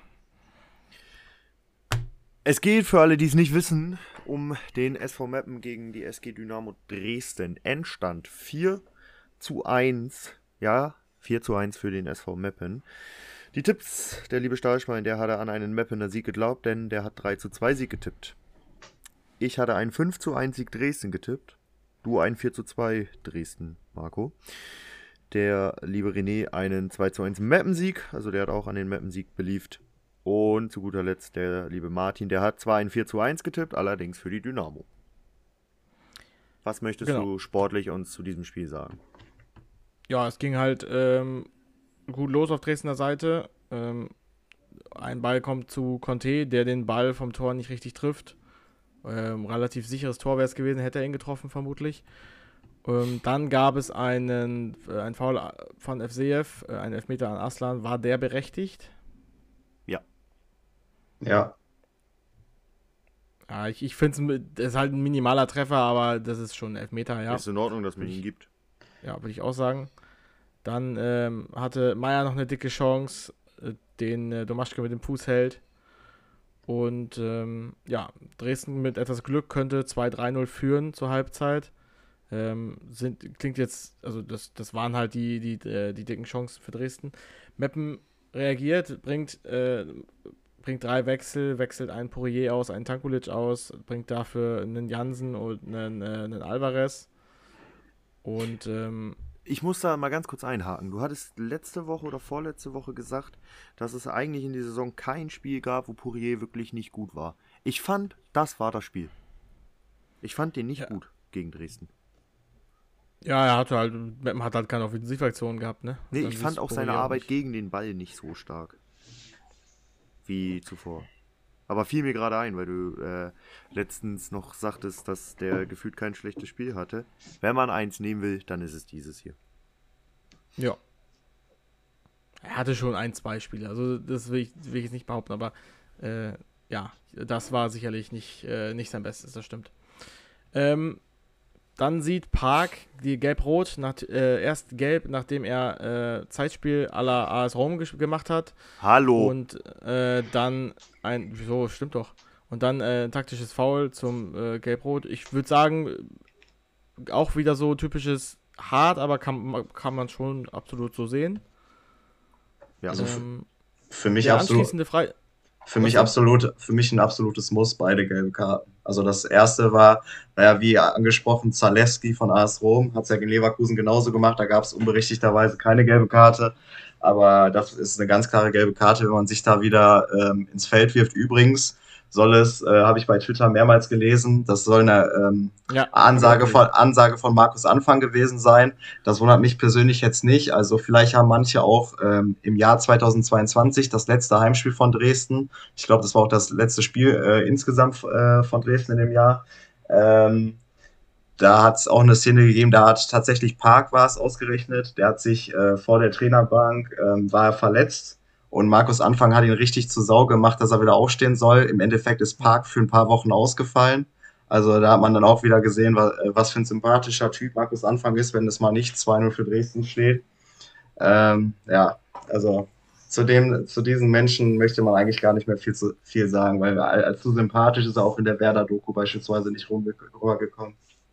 Es geht für alle, die es nicht wissen, um den S V Meppen gegen die S G Dynamo Dresden. Endstand vier zu eins. Ja, vier zu eins für den S V Meppen. Die Tipps, der liebe Stahlschwein, der hatte an einen Meppener Sieg geglaubt, denn der hat drei zu zwei Sieg getippt. Ich hatte einen fünf zu eins Sieg Dresden getippt. Du einen vier zu zwei Dresden, Marco. Der liebe René einen zwei zu eins Meppen-Sieg, also der hat auch an den Meppen-Sieg beliebt. Und zu guter Letzt der liebe Martin, der hat zwar einen vier zu eins getippt, allerdings für die Dynamo. Was möchtest genau. du sportlich uns zu diesem Spiel sagen? Ja, es ging halt ähm, gut los auf Dresdner Seite. Ähm, ein Ball kommt zu Conte, der den Ball vom Tor nicht richtig trifft. Ähm, relativ sicheres Tor wäre es gewesen, hätte er ihn getroffen vermutlich. Ähm, dann gab es einen äh, ein Foul von F C F, äh, ein Elfmeter an Aslan. War der berechtigt? Ja. Ja. Ja, ich, ich finde es ist halt ein minimaler Treffer, aber das ist schon ein Elfmeter, ja. Ist in Ordnung, dass man ihn gibt. Ja, würde ich auch sagen. Dann ähm, hatte Meier noch eine dicke Chance, äh, den äh, Domaschke mit dem Fuß hält. Und ähm, ja, Dresden mit etwas Glück könnte zwei drei null führen zur Halbzeit. Ähm, sind, klingt jetzt, also das, das waren halt die, die, äh, die dicken Chancen für Dresden. Meppen reagiert, bringt, äh, bringt drei Wechsel, wechselt einen Poirier aus, einen Tankulic aus, bringt dafür einen Jansen und einen, äh, einen Alvarez. Und ähm, ich muss da mal ganz kurz einhaken. Du hattest letzte Woche oder vorletzte Woche gesagt, dass es eigentlich in der Saison kein Spiel gab, wo Poirier wirklich nicht gut war. Ich fand, das war das Spiel. Ich fand den nicht ja. gut gegen Dresden. Ja, er hatte halt, Meppen hat halt keine Offensivaktionen gehabt, ne? Nee, Dann ich fand auch seine Poirier Arbeit nicht. gegen den Ball nicht so stark wie zuvor. Aber fiel mir gerade ein, weil du äh, letztens noch sagtest, dass der gefühlt kein schlechtes Spiel hatte. Wenn man eins nehmen will, dann ist es dieses hier. Ja. Er hatte schon ein, zwei Spiele, also das will ich, will ich jetzt nicht behaupten, aber äh, ja, das war sicherlich nicht, äh, nicht sein Bestes, das stimmt. Ähm, dann sieht Park die Gelb-Rot, nach, äh, erst gelb, nachdem er äh, Zeitspiel à la A S Rom ge- gemacht hat. Hallo. Und äh, dann ein, so stimmt doch. Und dann äh, ein taktisches Foul zum äh, Gelb-Rot. Ich würde sagen, auch wieder so typisches hart, aber kann, kann man schon absolut so sehen. Ja. Also für, Ähm, für mich der absolut, anschließende Frei... für mich Was? absolut, für mich ein absolutes Muss, beide gelbe Karten. Also das erste war, naja, wie angesprochen, Zalewski von A S Rom, hat es ja in Leverkusen genauso gemacht, da gab es unberechtigterweise keine gelbe Karte. Aber das ist eine ganz klare gelbe Karte, wenn man sich da wieder ähm, ins Feld wirft. Übrigens soll es, äh, habe ich bei Twitter mehrmals gelesen, das soll eine ähm, Ja, Ansage von, Ansage von Markus Anfang gewesen sein. Das wundert mich persönlich jetzt nicht. Also vielleicht haben manche auch ähm, im Jahr zweitausendzweiundzwanzig das letzte Heimspiel von Dresden. Ich glaube, das war auch das letzte Spiel äh, insgesamt äh, von Dresden in dem Jahr. Ähm, Da hat es auch eine Szene gegeben, da hat tatsächlich Park war es ausgerechnet, der hat sich äh, vor der Trainerbank, ähm, war er verletzt und Markus Anfang hat ihn richtig zur Sau gemacht, dass er wieder aufstehen soll. Im Endeffekt ist Park für ein paar Wochen ausgefallen. Also da hat man dann auch wieder gesehen, was, was für ein sympathischer Typ Markus Anfang ist, wenn es mal nicht zwei null für Dresden steht. Ähm, ja, also zu, dem, zu diesen Menschen möchte man eigentlich gar nicht mehr viel, zu, viel sagen, weil als zu sympathisch ist er auch in der Werder-Doku beispielsweise nicht rübergekommen.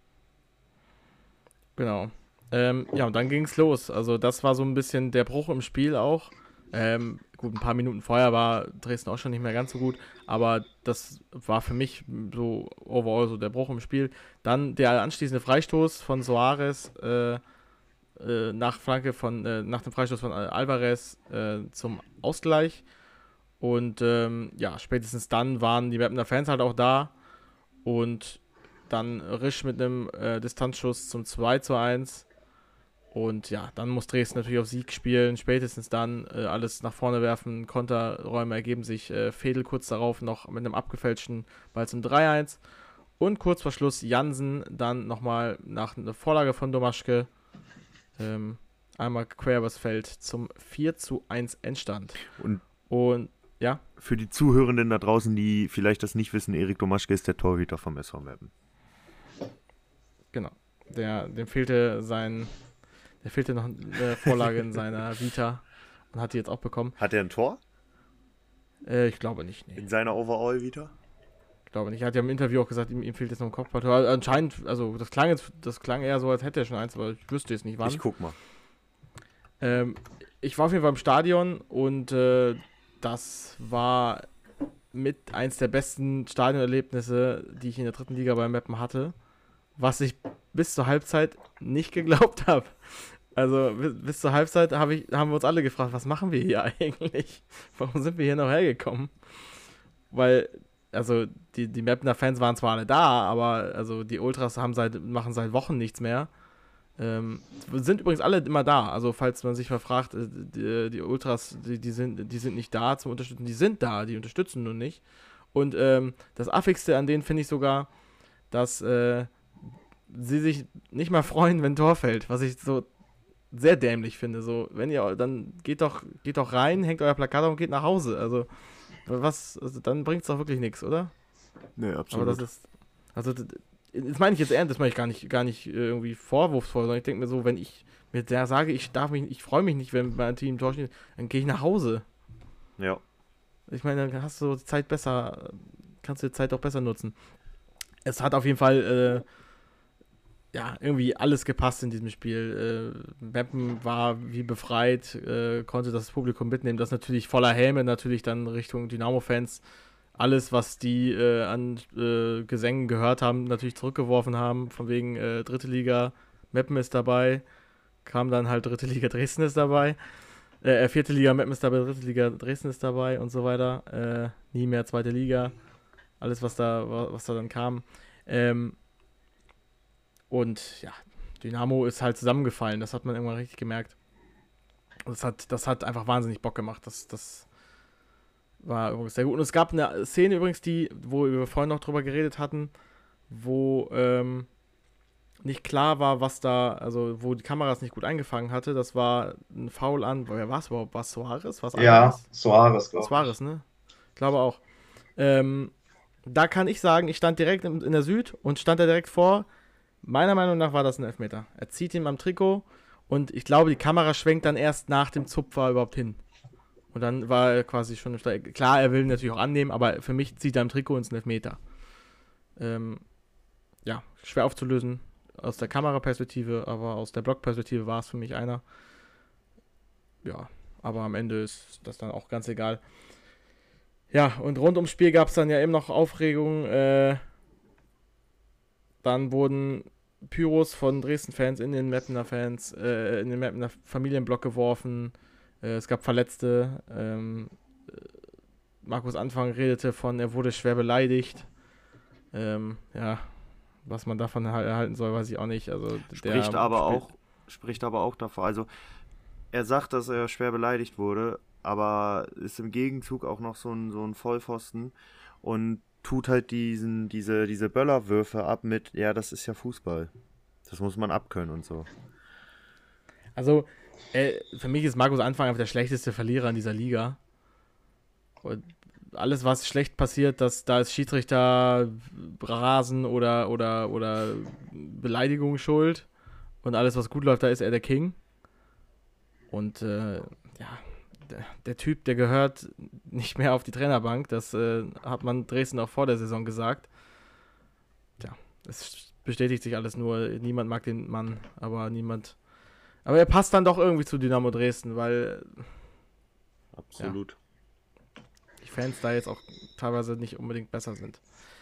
Genau. Ähm, ja, und dann ging es los. Also das war so ein bisschen der Bruch im Spiel auch. Ähm, gut, ein paar Minuten vorher war Dresden auch schon nicht mehr ganz so gut, aber das war für mich so overall so der Bruch im Spiel. Dann der anschließende Freistoß von Soares äh, äh, nach Flanke von, äh, nach dem Freistoß von Alvarez äh, zum Ausgleich. Und ähm, ja, spätestens dann waren die Mapner Fans halt auch da und dann Risch mit einem äh, Distanzschuss zum zwei zu eins. Und ja, dann muss Dresden natürlich auf Sieg spielen. Spätestens dann äh, alles nach vorne werfen. Konterräume ergeben sich. Äh, Fedel kurz darauf noch mit einem abgefälschten Ball zum drei eins. Und kurz vor Schluss Jansen dann nochmal nach einer Vorlage von Domaschke ähm, einmal quer übers Feld zum vier zu eins Endstand. Und, Und ja. Für die Zuhörenden da draußen, die vielleicht das nicht wissen, Erik Domaschke ist der Torhüter vom S V Meppen. Genau. Der, dem fehlte sein, der fehlte noch eine Vorlage in seiner Vita und hat die jetzt auch bekommen. Hat er ein Tor? Äh, ich glaube nicht, nee. In seiner Overall-Vita? Ich glaube nicht. Er hat ja im Interview auch gesagt, ihm, ihm fehlt jetzt noch ein Kopfballtor. Also anscheinend, also das klang jetzt, das klang eher so, als hätte er schon eins, aber ich wüsste jetzt nicht wann. Ich guck mal. Ähm, ich war auf jeden Fall im Stadion und äh, das war mit eins der besten Stadionerlebnisse, die ich in der dritten Liga bei Meppen hatte. Was ich bis zur Halbzeit nicht geglaubt habe. Also bis, bis zur Halbzeit hab ich, haben wir uns alle gefragt, was machen wir hier eigentlich? Warum sind wir hier noch hergekommen? Weil, also die, die Mapner Fans waren zwar alle da, aber also die Ultras haben seit, machen seit Wochen nichts mehr. Ähm, sind übrigens alle immer da. Also falls man sich mal fragt, die, die Ultras, die, die, sind, die sind nicht da zum Unterstützen. Die sind da, die unterstützen nur nicht. Und ähm, das Affigste an denen finde ich sogar, dass äh, sie sich nicht mal freuen, wenn ein Tor fällt, was ich so sehr dämlich finde. So, wenn ihr, dann geht doch, geht doch rein, hängt euer Plakat auf und geht nach Hause. Also, was, also dann bringt es doch wirklich nichts, oder? Nee, absolut. Aber das ist, also, das meine ich jetzt ernst, das meine ich gar nicht, gar nicht irgendwie vorwurfsvoll, sondern ich denke mir so, wenn ich mir der sage, ich darf mich, ich freue mich nicht, wenn mein Team Tor steht, dann gehe ich nach Hause. Ja. Ich meine, dann hast du die Zeit besser, kannst du die Zeit auch besser nutzen. Es hat auf jeden Fall, äh, ja, irgendwie alles gepasst in diesem Spiel. Äh, Meppen war wie befreit, äh, konnte das Publikum mitnehmen, das natürlich voller Häme natürlich dann Richtung Dynamo-Fans alles, was die äh, an äh, Gesängen gehört haben, natürlich zurückgeworfen haben, von wegen äh, dritte Liga, Meppen ist dabei, kam dann halt dritte Liga, Dresden ist dabei, äh, vierte Liga, Meppen ist dabei, dritte Liga, Dresden ist dabei und so weiter, äh, nie mehr zweite Liga, alles, was da, was da dann kam. Ähm, Und ja, Dynamo ist halt zusammengefallen, das hat man irgendwann richtig gemerkt. Das hat, das hat einfach wahnsinnig Bock gemacht, das, das war übrigens sehr gut. Und es gab eine Szene übrigens, die, wo wir vorhin noch drüber geredet hatten, wo ähm, nicht klar war, was da, also wo die Kameras nicht gut eingefangen hatte, das war ein Foul an, wer war es überhaupt, war es Soares? War's ja, Soares, glaube ich. Soares, ne? Ich glaube auch. Ähm, da kann ich sagen, ich stand direkt in, in der Süd und stand da direkt vor. Meiner Meinung nach war das ein Elfmeter. Er zieht ihn am Trikot und ich glaube, die Kamera schwenkt dann erst nach dem Zupfer überhaupt hin. Und dann war er quasi schon im Steig. Klar, er will ihn natürlich auch annehmen, aber für mich zieht er am Trikot ins Elfmeter. Ähm, ja, schwer aufzulösen aus der Kameraperspektive, aber aus der Blockperspektive war es für mich einer. Ja, aber am Ende ist das dann auch ganz egal. Ja, und rund ums Spiel gab es dann ja eben noch Aufregung. Äh, dann wurden Pyros von Dresden-Fans in den Meppener Fans, äh, in den Meppener Familienblock geworfen. Äh, es gab Verletzte. Ähm, Markus Anfang redete von, er wurde schwer beleidigt. Ähm, ja, was man davon erhalten soll, weiß ich auch nicht. Also spricht der aber spielt, auch, spricht aber auch davor. Also er sagt, dass er schwer beleidigt wurde, aber ist im Gegenzug auch noch so ein, so ein Vollpfosten und tut halt diesen, diese, diese Böllerwürfe ab mit, ja, das ist ja Fußball. Das muss man abkönnen und so. Also, äh, für mich ist Markus Anfang einfach der schlechteste Verlierer in dieser Liga. Und alles, was schlecht passiert, dass da ist Schiedsrichter, Rasen oder, oder, oder Beleidigung schuld. Und alles, was gut läuft, da ist er der King. Und äh, ja, der, der Typ, der gehört nicht mehr auf die Trainerbank. Das äh, hat man Dresden auch vor der Saison gesagt. Tja, es bestätigt sich alles nur. Niemand mag den Mann, aber niemand... Aber er passt dann doch irgendwie zu Dynamo Dresden, weil... Absolut. Ja, die Fans da jetzt auch teilweise nicht unbedingt besser sind.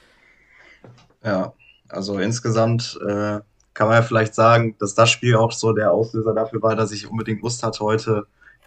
Ja, also insgesamt äh, kann man ja vielleicht sagen, dass das Spiel auch so der Auslöser dafür war, dass ich unbedingt Lust hatte, heute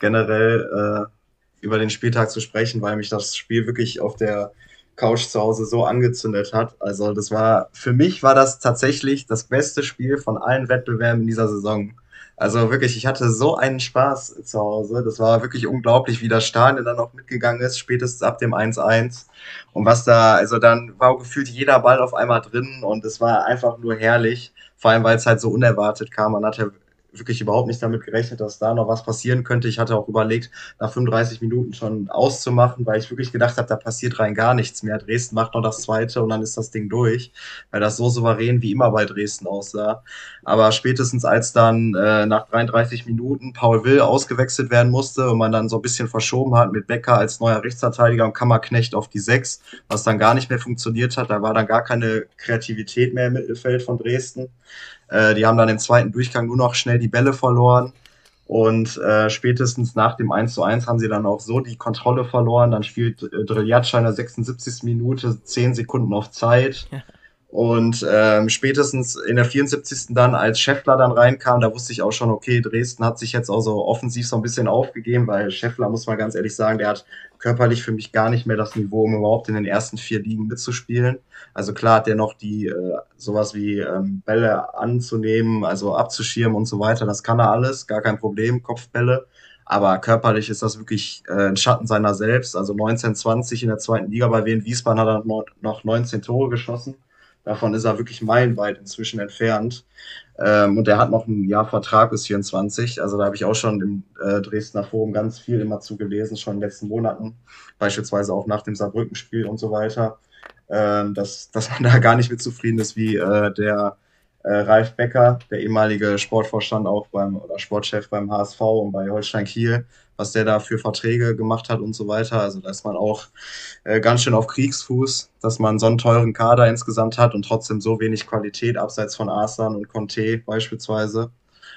generell äh, über den Spieltag zu sprechen, weil mich das Spiel wirklich auf der Couch zu Hause so angezündet hat. Also das war, für mich war das tatsächlich das beste Spiel von allen Wettbewerben in dieser Saison. Also wirklich, ich hatte so einen Spaß zu Hause. Das war wirklich unglaublich, wie das Stadion dann auch mitgegangen ist, spätestens ab dem eins eins. Und was da, also dann war gefühlt jeder Ball auf einmal drin und es war einfach nur herrlich. Vor allem, weil es halt so unerwartet kam. Man hat ja wirklich überhaupt nicht damit gerechnet, dass da noch was passieren könnte. Ich hatte auch überlegt, nach fünfunddreißig Minuten schon auszumachen, weil ich wirklich gedacht habe, da passiert rein gar nichts mehr. Dresden macht noch das zweite und dann ist das Ding durch, weil das so souverän wie immer bei Dresden aussah. Aber spätestens als dann äh, nach dreiunddreißig Minuten Paul Will ausgewechselt werden musste und man dann so ein bisschen verschoben hat mit Becker als neuer Rechtsverteidiger und Kammerknecht auf die sechs, was dann gar nicht mehr funktioniert hat, da war dann gar keine Kreativität mehr im Mittelfeld von Dresden. Äh, die haben dann im zweiten Durchgang nur noch schnell die Bälle verloren und äh, spätestens nach dem eins zu eins haben sie dann auch so die Kontrolle verloren. Dann spielt äh, Driljatscha in der sechsundsiebzigsten Minute zehn Sekunden auf Zeit. Ja. Und ähm, spätestens in der vierundsiebzigsten dann, als Scheffler dann reinkam, da wusste ich auch schon, okay, Dresden hat sich jetzt auch so offensiv so ein bisschen aufgegeben, weil Scheffler, muss man ganz ehrlich sagen, der hat körperlich für mich gar nicht mehr das Niveau, um überhaupt in den ersten vier Ligen mitzuspielen. Also klar hat der noch die äh, sowas wie ähm, Bälle anzunehmen, also abzuschirmen und so weiter, das kann er alles, gar kein Problem, Kopfbälle. Aber körperlich ist das wirklich äh, ein Schatten seiner selbst. Also neunzehn zwanzig in der zweiten Liga bei Wien Wiesbaden hat er noch neunzehn Tore geschossen. Davon ist er wirklich meilenweit inzwischen entfernt. Ähm, und er hat noch ein Jahr Vertrag bis vierundzwanzig. Also da habe ich auch schon im äh, Dresdner Forum ganz viel immer zugelesen, schon in den letzten Monaten. Beispielsweise auch nach dem Saarbrücken-Spiel und so weiter. Ähm, dass, dass man da gar nicht mit zufrieden ist, wie äh, der äh, Ralf Becker, der ehemalige Sportvorstand auch beim oder Sportchef beim H S V und bei Holstein Kiel, was der da für Verträge gemacht hat und so weiter. Also da ist man auch äh, ganz schön auf Kriegsfuß, dass man so einen teuren Kader insgesamt hat und trotzdem so wenig Qualität, abseits von Arslan und Conte beispielsweise.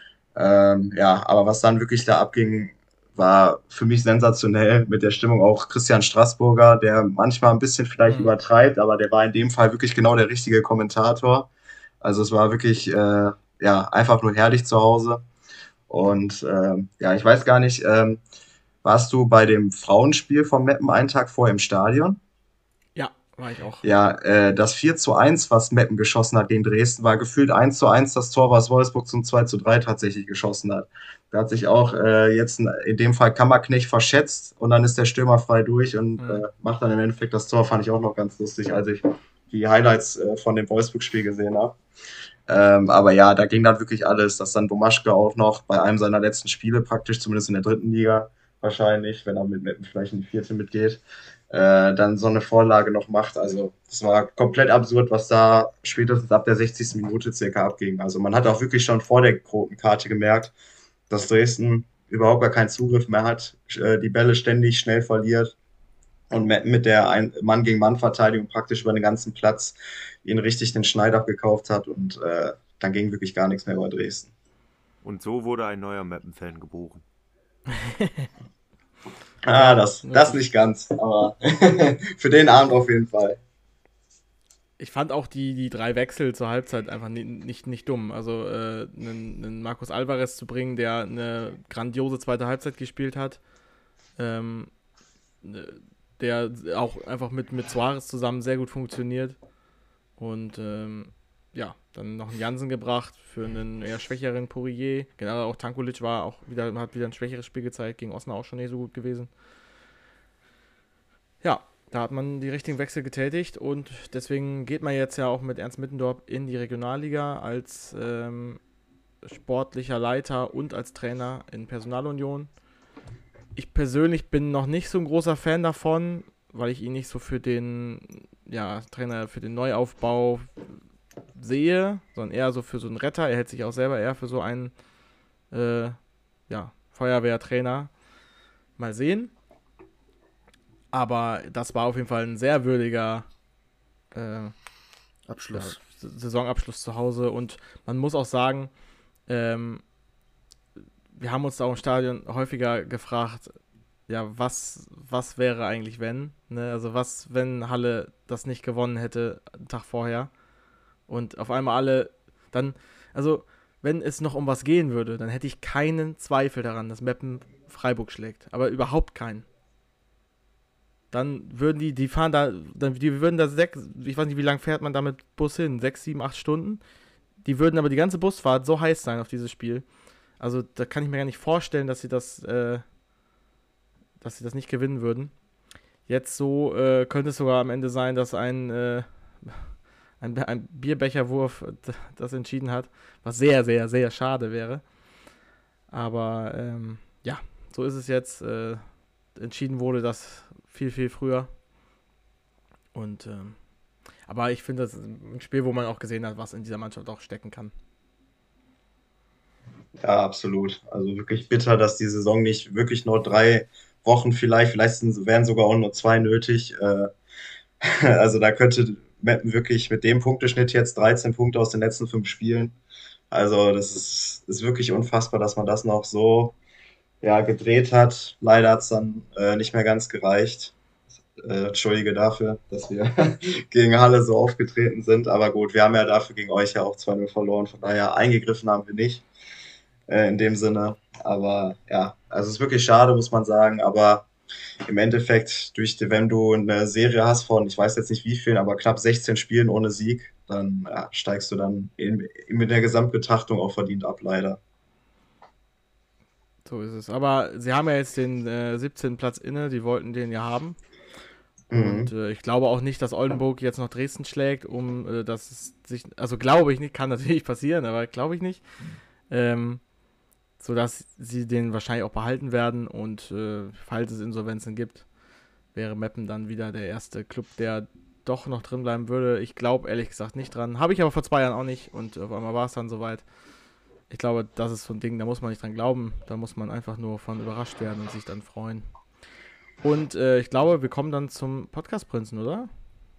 Ähm, ja, aber was dann wirklich da abging, war für mich sensationell mit der Stimmung. Auch Christian Straßburger, der manchmal ein bisschen vielleicht mhm. übertreibt, aber der war in dem Fall wirklich genau der richtige Kommentator. Also es war wirklich äh, ja, einfach nur herrlich zu Hause. Und ähm, ja, ich weiß gar nicht, ähm, warst du bei dem Frauenspiel vom Meppen einen Tag vorher im Stadion? Ja, war ich auch. Ja, äh, das vier zu eins, was Meppen geschossen hat gegen Dresden, war gefühlt eins zu eins das Tor, was Wolfsburg zum zwei zu drei tatsächlich geschossen hat. Da hat sich auch äh, jetzt in dem Fall Kammerknecht verschätzt und dann ist der Stürmer frei durch und mhm. äh, macht dann im Endeffekt das Tor. Fand ich auch noch ganz lustig, als ich die Highlights äh, von dem Wolfsburg-Spiel gesehen habe. Ähm, aber ja, da ging dann wirklich alles, dass dann Domaschke auch noch bei einem seiner letzten Spiele praktisch, zumindest in der dritten Liga wahrscheinlich, wenn er mit Meppen vielleicht in die vierte mitgeht, äh, dann so eine Vorlage noch macht. Also das war komplett absurd, was da spätestens ab der sechzigsten Minute circa abging. Also man hat auch wirklich schon vor der roten Karte gemerkt, dass Dresden überhaupt gar keinen Zugriff mehr hat, äh, die Bälle ständig schnell verliert und mit der Ein- Mann-gegen-Mann-Verteidigung praktisch über den ganzen Platz ihn richtig den Schneid abgekauft hat und äh, dann ging wirklich gar nichts mehr bei Dresden. Und so wurde ein neuer Meppen-Fan geboren. Ah, das, das nicht ganz, aber für den Abend auf jeden Fall. Ich fand auch die, die drei Wechsel zur Halbzeit einfach nicht, nicht, nicht dumm. Also äh, einen, einen Marcos Alvarez zu bringen, der eine grandiose zweite Halbzeit gespielt hat, ähm, der auch einfach mit, mit Suarez zusammen sehr gut funktioniert. Und ähm, ja, dann noch einen Jansen gebracht für einen eher schwächeren Poirier. Genau, auch Tankulic war auch wieder, hat wieder ein schwächeres Spiel gezeigt, gegen Osnabrück auch schon nicht so gut gewesen. Ja, da hat man die richtigen Wechsel getätigt und deswegen geht man jetzt ja auch mit Ernst Middendorp in die Regionalliga als ähm, sportlicher Leiter und als Trainer in Personalunion. Ich persönlich bin noch nicht so ein großer Fan davon, weil ich ihn nicht so für den ja, Trainer, für den Neuaufbau sehe, sondern eher so für so einen Retter. Er hält sich auch selber eher für so einen äh, ja, Feuerwehrtrainer. Mal sehen. Aber das war auf jeden Fall ein sehr würdiger äh, Abschluss. Ja, Saisonabschluss zu Hause. Und man muss auch sagen, ähm, wir haben uns da auch im Stadion häufiger gefragt, ja, was, was wäre eigentlich, wenn? Ne? Also was, wenn Halle das nicht gewonnen hätte, einen Tag vorher? Und auf einmal alle dann, also wenn es noch um was gehen würde, dann hätte ich keinen Zweifel daran, dass Meppen Freiburg schlägt. Aber überhaupt keinen. Dann würden die, die fahren da, dann, die würden da sechs, ich weiß nicht, wie lange fährt man da mit Bus hin? Sechs, sieben, acht Stunden? Die würden aber die ganze Busfahrt so heiß sein auf dieses Spiel. Also da kann ich mir gar nicht vorstellen, dass sie das, äh, dass sie das nicht gewinnen würden. Jetzt so äh, könnte es sogar am Ende sein, dass ein, äh, ein, ein Bierbecherwurf das entschieden hat, was sehr, sehr, sehr schade wäre. Aber ähm, ja, so ist es jetzt. Äh, entschieden wurde das viel, viel früher. Und ähm, aber ich finde, das ist ein Spiel, wo man auch gesehen hat, was in dieser Mannschaft auch stecken kann. Ja, absolut. Also wirklich bitter, dass die Saison nicht wirklich nur drei Wochen vielleicht, vielleicht sind, wären sogar auch nur zwei nötig. Äh, also da könnte Meppen wirklich mit dem Punkteschnitt jetzt dreizehn Punkte aus den letzten fünf Spielen. Also das ist, ist wirklich unfassbar, dass man das noch so ja, gedreht hat. Leider hat es dann äh, nicht mehr ganz gereicht. Äh, Entschuldige dafür, dass wir gegen Halle so aufgetreten sind. Aber gut, wir haben ja dafür gegen euch ja auch zwei null verloren. Von daher eingegriffen haben wir nicht äh, in dem Sinne. Aber ja, also es ist wirklich schade, muss man sagen. Aber im Endeffekt, durch die, wenn du eine Serie hast von, ich weiß jetzt nicht wie vielen, aber knapp sechzehn Spielen ohne Sieg, dann ja, steigst du dann in, in der Gesamtbetrachtung auch verdient ab, leider. So ist es. Aber sie haben ja jetzt den äh, siebzehnten Platz inne, die wollten den ja haben. Mhm. Und äh, ich glaube auch nicht, dass Oldenburg jetzt noch Dresden schlägt, um äh, dass es sich, also glaube ich nicht, kann natürlich passieren, aber glaube ich nicht. Ähm, sodass sie den wahrscheinlich auch behalten werden und äh, falls es Insolvenzen gibt, wäre Meppen dann wieder der erste Club, der doch noch drin bleiben würde. Ich glaube ehrlich gesagt nicht dran. Habe ich aber vor zwei Jahren auch nicht und auf einmal war es dann soweit. Ich glaube, das ist so ein Ding, da muss man nicht dran glauben. Da muss man einfach nur von überrascht werden und sich dann freuen. Und äh, ich glaube, wir kommen dann zum Podcast-Prinzen, oder?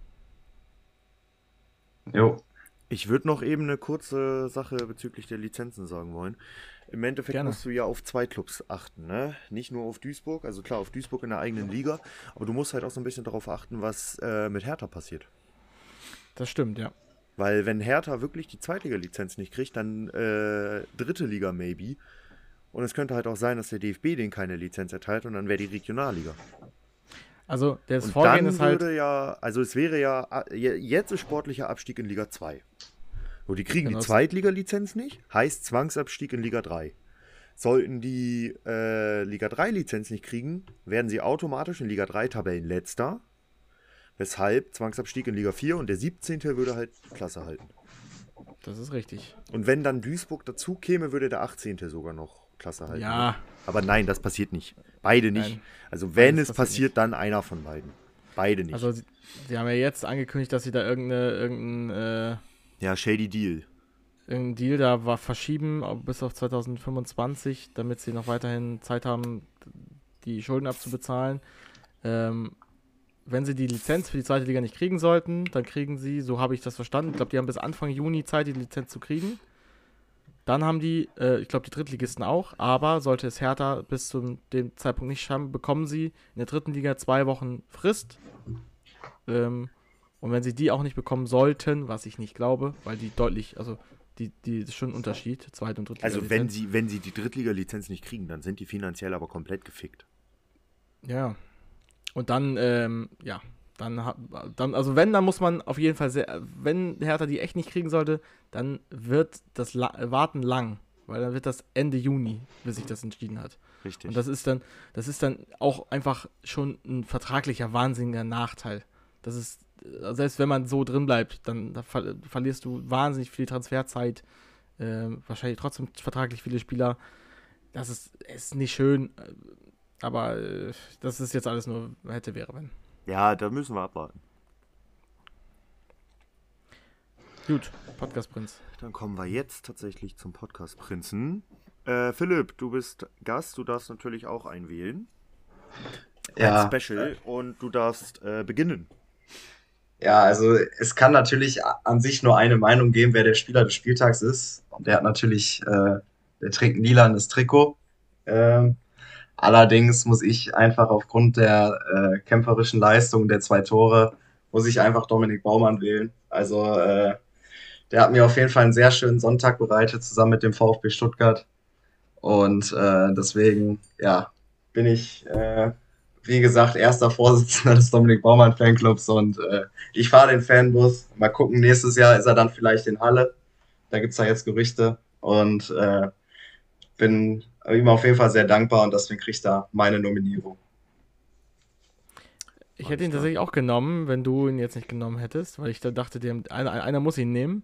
Jo. Ich würde noch eben eine kurze Sache bezüglich der Lizenzen sagen wollen. Im Endeffekt Gerne. musst du ja auf zwei Clubs achten, ne? Nicht nur auf Duisburg, also klar, auf Duisburg in der eigenen Liga, aber du musst halt auch so ein bisschen darauf achten, was äh, mit Hertha passiert. Das stimmt, ja. Weil wenn Hertha wirklich die Zweitliga-Lizenz nicht kriegt, dann äh, dritte Liga maybe. Und es könnte halt auch sein, dass der D F B denen keine Lizenz erteilt und dann wäre die Regionalliga. Also das Und Vorgehen dann ist halt... würde ja, also es wäre ja, jetzt ist sportlicher Abstieg in Liga zwei. So, die kriegen Genau. die Zweitliga-Lizenz nicht, heißt Zwangsabstieg in Liga drei. Sollten die äh, Liga drei Lizenz nicht kriegen, werden sie automatisch in Liga drei Tabellenletzter. Weshalb Zwangsabstieg in Liga vier und der siebzehnte würde halt Klasse halten. Das ist richtig. Und wenn dann Duisburg dazu käme, würde der achtzehnte sogar noch Klasse halten. Ja. Aber nein, das passiert nicht. Beide nicht. Nein. Also wenn Beides es passiert passiert, dann einer von beiden. Beide nicht. Also sie, sie haben ja jetzt angekündigt, dass sie da irgendeine, irgendein, äh, ja, shady Deal. irgendein Deal da war verschieben bis auf zwanzig fünfundzwanzig, damit sie noch weiterhin Zeit haben, die Schulden abzubezahlen. Ähm, wenn sie die Lizenz für die zweite Liga nicht kriegen sollten, dann kriegen sie, so habe ich das verstanden, ich glaube, die haben bis Anfang Juni Zeit, die Lizenz zu kriegen. Dann haben die, äh, ich glaube, die Drittligisten auch, aber sollte es Hertha bis zu dem Zeitpunkt nicht schaffen, bekommen sie in der dritten Liga zwei Wochen Frist. Ähm, und wenn sie die auch nicht bekommen sollten, was ich nicht glaube, weil die deutlich, also die, die ist schon ein Unterschied, Zweit- und Drittliga-Lizenz. Also wenn sie, wenn sie die Drittliga-Lizenz nicht kriegen, dann sind die finanziell aber komplett gefickt. Ja. Und dann, ähm, ja, dann, dann, also wenn, dann muss man auf jeden Fall, sehr, wenn Hertha die echt nicht kriegen sollte, dann wird das La- Warten lang, weil dann wird das Ende Juni, bis sich das entschieden hat. Richtig. Und das ist dann, das ist dann auch einfach schon ein vertraglicher, wahnsinniger Nachteil. Das ist, selbst wenn man so drin bleibt, dann da ver- verlierst du wahnsinnig viel Transferzeit, äh, wahrscheinlich trotzdem vertraglich viele Spieler. Das ist, ist nicht schön, aber äh, das ist jetzt alles nur hätte, wäre, wenn. Ja, da müssen wir abwarten. Gut, Podcast Prinz. Dann kommen wir jetzt tatsächlich zum Podcast Prinzen. Äh, Philipp, du bist Gast, du darfst natürlich auch einwählen. Ja. Ein Special und du darfst äh, beginnen. Ja, also es kann natürlich an sich nur eine Meinung geben, wer der Spieler des Spieltags ist. Und der hat natürlich, äh, der trägt ein lilanes Trikot. Ähm, allerdings muss ich einfach aufgrund der äh, kämpferischen Leistung der zwei Tore, muss ich einfach Dominik Baumann wählen. Also äh, der hat mir auf jeden Fall einen sehr schönen Sonntag bereitet, zusammen mit dem VfB Stuttgart. Und äh, deswegen, ja, bin ich, äh, wie gesagt, erster Vorsitzender des Dominik Baumann Fanclubs und äh, ich fahre den Fanbus. Mal gucken, nächstes Jahr ist er dann vielleicht in Halle. Da gibt es ja jetzt Gerüchte und äh, bin ihm auf jeden Fall sehr dankbar und deswegen kriegt er meine Nominierung. Ich hätte ihn tatsächlich auch genommen, wenn du ihn jetzt nicht genommen hättest, weil ich da dachte, der, einer, einer muss ihn nehmen.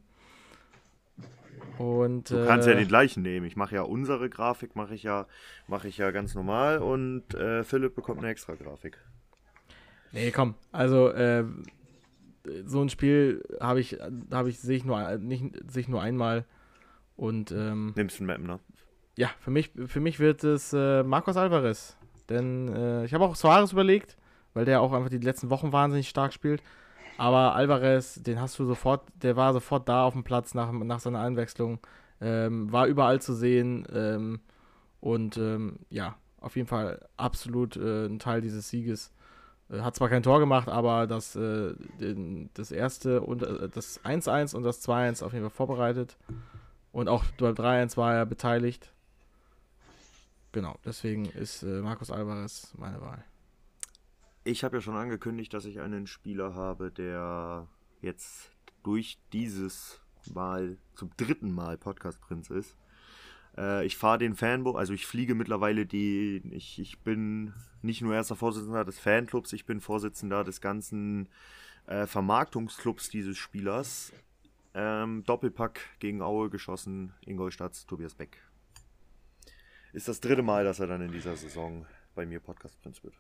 Und, Du kannst äh, ja den gleichen nehmen. Ich mache ja unsere Grafik, mache ich ja, mache ich ja ganz normal und äh, Philipp bekommt eine extra Grafik. Nee, komm. Also, äh, so ein Spiel habe ich, habe ich, sehe ich nur, nicht, sehe ich nur einmal. Und, ähm, Nimmst du einen Map, ne? ja, für mich, für mich wird es äh, Marcos Alvarez. Denn äh, ich habe auch Suarez überlegt, weil der auch einfach die letzten Wochen wahnsinnig stark spielt. Aber Alvarez, den hast du sofort, der war sofort da auf dem Platz nach, nach seiner Einwechslung. Ähm, war überall zu sehen. Ähm, und ähm, ja, auf jeden Fall absolut äh, ein Teil dieses Sieges. Äh, hat zwar kein Tor gemacht, aber das, äh, den, das erste und äh, das eins eins und das zwei eins auf jeden Fall vorbereitet. Und auch beim drei eins war er beteiligt. Genau, deswegen ist äh, Marcos Alvarez meine Wahl. Ich habe ja schon angekündigt, dass ich einen Spieler habe, der jetzt durch dieses Mal zum dritten Mal Podcast Prinz ist. Äh, ich fahre den Fanbus, also ich fliege mittlerweile die, ich, ich bin nicht nur erster Vorsitzender des Fanclubs, ich bin Vorsitzender des ganzen äh, Vermarktungsclubs dieses Spielers. Ähm, Doppelpack gegen Aue geschossen, Ingolstadts Tobias Beck. Ist das dritte Mal, dass er dann in dieser Saison bei mir Podcast Prinz wird.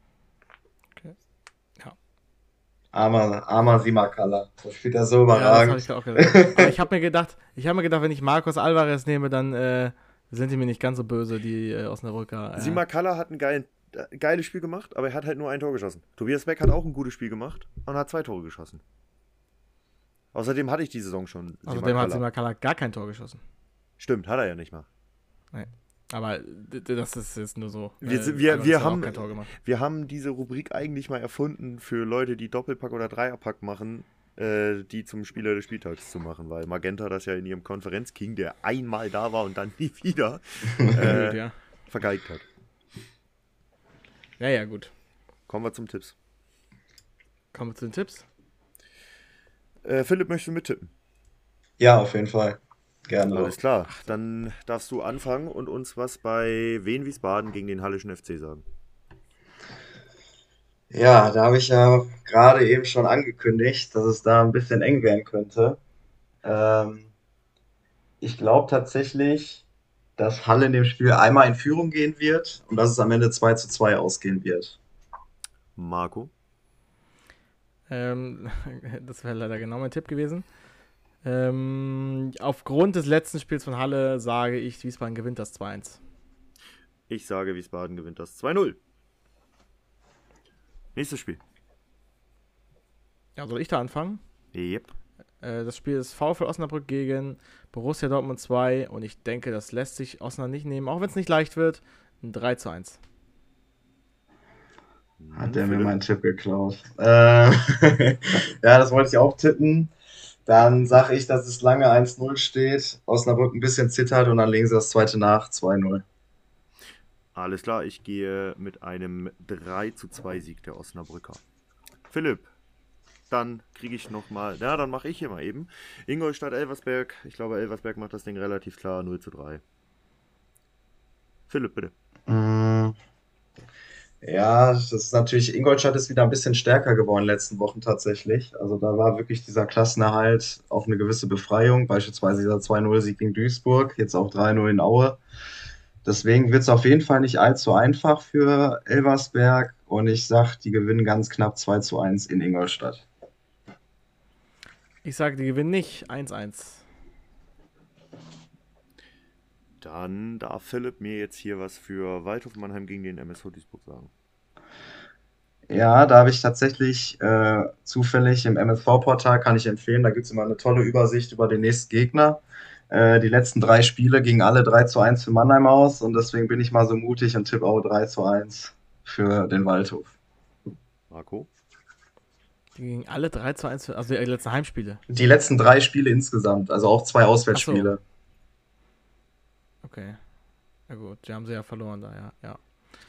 Armer, armer Simakala. Das spielt er so Ja, überragend. das habe ich auch gedacht. Aber ich habe mir gedacht, ich habe mir gedacht, wenn ich Marcos Alvarez nehme, dann äh, sind die mir nicht ganz so böse, die äh, Osnabrücker. Äh. Simakala hat ein geil, äh, geiles Spiel gemacht, aber er hat halt nur ein Tor geschossen. Tobias Beck hat auch ein gutes Spiel gemacht und hat zwei Tore geschossen. Außerdem hatte ich die Saison schon. Außerdem hat Simakala gar kein Tor geschossen. Stimmt, hat er ja nicht mal. Nee. Aber d- d- das ist jetzt nur so. Wir, äh, wir, Alvarez wir, hat auch haben, kein Tor gemacht. wir haben diese Rubrik eigentlich mal erfunden für Leute, die Doppelpack oder Dreierpack machen, äh, die zum Spieler des Spieltags zu machen, weil Magenta das ja in ihrem Konferenz-King, der einmal da war und dann nie wieder, äh, Gut, ja. vergeigt hat. Ja, ja, gut. Kommen wir zum Tipps. Kommen wir zu den Tipps. Äh, Philipp, möchtest du mittippen? Ja, auf jeden Fall. Gerne. Alles klar, dann darfst du anfangen und uns was bei Wien Wiesbaden gegen den Hallischen F C sagen. Ja, da habe ich ja gerade eben schon angekündigt, dass es da ein bisschen eng werden könnte. Ähm, ich glaube tatsächlich, dass Halle in dem Spiel einmal in Führung gehen wird und dass es am Ende zwei zu zwei ausgehen wird. Marco? Ähm, das wäre leider genau mein Tipp gewesen. Ähm, aufgrund des letzten Spiels von Halle sage ich, Wiesbaden gewinnt das zwei eins. Ich sage, Wiesbaden gewinnt das zwei null. Nächstes Spiel. Ja, soll ich da anfangen? Yep. Äh, das Spiel ist VfL Osnabrück gegen Borussia Dortmund zwei und ich denke, das lässt sich Osnabrück nicht nehmen, auch wenn es nicht leicht wird. Ein drei zu eins. Hat der mir meinen Tipp geklaut. Äh, ja, das wollte ich auch tippen. Dann sage ich, dass es lange eins null steht, Osnabrück ein bisschen zittert und dann legen sie das zweite nach, zwei null. Alles klar, ich gehe mit einem drei zu zwei Sieg der Osnabrücker. Philipp, dann kriege ich nochmal, ja, dann mache ich hier mal eben. Ingolstadt, Elversberg. Ich glaube, Elversberg macht das Ding relativ klar, null zu drei. Philipp, bitte. Mm, Ja, das ist natürlich, Ingolstadt ist wieder ein bisschen stärker geworden in den letzten Wochen tatsächlich. Also da war wirklich dieser Klassenerhalt auch eine gewisse Befreiung, beispielsweise dieser zwei null Sieg gegen Duisburg, jetzt auch drei null in Aue. Deswegen wird es auf jeden Fall nicht allzu einfach für Elversberg und ich sag, die gewinnen ganz knapp zwei zu eins in Ingolstadt. Ich sage, die gewinnen nicht eins eins. Dann darf Philipp mir jetzt hier was für Waldhof Mannheim gegen den M S V Duisburg sagen. Ja, da habe ich tatsächlich äh, zufällig im M S V-Portal, kann ich empfehlen, da gibt es immer eine tolle Übersicht über den nächsten Gegner. Äh, die letzten drei Spiele gingen alle drei zu eins für Mannheim aus und deswegen bin ich mal so mutig und tippe auch drei zu eins für den Waldhof. Marco? Die gingen alle drei zu eins, für, also die letzten Heimspiele. Die letzten drei Spiele insgesamt, also auch zwei Auswärtsspiele. Okay. Ja gut, die haben sie ja verloren da, ja. ja.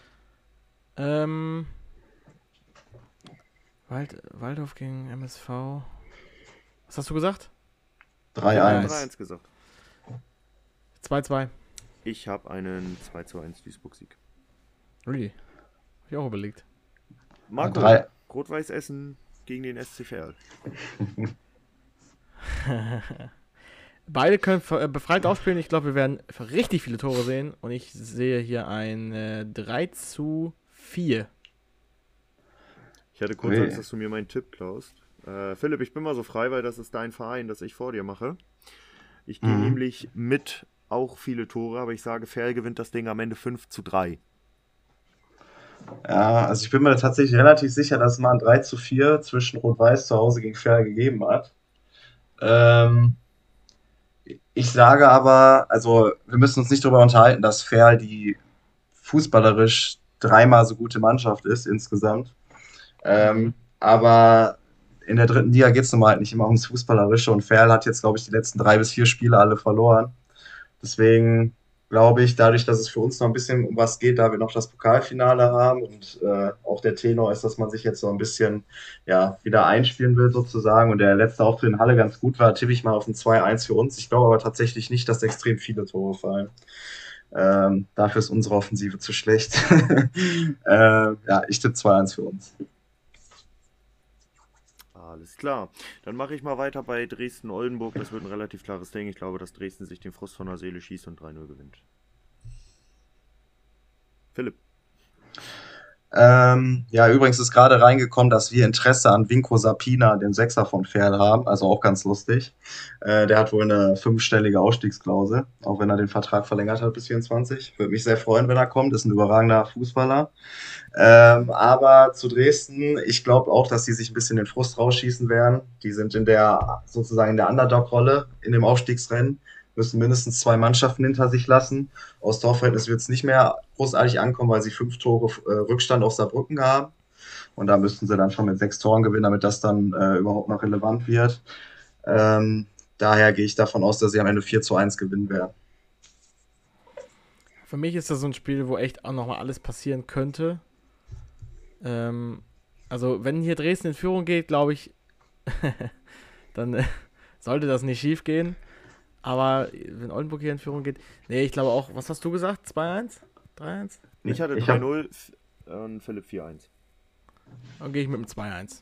Ähm. Wald, Waldhof gegen M S V. Was hast du gesagt? drei eins. drei eins gesagt. zwei zwei. Ich habe einen zwei zu eins Duisburg-Sieg. Really? Hab ich auch überlegt. Marco, Drei- Rot-Weiß Essen gegen den S C Verl. Beide können ver- äh, befreit aufspielen. Ich glaube, wir werden richtig viele Tore sehen. Und ich sehe hier ein äh, drei zu vier. Ich hatte kurz Ui. Angst, dass du mir meinen Tipp klaust. Äh, Philipp, ich bin mal so frei, weil das ist dein Verein, das ich vor dir mache. Ich gehe Mhm. nämlich mit auch viele Tore, aber ich sage, Verl gewinnt das Ding am Ende fünf zu drei. Ja, also ich bin mir tatsächlich relativ sicher, dass es mal ein drei zu vier zwischen Rot-Weiß zu Hause gegen Verl gegeben hat. Ähm, ich sage aber, also wir müssen uns nicht darüber unterhalten, dass Verl die fußballerisch dreimal so gute Mannschaft ist insgesamt. Ähm, aber in der dritten Liga geht es nun mal halt nicht immer ums Fußballerische und Verl hat jetzt, glaube ich, die letzten drei bis vier Spiele alle verloren. Deswegen glaube ich, dadurch, dass es für uns noch ein bisschen um was geht, da wir noch das Pokalfinale haben und äh, auch der Tenor ist, dass man sich jetzt so ein bisschen ja, wieder einspielen will sozusagen und der letzte Auftritt in Halle ganz gut war, tippe ich mal auf ein zwei eins für uns. Ich glaube aber tatsächlich nicht, dass extrem viele Tore fallen. Ähm, dafür ist unsere Offensive zu schlecht. ähm, ja, ich tippe zwei eins für uns. Alles klar. Dann mache ich mal weiter bei Dresden-Oldenburg. Das wird ein relativ klares Ding. Ich glaube, dass Dresden sich den Frust von der Seele schießt und drei null gewinnt. Philipp. Ähm, ja, übrigens ist gerade reingekommen, dass wir Interesse an Vinko Sapina, dem Sechser von Verl, haben. Also auch ganz lustig. Äh, der hat wohl eine fünfstellige Ausstiegsklausel, auch wenn er den Vertrag verlängert hat bis vierundzwanzig. Würde mich sehr freuen, wenn er kommt. Ist ein überragender Fußballer. Ähm, aber zu Dresden, ich glaube auch, dass sie sich ein bisschen den Frust rausschießen werden. Die sind in der sozusagen in der Underdog-Rolle in dem Aufstiegsrennen, müssen mindestens zwei Mannschaften hinter sich lassen. Aus Torverhältnis wird es nicht mehr großartig ankommen, weil sie fünf Tore äh, Rückstand auf Saarbrücken haben. Und da müssten sie dann schon mit sechs Toren gewinnen, damit das dann äh, überhaupt noch relevant wird. Ähm, daher gehe ich davon aus, dass sie am Ende vier zu eins gewinnen werden. Für mich ist das so ein Spiel, wo echt auch nochmal alles passieren könnte. Ähm, also, wenn hier Dresden in Führung geht, glaube ich, dann äh, sollte das nicht schief gehen. Aber wenn Oldenburg hier in Führung geht, nee, ich glaube auch, was hast du gesagt? zwei eins? drei eins? Ich hatte Ich drei hab- null und Philipp vier eins. Dann gehe ich mit dem zwei eins.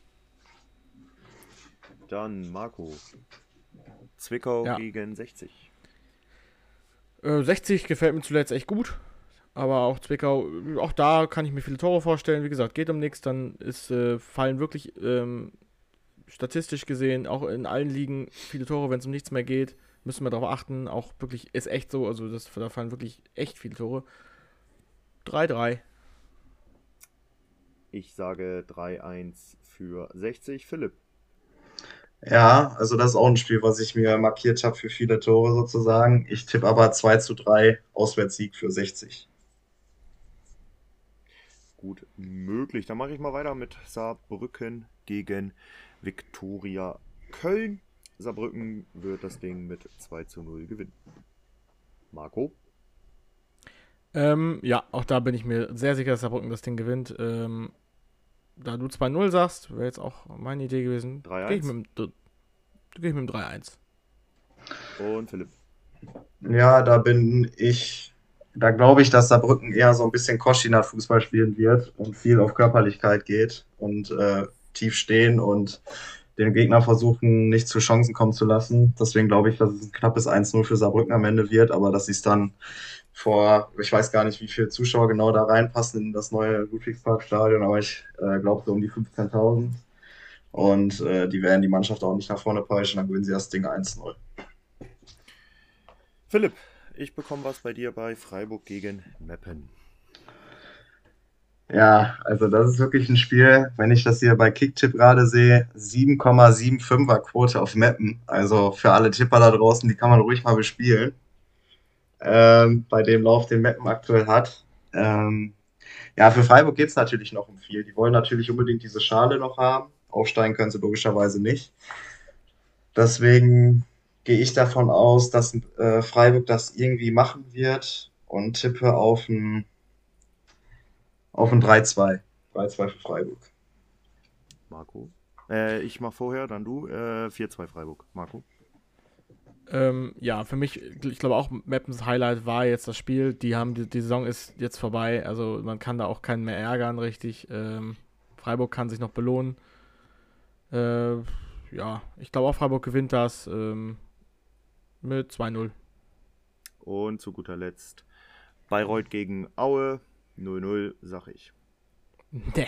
Dann Marco. Zwickau Ja. gegen sechzig. Äh, sechzig gefällt mir zuletzt echt gut. Aber auch Zwickau, äh, auch da kann ich mir viele Tore vorstellen. Wie gesagt, geht um nichts, dann ist, äh, fallen wirklich ähm, statistisch gesehen auch in allen Ligen viele Tore, wenn es um nichts mehr geht. Müssen wir darauf achten. Auch wirklich, ist echt so, also das, da fallen wirklich echt viele Tore. drei drei. Ich sage drei eins für sechzig. Philipp. Ja, also das ist auch ein Spiel, was ich mir markiert habe für viele Tore sozusagen. Ich tippe aber zwei zu drei Auswärtssieg für sechzig. Gut möglich. Dann mache ich mal weiter mit Saarbrücken gegen Viktoria Köln. Saarbrücken wird das Ding mit zwei zu null gewinnen. Marco? Ähm, ja, auch da bin ich mir sehr sicher, dass Saarbrücken das Ding gewinnt. Ähm, da du zwei null sagst, wäre jetzt auch meine Idee gewesen. drei Gehe ich eins. mit, dem- geh ich mit dem drei eins. Und Philipp. Ja, da bin ich, da glaube ich, dass Saarbrücken eher so ein bisschen Koschinat-Fußball spielen wird und viel auf Körperlichkeit geht und äh, tief stehen und den Gegner versuchen, nicht zu Chancen kommen zu lassen. Deswegen glaube ich, dass es ein knappes eins null für Saarbrücken am Ende wird, aber dass sie es dann vor, ich weiß gar nicht, wie viele Zuschauer genau da reinpassen in das neue Ludwigsparkstadion, aber ich äh, glaube so um die fünfzehntausend. Und äh, die werden die Mannschaft auch nicht nach vorne peitschen, dann gewinnen sie das Ding eins null. Philipp, ich bekomme was bei dir bei Freiburg gegen Meppen. Ja, also das ist wirklich ein Spiel, wenn ich das hier bei Kicktipp gerade sehe, sieben Komma fünfundsiebziger Quote auf Meppen. Also für alle Tipper da draußen, die kann man ruhig mal bespielen. Ähm, bei dem Lauf, den Meppen aktuell hat. Ähm, ja, für Freiburg geht es natürlich noch um viel. Die wollen natürlich unbedingt diese Schale noch haben. Aufsteigen können sie logischerweise nicht. Deswegen gehe ich davon aus, dass äh, Freiburg das irgendwie machen wird und tippe auf ein, auf ein drei zwei. drei zwei für Freiburg. Marco? Äh, ich mache vorher, dann du. Äh, vier zwei Freiburg. Marco? Ähm, ja, für mich, ich glaube auch, Meppens Highlight war jetzt das Spiel. Die haben, die, die Saison ist jetzt vorbei, also man kann da auch keinen mehr ärgern, richtig. Ähm, Freiburg kann sich noch belohnen. Äh, ja, ich glaube auch, Freiburg gewinnt das ähm, mit zwei null. Und zu guter Letzt Bayreuth gegen Aue. null null, sag ich. Nee.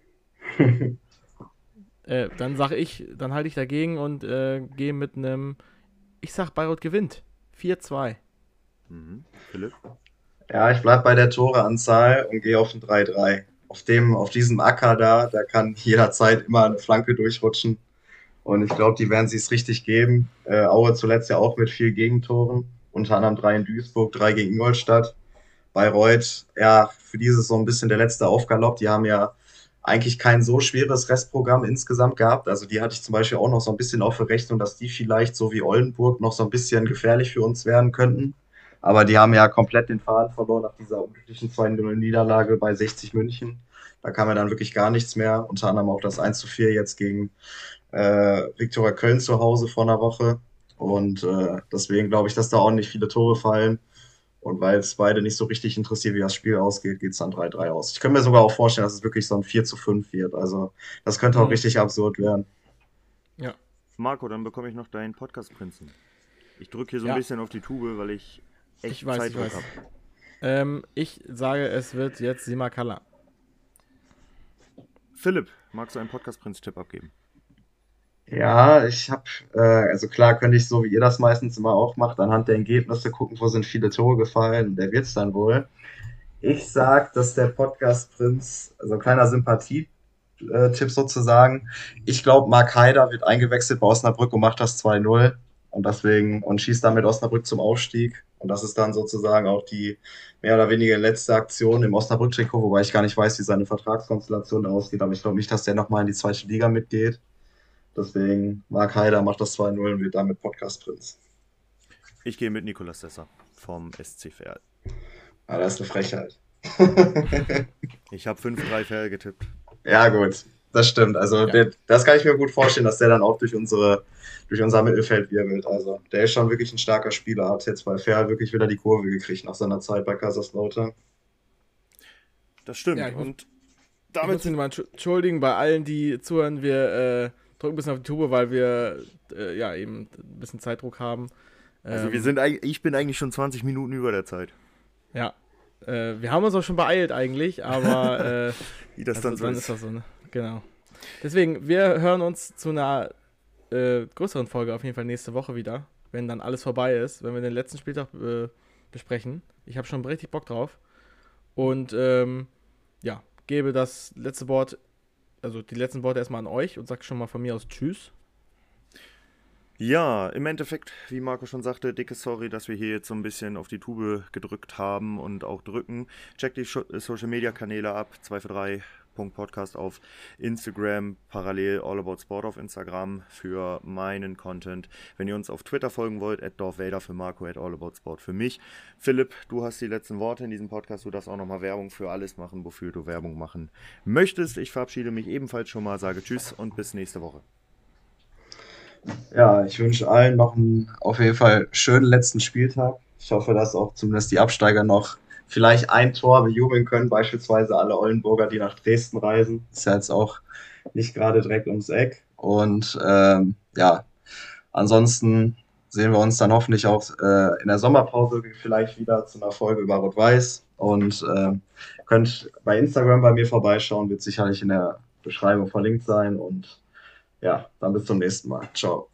äh, dann sage ich, dann halte ich dagegen und äh, gehe mit einem, ich sag, Bayreuth gewinnt. vier zwei. Mhm. Philipp? Ja, ich bleibe bei der Toreanzahl und gehe auf ein drei drei. Auf dem, auf diesem Acker da, da kann jederzeit immer eine Flanke durchrutschen. Und ich glaube, die werden sie es richtig geben. Äh, Aue zuletzt ja auch mit vier Gegentoren. Unter anderem drei in Duisburg, drei gegen Ingolstadt. Bayreuth, ja, für dieses so ein bisschen der letzte Aufgalopp. Die haben ja eigentlich kein so schweres Restprogramm insgesamt gehabt. Also die hatte ich zum Beispiel auch noch so ein bisschen auf der Rechnung, dass die vielleicht so wie Oldenburg noch so ein bisschen gefährlich für uns werden könnten. Aber die haben ja komplett den Faden verloren nach dieser unglücklichen zwei null Niederlage bei sechzig München. Da kam ja dann wirklich gar nichts mehr. Unter anderem auch das eins zu vier jetzt gegen äh, Viktoria Köln zu Hause vor einer Woche. Und äh, deswegen glaube ich, dass da ordentlich viele Tore fallen. Und weil es beide nicht so richtig interessiert, wie das Spiel ausgeht, geht es dann drei drei aus. Ich könnte mir sogar auch vorstellen, dass es wirklich so ein vier zu fünf wird. Also das könnte auch Mhm. richtig absurd werden. Ja. Marco, dann bekomme ich noch deinen Podcast-Prinzen. Ich drücke hier so Ja. ein bisschen auf die Tube, weil ich echt Ich weiß, ich Zeitdruck weiß. habe. Ähm, ich sage, es wird jetzt Simakala. Philipp, magst du einen Podcast-Prinz-Tipp abgeben? Ja, ich habe, äh, also klar könnte ich so, wie ihr das meistens immer auch macht, anhand der Ergebnisse gucken, wo sind viele Tore gefallen. Der wird es dann wohl. Ich sag, dass der Podcast-Prinz, also ein kleiner Sympathie-Tipp sozusagen, ich glaube, Marc Haider wird eingewechselt bei Osnabrück und macht das zwei null und deswegen und schießt damit Osnabrück zum Aufstieg. Und das ist dann sozusagen auch die mehr oder weniger letzte Aktion im Osnabrück-Trikot, wobei ich gar nicht weiß, wie seine Vertragskonstellation aussieht, aber ich glaube nicht, dass der nochmal in die zweite Liga mitgeht. Deswegen, Marc Haider macht das zwei null und wird damit Podcast-Prinz. Ich gehe mit Nicolas Sesser vom S C Verl. Ah, das ist eine Frechheit. Ich habe fünf drei Verl getippt. Ja, gut, das stimmt. Also, Ja. der, das kann ich mir gut vorstellen, dass der dann auch durch, unsere, durch unser Mittelfeld wirbelt. Also, der ist schon wirklich ein starker Spieler. Hat jetzt bei Verl wirklich wieder die Kurve gekriegt nach seiner Zeit bei Kaiserslautern. Das stimmt. Ja, ich muss- Und Ich damit muss mich mal entschu- entschuldigen bei allen, die zuhören. Wir äh, drücken ein bisschen auf die Tube, weil wir äh, ja eben ein bisschen Zeitdruck haben. Also Ähm, wir sind eigentlich, ich bin eigentlich schon zwanzig Minuten über der Zeit. Ja. Äh, wir haben uns auch schon beeilt eigentlich, aber äh, Wie das also, dann so dann ist. ist das so, ne? Genau. Deswegen, wir hören uns zu einer äh, größeren Folge auf jeden Fall nächste Woche wieder, wenn dann alles vorbei ist, wenn wir den letzten Spieltag äh, besprechen. Ich habe schon richtig Bock drauf. Und ähm, ja, gebe das letzte Wort, also die letzten Worte erstmal an euch und sag schon mal von mir aus Tschüss. Ja, im Endeffekt, wie Marco schon sagte, dicke Sorry, dass wir hier jetzt so ein bisschen auf die Tube gedrückt haben und auch drücken. Checkt die Social Media Kanäle ab, zwei für drei Punkt Podcast auf Instagram, parallel All About Sport auf Instagram für meinen Content. Wenn ihr uns auf Twitter folgen wollt, at dorfvader für Marco, at All About Sport für mich. Philipp, du hast die letzten Worte in diesem Podcast. Du darfst auch nochmal Werbung für alles machen, wofür du Werbung machen möchtest. Ich verabschiede mich ebenfalls schon mal, sage Tschüss und bis nächste Woche. Ja, ich wünsche allen noch einen auf jeden Fall schönen letzten Spieltag. Ich hoffe, dass auch zumindest die Absteiger noch vielleicht ein Tor bejubeln können, beispielsweise alle Oldenburger, die nach Dresden reisen. Ist ja jetzt auch nicht gerade direkt ums Eck. Und ähm, ja, ansonsten sehen wir uns dann hoffentlich auch äh, in der Sommerpause vielleicht wieder zu einer Folge über Rot-Weiß. Und äh, könnt bei Instagram bei mir vorbeischauen, wird sicherlich in der Beschreibung verlinkt sein. Und ja, dann bis zum nächsten Mal. Ciao.